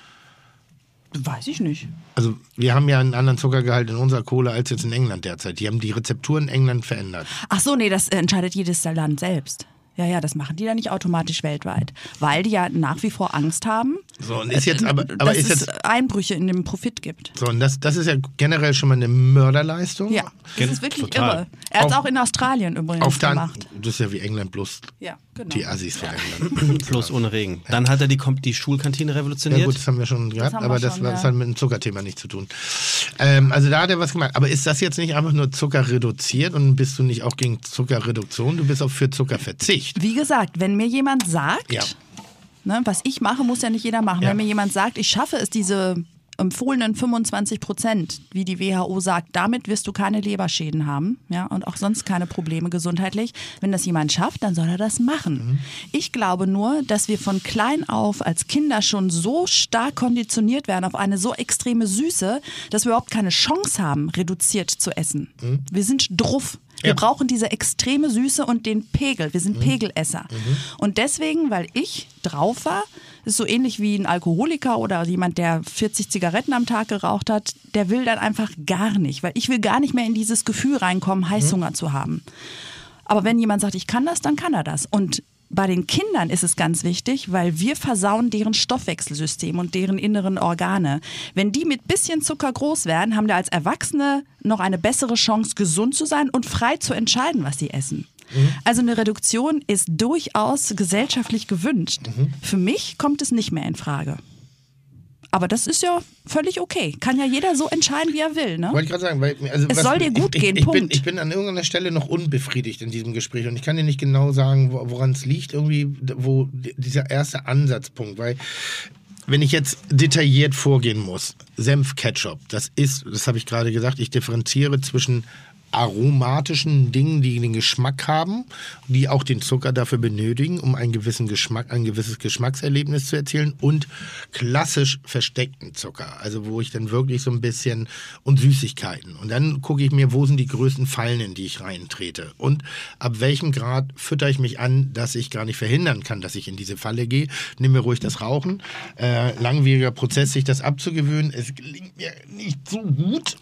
Weiß ich nicht. Also wir haben ja einen anderen Zuckergehalt in unserer Cola als jetzt in England derzeit. Die haben die Rezeptur in England verändert. Ach so, nee, das entscheidet jedes Land selbst. Ja, das machen die dann nicht automatisch weltweit, weil die ja nach wie vor Angst haben, so, und ist jetzt dass es Einbrüche in dem Profit gibt. So, und das ist ja generell schon mal eine Mörderleistung. Ja, das ist wirklich total irre. Er hat es auch in Australien übrigens gemacht. Das ist ja wie England plus die Assis von England. Plus ohne Regen. Dann hat er die Schulkantine revolutioniert. Ja gut, das haben wir schon gehabt, aber das hat mit dem Zuckerthema nichts zu tun. Also da hat er was gemacht. Aber ist das jetzt nicht einfach nur Zucker reduziert und bist du nicht auch gegen Zuckerreduktion? Du bist auch für Zuckerverzicht. Wie gesagt, wenn mir jemand sagt, was ich mache, muss ja nicht jeder machen. Ja. Wenn mir jemand sagt, ich schaffe es, diese empfohlenen 25%, wie die WHO sagt, damit wirst du keine Leberschäden haben, ja, und auch sonst keine Probleme gesundheitlich. Wenn das jemand schafft, dann soll er das machen. Ich glaube nur, dass wir von klein auf als Kinder schon so stark konditioniert werden auf eine so extreme Süße, dass wir überhaupt keine Chance haben, reduziert zu essen. Wir sind druff. Wir brauchen diese extreme Süße und den Pegel. Wir sind Pegelesser. Und deswegen, weil ich drauf war, ist so ähnlich wie ein Alkoholiker oder jemand, der 40 Zigaretten am Tag geraucht hat, der will dann einfach gar nicht, weil ich will gar nicht mehr in dieses Gefühl reinkommen, Heißhunger zu haben. Aber wenn jemand sagt, ich kann das, dann kann er das. Und bei den Kindern ist es ganz wichtig, weil wir versauen deren Stoffwechselsystem und deren inneren Organe. Wenn die mit bisschen Zucker groß werden, haben wir als Erwachsene noch eine bessere Chance, gesund zu sein und frei zu entscheiden, was sie essen. Also eine Reduktion ist durchaus gesellschaftlich gewünscht. Für mich kommt es nicht mehr in Frage. Aber das ist ja völlig okay. Kann ja jeder so entscheiden, wie er will. Ne? Wollte ich gerade sagen, weil Es soll dir gut gehen, Punkt. Ich bin an irgendeiner Stelle noch unbefriedigt in diesem Gespräch und ich kann dir nicht genau sagen, woran es liegt, irgendwie, wo dieser erste Ansatzpunkt, weil wenn ich jetzt detailliert vorgehen muss, Senf, Ketchup, das habe ich gerade gesagt, ich differenziere zwischen aromatischen Dingen, die den Geschmack haben, die auch den Zucker dafür benötigen, um ein gewisses Geschmackserlebnis zu erzielen, und klassisch versteckten Zucker, also wo ich dann wirklich so ein bisschen, und Süßigkeiten. Und dann gucke ich mir, wo sind die größten Fallen, in die ich reintrete und ab welchem Grad fütter ich mich an, dass ich gar nicht verhindern kann, dass ich in diese Falle gehe. Nimm mir ruhig das Rauchen. Langwieriger Prozess, sich das abzugewöhnen. Es gelingt mir nicht so gut.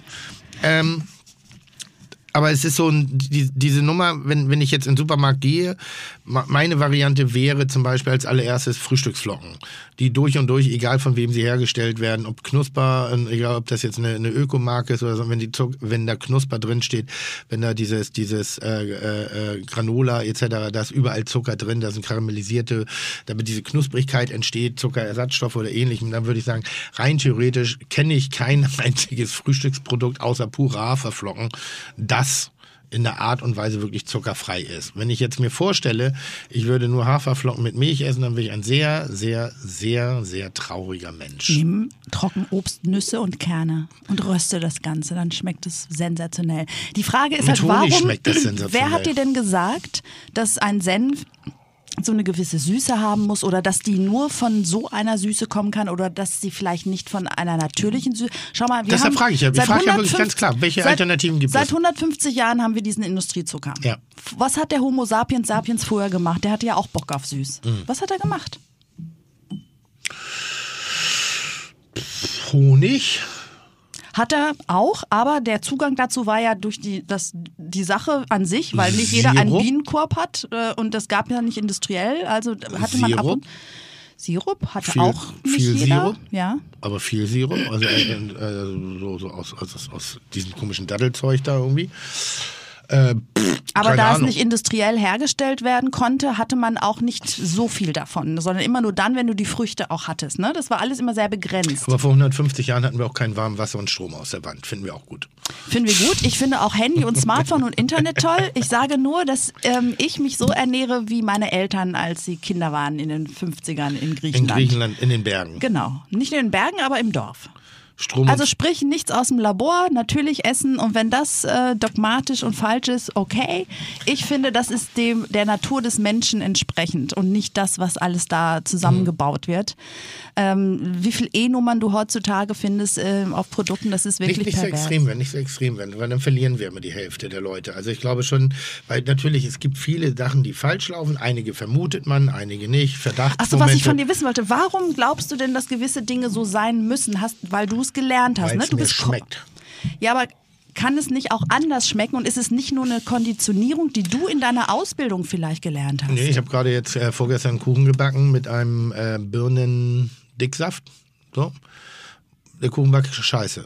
Aber es ist so diese Nummer, wenn ich jetzt in den Supermarkt gehe, meine Variante wäre zum Beispiel als allererstes Frühstücksflocken, die durch und durch, egal von wem sie hergestellt werden, ob Knusper, egal ob das jetzt eine Ökomarke ist oder so, wenn da Knusper drin steht, wenn da dieses Granola etc., da ist überall Zucker drin, da sind karamellisierte, damit diese Knusprigkeit entsteht, Zuckerersatzstoffe oder ähnlichem, dann würde ich sagen, rein theoretisch kenne ich kein einziges Frühstücksprodukt außer pure Haferflocken, das in der Art und Weise wirklich zuckerfrei ist. Wenn ich jetzt mir vorstelle, ich würde nur Haferflocken mit Milch essen, dann wäre ich ein sehr, sehr, sehr, sehr trauriger Mensch. Nimm Trockenobst, Nüsse und Kerne und röste das Ganze, dann schmeckt es sensationell. Die Frage ist halt, warum, schmeckt das sensationell. Wer hat dir denn gesagt, dass ein Senf so eine gewisse Süße haben muss oder dass die nur von so einer Süße kommen kann oder dass sie vielleicht nicht von einer natürlichen Süße. Schau mal, deshalb frage ich ja. Ich frage ja wirklich ganz klar, welche Alternativen gibt es? Seit 150 Jahren haben wir diesen Industriezucker. Ja. Was hat der Homo sapiens vorher gemacht? Der hatte ja auch Bock auf süß. Was hat er gemacht? Honig. Hat er auch, aber der Zugang dazu war ja durch die Sache an sich, weil nicht jeder einen Bienenkorb hat und das gab ja nicht industriell, also hatte man ab und Sirup hatte auch nicht viel jeder. Sirup, ja. Aber viel Sirup, also so aus diesem komischen Dattelzeug da irgendwie. Aber da es nicht industriell hergestellt werden konnte, hatte man auch nicht so viel davon, sondern immer nur dann, wenn du die Früchte auch hattest. Ne? Das war alles immer sehr begrenzt. Aber vor 150 Jahren hatten wir auch kein warmes Wasser und Strom aus der Wand. Finden wir auch gut. Finden wir gut. Ich finde auch Handy und Smartphone und Internet toll. Ich sage nur, dass ich mich so ernähre wie meine Eltern, als sie Kinder waren in den 50ern in Griechenland. In Griechenland, in den Bergen. Genau. Nicht in den Bergen, aber im Dorf. Strom also sprich, nichts aus dem Labor, natürlich essen und wenn das dogmatisch und falsch ist, okay. Ich finde, das ist der Natur des Menschen entsprechend und nicht das, was alles da zusammengebaut wird. Wie viel E-Nummern du heutzutage findest auf Produkten, das ist wirklich nicht pervers. Nicht so extrem werden, weil dann verlieren wir immer die Hälfte der Leute. Also ich glaube schon, weil natürlich, es gibt viele Sachen, die falsch laufen, einige vermutet man, einige nicht, Verdachtsmomente. Achso, was ich von dir wissen wollte, warum glaubst du denn, dass gewisse Dinge so sein müssen, weil du es gelernt hast? Weil es mir schmeckt. Ja, aber kann es nicht auch anders schmecken und ist es nicht nur eine Konditionierung, die du in deiner Ausbildung vielleicht gelernt hast? Nee, ich habe gerade jetzt vorgestern einen Kuchen gebacken mit einem Birnendicksaft. So. Der Kuchen war scheiße.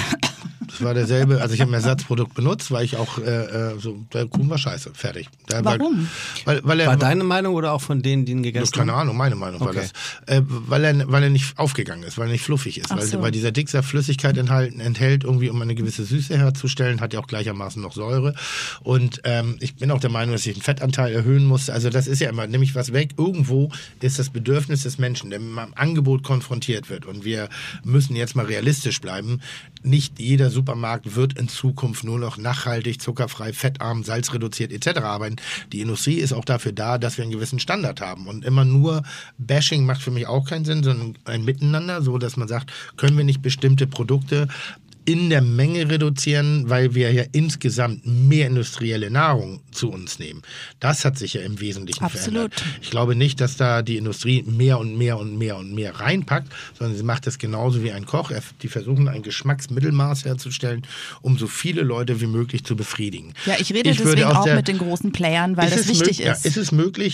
Das war derselbe, also ich habe ein Ersatzprodukt benutzt, weil ich auch, der Kuchen war scheiße, fertig. Warum? Weil er, war deine Meinung oder auch von denen, die ihn gegessen haben? Keine Ahnung, meine Meinung war das. Weil er nicht aufgegangen ist, weil er nicht fluffig ist. Weil dieser Dicksaft Flüssigkeit enthält, irgendwie um eine gewisse Süße herzustellen, hat ja auch gleichermaßen noch Säure. Und ich bin auch der Meinung, dass ich den Fettanteil erhöhen musste. Also das ist ja immer, nehme ich was weg. Irgendwo ist das Bedürfnis des Menschen, der mit einem Angebot konfrontiert wird. Und wir müssen jetzt mal realistisch bleiben. Nicht jeder Supermarkt wird in Zukunft nur noch nachhaltig, zuckerfrei, fettarm, salzreduziert etc. arbeiten. Die Industrie ist auch dafür da, dass wir einen gewissen Standard haben. Und immer nur Bashing macht für mich auch keinen Sinn, sondern ein Miteinander, so dass man sagt, können wir nicht bestimmte Produkte in der Menge reduzieren, weil wir ja insgesamt mehr industrielle Nahrung zu uns nehmen. Das hat sich ja im Wesentlichen verändert. Ich glaube nicht, dass da die Industrie mehr und mehr und mehr und mehr reinpackt, sondern sie macht das genauso wie ein Koch. Die versuchen ein Geschmacksmittelmaß herzustellen, um so viele Leute wie möglich zu befriedigen. Ja, ich rede deswegen auch mit den großen Playern, weil das wichtig ist. Ja, ist es möglich,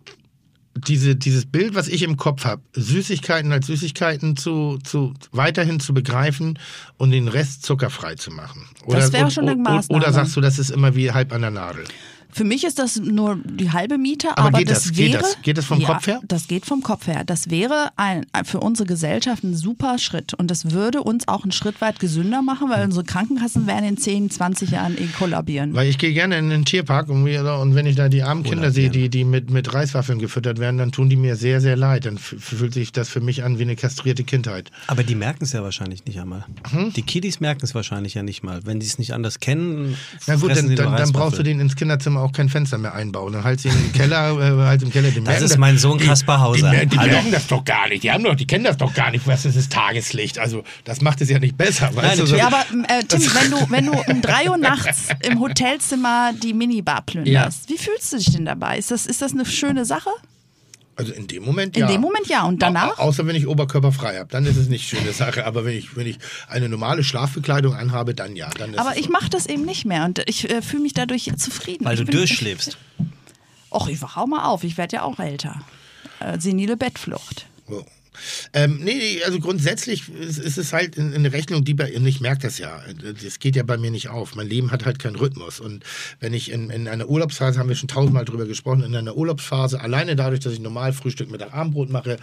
dieses Bild, was ich im Kopf habe, Süßigkeiten als Süßigkeiten weiterhin zu begreifen und den Rest zuckerfrei zu machen? Das wäre schon eine Maßnahme. Oder sagst du, das ist immer wie halb an der Nadel? Für mich ist das nur die halbe Miete, Aber aber geht das das? wäre... Geht das vom Kopf her? Das geht vom Kopf her. Das wäre für unsere Gesellschaft ein super Schritt und das würde uns auch einen Schritt weit gesünder machen, weil unsere Krankenkassen werden in 10, 20 Jahren kollabieren. Weil ich gehe gerne in den Tierpark und wenn ich da die armen Kinder sehe, die mit Reiswaffeln gefüttert werden, dann tun die mir sehr, sehr leid. Dann fühlt sich das für mich an wie eine kastrierte Kindheit. Aber die merken es ja wahrscheinlich nicht einmal. Die Kiddies merken es wahrscheinlich ja nicht mal. Wenn die es nicht anders kennen, Na gut, fressen sie nur dann brauchst du Reiswaffeln. denen ins Kinderzimmer auch kein Fenster mehr einbauen. Dann halt sie im Keller, Das ist mein Sohn Kaspar Hauser. Die merken das doch gar nicht. Die kennen das doch gar nicht, was ist das Tageslicht. Also das macht es ja nicht besser. Weißt du, so. Ja, aber Tim, wenn du um 3 Uhr nachts im Hotelzimmer die Minibar plünderst, wie fühlst du dich denn dabei? Ist das eine schöne Sache? Also in dem Moment In dem Moment ja. Und danach? Außer wenn ich oberkörperfrei habe, dann ist es nicht eine schöne Sache. Aber wenn ich eine normale Schlafbekleidung anhabe, dann ja. Dann ist Aber ich mache das eben nicht mehr und ich fühle mich dadurch zufrieden. Weil du durchschläfst. Och, ich wach auch mal auf. Ich werde ja auch älter. Senile Bettflucht. so. Nee, also grundsätzlich ist es halt eine Rechnung, und ich merke das ja, das geht ja bei mir nicht auf. Mein Leben hat halt keinen Rhythmus. Und wenn ich in einer Urlaubsphase, haben wir schon 1000-mal drüber gesprochen, in einer Urlaubsphase, alleine dadurch, dass ich normal Frühstück, Mittag, Abendbrot mache,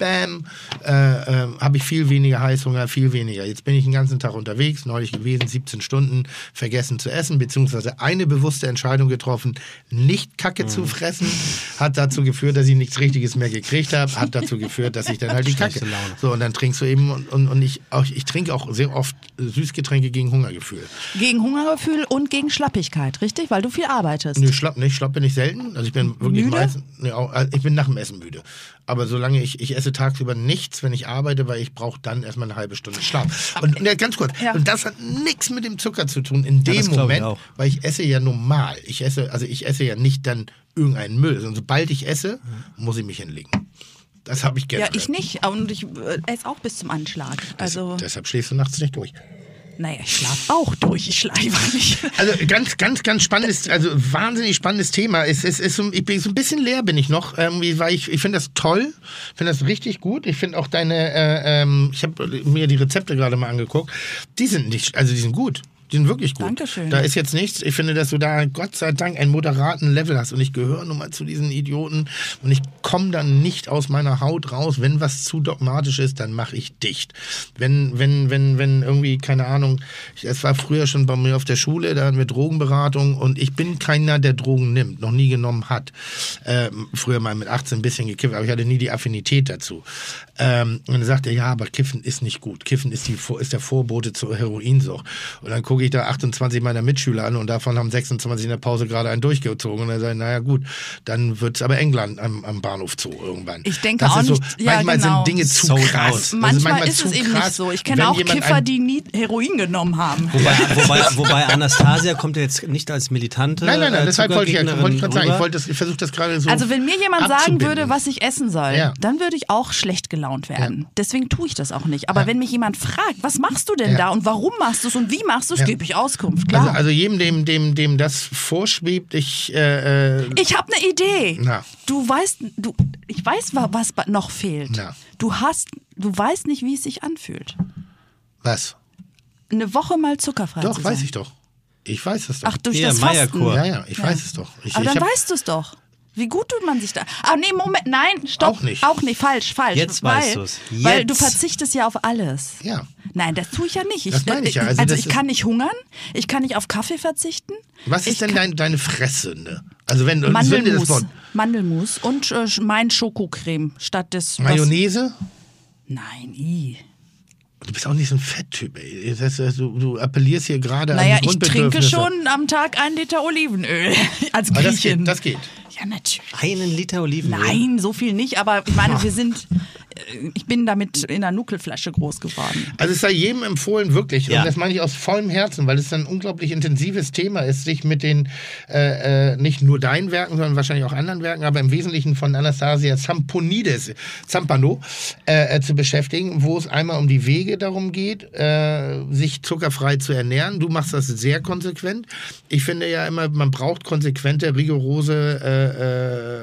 habe ich viel weniger Heißhunger, viel weniger. Jetzt bin ich den ganzen Tag unterwegs, neulich gewesen, 17 Stunden, vergessen zu essen, beziehungsweise eine bewusste Entscheidung getroffen, nicht Kacke zu fressen, hat dazu geführt, dass ich nichts Richtiges mehr gekriegt habe, hat dazu geführt, dass ich dann halt die Kacke. So, und dann trinkst du eben, und ich trinke auch sehr oft Süßgetränke gegen Hungergefühl. Gegen Hungergefühl und gegen Schlappigkeit, richtig? Weil du viel arbeitest. Nö, schlapp bin ich selten. Also ich bin wirklich Müde? meistens, ich bin nach dem Essen müde. Aber solange ich esse tagsüber nichts, wenn ich arbeite, weil ich brauche dann erstmal eine halbe Stunde Schlaf. Und ganz kurz, Ja. und das hat nichts mit dem Zucker zu tun in dem das glaub ich Moment, auch. weil ich esse ja normal. Ich esse ja nicht dann irgendeinen Müll, sondern sobald ich esse, muss ich mich hinlegen. Das habe ich Ja, generell. ich nicht. Und ich esse auch bis zum Anschlag. Also, Deshalb schläfst du nachts nicht durch. naja, ich schlafe auch durch. Ich schlafe einfach nicht. Also ganz spannendes, also wahnsinnig spannendes Thema. Ich bin so ein bisschen leer bin ich noch, weil ich finde das toll, finde das richtig gut. Ich finde auch deine, ich habe mir die Rezepte gerade mal angeguckt. Die sind gut. Die sind wirklich gut. Dankeschön. Da ist jetzt nichts. Ich finde, dass du da Gott sei Dank einen moderaten Level hast. Und ich gehöre nun mal zu diesen Idioten. Und ich komme dann nicht aus meiner Haut raus. Wenn was zu dogmatisch ist, dann mache ich dicht. Wenn irgendwie, keine Ahnung, es war früher schon bei mir auf der Schule, da hatten wir Drogenberatung. Und ich bin keiner, der Drogen nimmt, noch nie genommen hat. Früher mal mit 18 ein bisschen gekifft, aber ich hatte nie die Affinität dazu. Und dann sagte er, ja, aber Kiffen ist nicht gut. Kiffen ist der Vorbote zur Heroinsucht. Und dann gucke ich da 28 meiner Mitschüler an und davon haben 26 in der Pause gerade einen durchgezogen. Und dann sage ich, naja gut, dann wird es aber England am Bahnhof Zoo irgendwann. Ich denke das auch ist nicht. Ja, manchmal genau. sind Dinge zu Sold krass. out. Das Manchmal ist zu es eben krass, nicht so. Ich wenn kenne auch jemand Kiffer, die nie Heroin genommen haben. Wobei Anastasia kommt ja jetzt nicht als militante Nein, deshalb wollte ich gerade sagen, rüber. ich versuche das gerade so Also wenn mir jemand sagen abzubinden. würde, was ich essen soll, Ja. dann würde ich auch schlecht gelaunt werden. Deswegen tue ich das auch nicht. Aber wenn mich jemand fragt, was machst du denn da und warum machst du es und wie machst du es, gebe ich Auskunft. Klar. Also jedem, dem das vorschwebt, Ich habe eine Idee. Na. Ich weiß, was noch fehlt. Na. Du weißt nicht, wie es sich anfühlt. was? Eine Woche mal zuckerfrei Doch, zu sein. weiß ich doch. Ich weiß es doch. Ach, durch Hier, das Fasten. Meierkur. ja, ich weiß es doch. Aber dann hab- weißt du es doch. Wie gut tut man sich da? Ah, nee, Moment, nein, stopp. Auch nicht. Auch nicht, falsch. Jetzt weißt du's. Weil Jetzt. du verzichtest ja auf alles. Ja. Nein, das tue ich ja nicht. Das meine ich ja. Also Also das ich ist- kann nicht hungern, ich kann nicht auf Kaffee verzichten. Was ist denn deine Fresssünde? Also wenn Sünde ist Mandelmus. Wort. Mandelmus und mein Schokocreme statt des... Mayonnaise? Nein, i. Du bist auch nicht so ein Fetttyp, ey. Du appellierst hier gerade Naja, an die ich trinke Grundbedürfnisse. schon am Tag 1 Liter Olivenöl als Aber Griechin. das geht. Ja, natürlich. 1 Liter Olivenöl. Nein, so viel nicht, aber ich meine, ich bin damit in einer Nuckelflasche groß geworden. Also es sei jedem empfohlen, wirklich, Ja. und das meine ich aus vollem Herzen, weil es ein unglaublich intensives Thema ist, sich mit den, nicht nur deinen Werken, sondern wahrscheinlich auch anderen Werken, aber im Wesentlichen von Anastasia Zampano zu beschäftigen, wo es einmal um die Wege darum geht, sich zuckerfrei zu ernähren. Du machst das sehr konsequent. Ich finde ja immer, man braucht konsequente, rigorose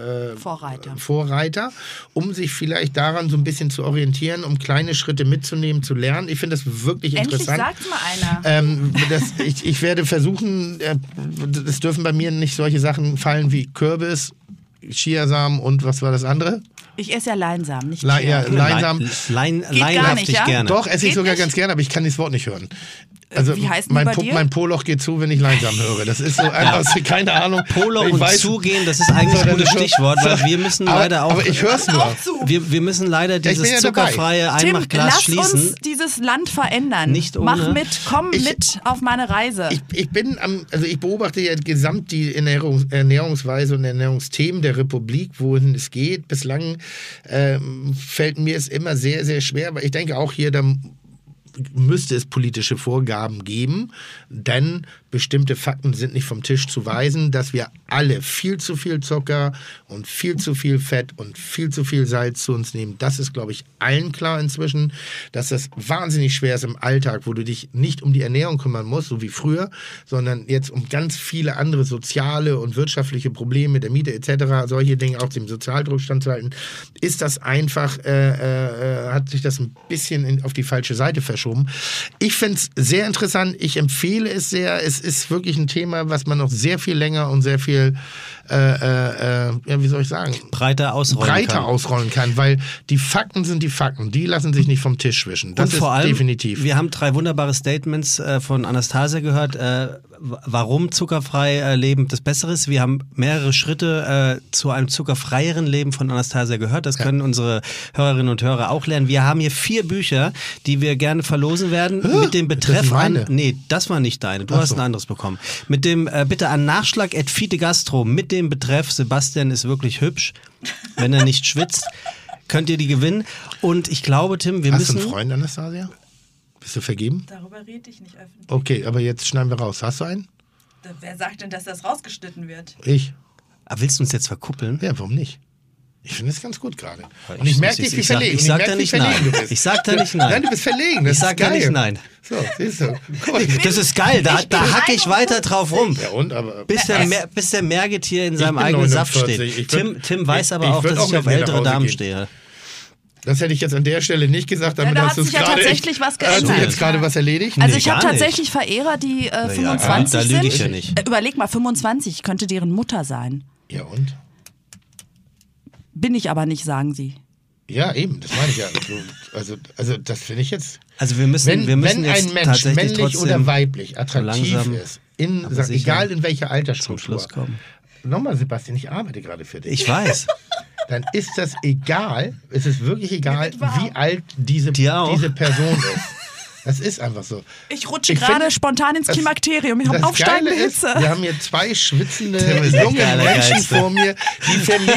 Vorreiter, um sich vielleicht daran so ein bisschen zu orientieren, um kleine Schritte mitzunehmen, zu lernen. Ich finde das wirklich interessant. Endlich sagt's mal einer. Ich werde versuchen, es dürfen bei mir nicht solche Sachen fallen wie Kürbis, Chiasamen und was war das andere? Ich esse ja Leinsamen, nicht Leinsamen. Leinhaftig ja? gerne. Doch, esse ich Geht sogar nicht? ganz gerne, aber ich kann das Wort nicht hören. Also wie heißt denn bei dir? mein Poloch geht zu, wenn ich Leinsamen höre. Das ist so einfach, keine Ahnung. Polo Ich und weiß- zugehen, das ist eigentlich ein gutes Stichwort, weil wir müssen leider auch... Aber ich höre es nur. Wir müssen leider ich bin dieses ja dabei. zuckerfreie Tim, Einmachglas lass schließen. uns dieses Land verändern. Nicht ohne. Mach mit, komm Ich- mit auf meine Reise. Ich beobachte ja gesamt die Ernährungsweise und Ernährungsthemen der Republik, wohin es geht. Bislang fällt mir es immer sehr, sehr schwer, weil ich denke auch hier, da müsste es politische Vorgaben geben, denn bestimmte Fakten sind nicht vom Tisch zu weisen, dass wir alle viel zu viel Zucker und viel zu viel Fett und viel zu viel Salz zu uns nehmen. Das ist, glaube ich, allen klar inzwischen, dass das wahnsinnig schwer ist im Alltag, wo du dich nicht um die Ernährung kümmern musst, so wie früher, sondern jetzt um ganz viele andere soziale und wirtschaftliche Probleme der Miete etc., solche Dinge auch dem Sozialdruck standzuhalten, ist das einfach, hat sich das ein bisschen auf die falsche Seite verschoben. Ich finde es sehr interessant, ich empfehle es sehr, es ist wirklich ein Thema, was man noch sehr viel länger und sehr viel, wie soll ich sagen? Breiter ausrollen kann. Weil die Fakten sind die Fakten, die lassen sich nicht vom Tisch wischen. Das und vor allem, definitiv. wir haben 3 wunderbare Statements von Anastasia gehört, warum zuckerfrei Leben das Bessere ist. Wir haben mehrere Schritte zu einem zuckerfreieren Leben von Anastasia gehört. Das können unsere Hörerinnen und Hörer auch lernen. Wir haben hier 4 Bücher, die wir gerne verlosen werden mit dem Betreff meine? Nee, das war nicht deine. Du Ach hast so. ein anderes bekommen. Mit dem bitte an Nachschlag@fitegastro mit dem Betreff Sebastian ist wirklich hübsch, wenn er nicht schwitzt. Könnt ihr die gewinnen? Und ich glaube, Tim, wir Hast du müssen... einen Freund, Anastasia? Bist du vergeben? Darüber rede ich nicht öffentlich. Okay, aber jetzt schneiden wir raus. Hast du einen? Wer sagt denn, dass das rausgeschnitten wird? Ich. Ah, willst du uns jetzt verkuppeln? Ja, warum nicht? Ich finde es ganz gut gerade. Ich- Und ich merke ich- dich, wie ich sag- verlegen. ich sag merk, da wie nicht verlegen nein. du bist. Ich sag da nicht nein. Nein, du bist verlegen. Das Ich sag ist da geil. nicht nein. So, siehst du. Guck mal. Das ist geil, da hacke ich weiter drauf rum. Ja, und? Aber Bis der Mergetier in seinem bin eigenen Saft 49. steht. Ich würd- Tim weiß aber ich auch, würd dass auch ich auf mit mir ältere nach Hause Damen gehen. stehe. das hätte ich jetzt an der Stelle nicht gesagt, damit da hast hat du es sich ja gerade tatsächlich was Hast du geändert. jetzt gerade was erledigt? Also Nee, ich habe gar nicht. tatsächlich Verehrer, die 25 da lüge ich sind. ja nicht. Überleg mal, 25 könnte deren Mutter sein. Ja, und? Bin ich aber nicht, sagen sie. Ja, eben, das meine ich ja. Also das finde ich jetzt... Also wir müssen Wenn jetzt ein Mensch, tatsächlich männlich trotzdem oder weiblich, attraktiv langsam, ist, aber sicher egal in welcher zum Altersstruktur. Schluss kommen. Nochmal, Sebastian, ich arbeite gerade für dich. Ich weiß. Dann ist das egal, es ist wirklich egal, wie alt diese Dir auch. Person ist. Das ist einfach so. Ich rutsche Ich gerade finde, spontan ins das- Klimakterium. Ich habe Das aufsteigende Geile ist, Hitze. wir haben hier 2 schwitzende Tim ist der junge Allergeilste. Menschen vor mir, die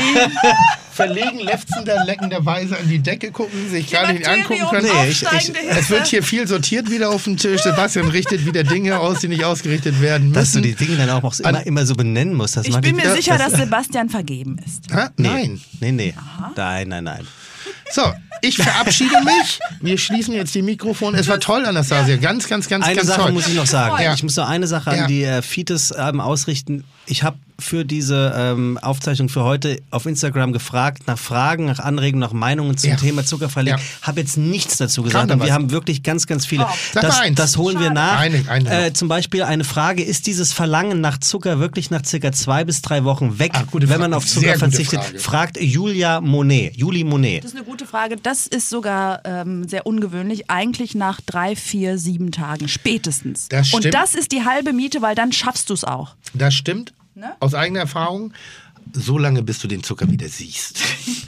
verlegen lefzenderleckenderweise an die Decke gucken, sich gar nicht angucken können. Nee, ich- aufsteigende Hitze. Es wird hier viel sortiert wieder auf dem Tisch. Sebastian richtet wieder Dinge aus, die nicht ausgerichtet werden Dass du müssen. die Dinge dann auch immer so benennen musst. Das Ich macht bin die- mir sicher, das- dass Sebastian vergeben ist. Ha? Nein. Nee. Nein. So, ich verabschiede mich. Wir schließen jetzt die Mikrofone. Es war toll, Anastasia. Ganz Eine Sache toll. muss ich noch sagen. Ja. Ich muss noch eine Sache Ja. an die Fites ausrichten. Ich habe für diese Aufzeichnung für heute auf Instagram gefragt nach Fragen, nach Anregungen, nach Meinungen zum Ja. Thema zuckerfrei leben. Ja. Habe jetzt nichts dazu gesagt, Kam da aber wir was? haben wirklich ganz viele. Sag mal eins. Das holen wir nach. Eine noch. Zum Beispiel eine Frage, ist dieses Verlangen nach Zucker wirklich nach circa 2 bis 3 Wochen weg, gute wenn man Frage. auf Zucker Sehr gute verzichtet? Frage. Fragt Julie Monet. Das ist eine gute Frage. Das ist sogar sehr ungewöhnlich. Eigentlich nach 3, 4, 7 Tagen spätestens. Das Und stimmt. das ist die halbe Miete, weil dann schaffst du es auch. Das stimmt. Ne? Aus eigener Erfahrung. So lange, bis du den Zucker wieder siehst.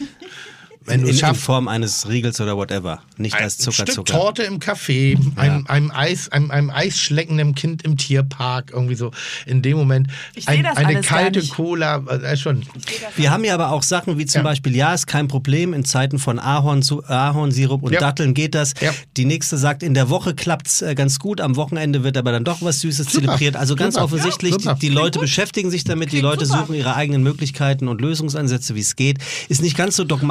Wenn du In es schaffst, Form eines Riegels oder whatever. Nicht ein als Stück Zucker. Torte im Café, einem Eisschleckenden Kind im Tierpark, irgendwie so in dem Moment. Ich seh das eine alles gar kalte nicht. Cola, schon. Wir haben ja aber auch Sachen wie zum Ja. Beispiel, ja, ist kein Problem, in Zeiten von Ahornsirup und Ja. Datteln geht das. Ja. Die nächste sagt, in der Woche klappt's ganz gut, am Wochenende wird aber dann doch was Süßes zelebriert. Also ganz Super. offensichtlich, Ja, super. die Leute beschäftigen sich damit, die Leute suchen ihre eigenen Möglichkeiten und Lösungsansätze, wie es geht. Ist nicht ganz so dogmatisch, glaube ich,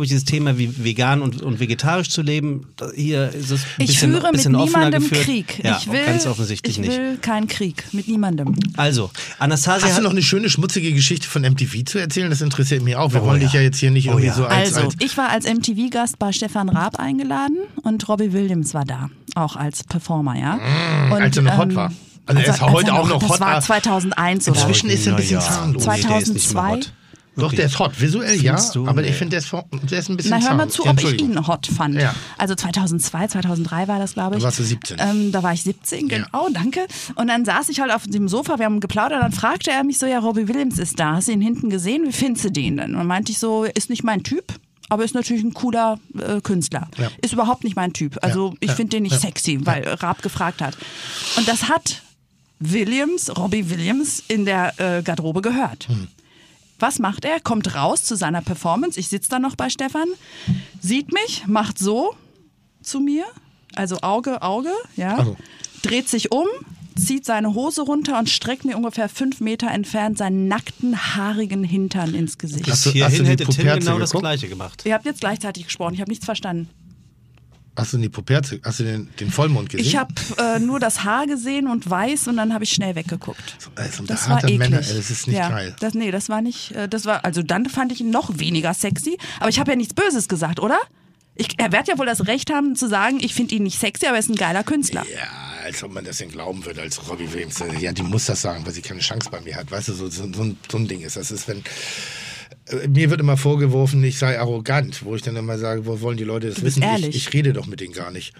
ich, dieses Thema wie vegan und vegetarisch zu leben, hier ist es ein Ich bisschen, führe mit bisschen offener niemandem geführt. Krieg. Ja, Ich will, ganz offensichtlich nicht. Ich will keinen Krieg mit niemandem. Also, Anastasia Hast du hat... noch eine schöne, schmutzige Geschichte von MTV zu erzählen? Das interessiert mich auch. Wir wollen dich ja jetzt hier nicht irgendwie so als... Also, ich war als MTV-Gast bei Stefan Raab eingeladen und Robbie Williams war da, auch als Performer, ja. Und, als er noch hot war. Also er ist heute auch noch hot. Das war 2001 oder Inzwischen ist er ein bisschen zahnlos. Nee, der ist nicht mehr 2002? hot. Doch, der ist hot. Visuell ja, Findest du? aber Nee. ich finde, der ist ein bisschen Na, hör mal zahnlos. zu, Ja, ob ich Entschuldigung. ihn hot fand. Ja. Also 2002, 2003 war das, glaube ich. Da warst du 17. Da war ich 17, genau, danke. Und dann saß ich halt auf dem Sofa, wir haben geplaudert, dann fragte er mich so, ja, Robbie Williams ist da, hast du ihn hinten gesehen, wie findest du den denn? Und dann meinte ich so, ist nicht mein Typ. Aber ist natürlich ein cooler Künstler. Ja. Ist überhaupt nicht mein Typ. Also ich finde den nicht sexy, weil Raab gefragt hat. Und das hat Robbie Williams in der Garderobe gehört. Was macht er? Kommt raus zu seiner Performance. Ich sitze da noch bei Stefan, sieht mich, macht so zu mir, also Auge, ja, Also. dreht sich um, zieht seine Hose runter und streckt mir ungefähr 5 Meter entfernt seinen nackten, haarigen Hintern ins Gesicht. Hast du Hierhin die hätte Tim Puperze genau das geguckt? Gleiche gemacht. Ihr habt jetzt gleichzeitig gesprochen, ich habe nichts verstanden. Hast du die Puperze, hast du den Vollmond gesehen? Ich habe nur das Haar gesehen und weiß und dann habe ich schnell weggeguckt. Also, Das harter war eklig. Männer, ey, das ist nicht geil. Das war nicht, also dann fand ich ihn noch weniger sexy, aber ich habe ja nichts Böses gesagt, oder? Er wird ja wohl das Recht haben zu sagen, ich finde ihn nicht sexy, aber er ist ein geiler Künstler. Ja, als ob man das denn glauben würde als Robbie Williams. Ja, die muss das sagen, weil sie keine Chance bei mir hat. Weißt du, so ein Ding ist. Das ist, wenn... Mir wird immer vorgeworfen, ich sei arrogant, wo ich dann immer sage, wo wollen die Leute das Du bist wissen? ehrlich. Ich rede doch mit denen gar nicht.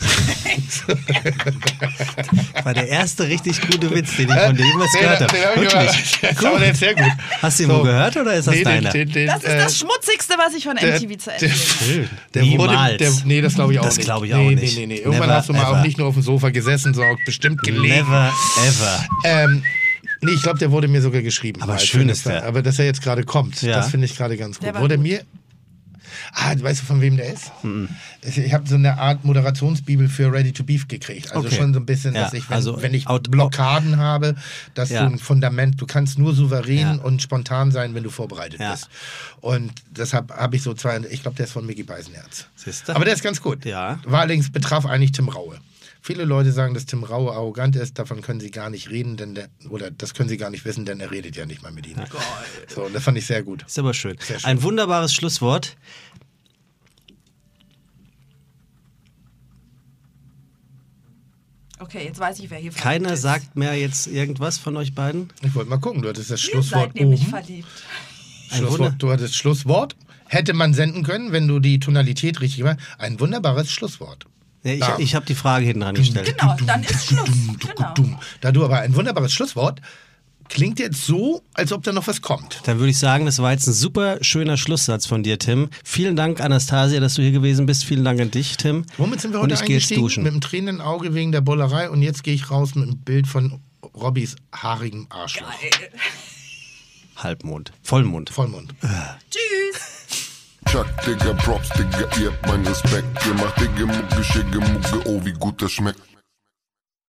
War der erste richtig gute Witz, den ich von dir jemals gehört habe. Den hab ich Wirklich. gehört. Aber der ist sehr gut. Hast du ihn wo gehört oder ist das deiner? Das ist das Schmutzigste, was ich von MTV zu erzählen habe. Der Niemals. nee, das glaube ich auch Das nicht. glaube ich auch nicht. Nee. Irgendwann Never hast du mal ever. auch nicht nur auf dem Sofa gesessen, sondern auch bestimmt gelegen. Never ever. Nee, ich glaube, der wurde mir sogar geschrieben. Aber Also, schön das ist war- der. Aber dass er jetzt gerade kommt, Ja. das finde ich gerade ganz gut. Der war Wurde gut. mir... weißt du, von wem der ist? Ich habe so eine Art Moderationsbibel für Ready to Beef gekriegt. Also Okay. schon so ein bisschen, Ja, dass ich, also wenn ich out- Blockaden habe, dass Ja. du ein Fundament, du kannst nur souverän Ja. und spontan sein, wenn du vorbereitet Ja. bist. Und deshalb habe ich so ich glaube, der ist von Micky Beisenherz. Siehste? Aber der ist ganz gut. Ja. War allerdings, betraf eigentlich Tim Raue. Viele Leute sagen, dass Tim Raue arrogant ist, davon können sie gar nicht reden, oder das können sie gar nicht wissen, denn er redet ja nicht mal mit ihnen. So, und das fand ich sehr gut. Ist aber schön. Sehr schön. Ein wunderbares Schlusswort. Okay, jetzt weiß ich, wer hier Keiner verliebt ist. sagt mehr jetzt irgendwas von euch beiden. Ich wollte mal gucken, du hattest das Ihr Schlusswort seid nämlich oben. verliebt. Du hattest Schlusswort. Hätte man senden können, wenn du die Tonalität richtig war. Ein wunderbares Schlusswort. Ja, Ja. ich habe die Frage hinten dran gestellt. Genau, dann ist Schluss. Genau. Da du aber ein wunderbares Schlusswort, klingt jetzt so, als ob da noch was kommt. Dann würde ich sagen, das war jetzt ein super schöner Schlusssatz von dir, Tim. Vielen Dank, Anastasia, dass du hier gewesen bist. Vielen Dank an dich, Tim. Womit sind wir Und heute ich gehe jetzt eingestiegen? duschen. Mit einem tränenden Auge wegen der Bollerei und jetzt gehe ich raus mit einem Bild von Robbys haarigem Arschloch. Halbmond. Vollmond. Vollmond. Tschüss. Chuck, Digga, Props, Digga, ihr habt meinen Respekt. Ihr macht Digga, Mucke, Schicke, Mucke, oh, wie gut das schmeckt.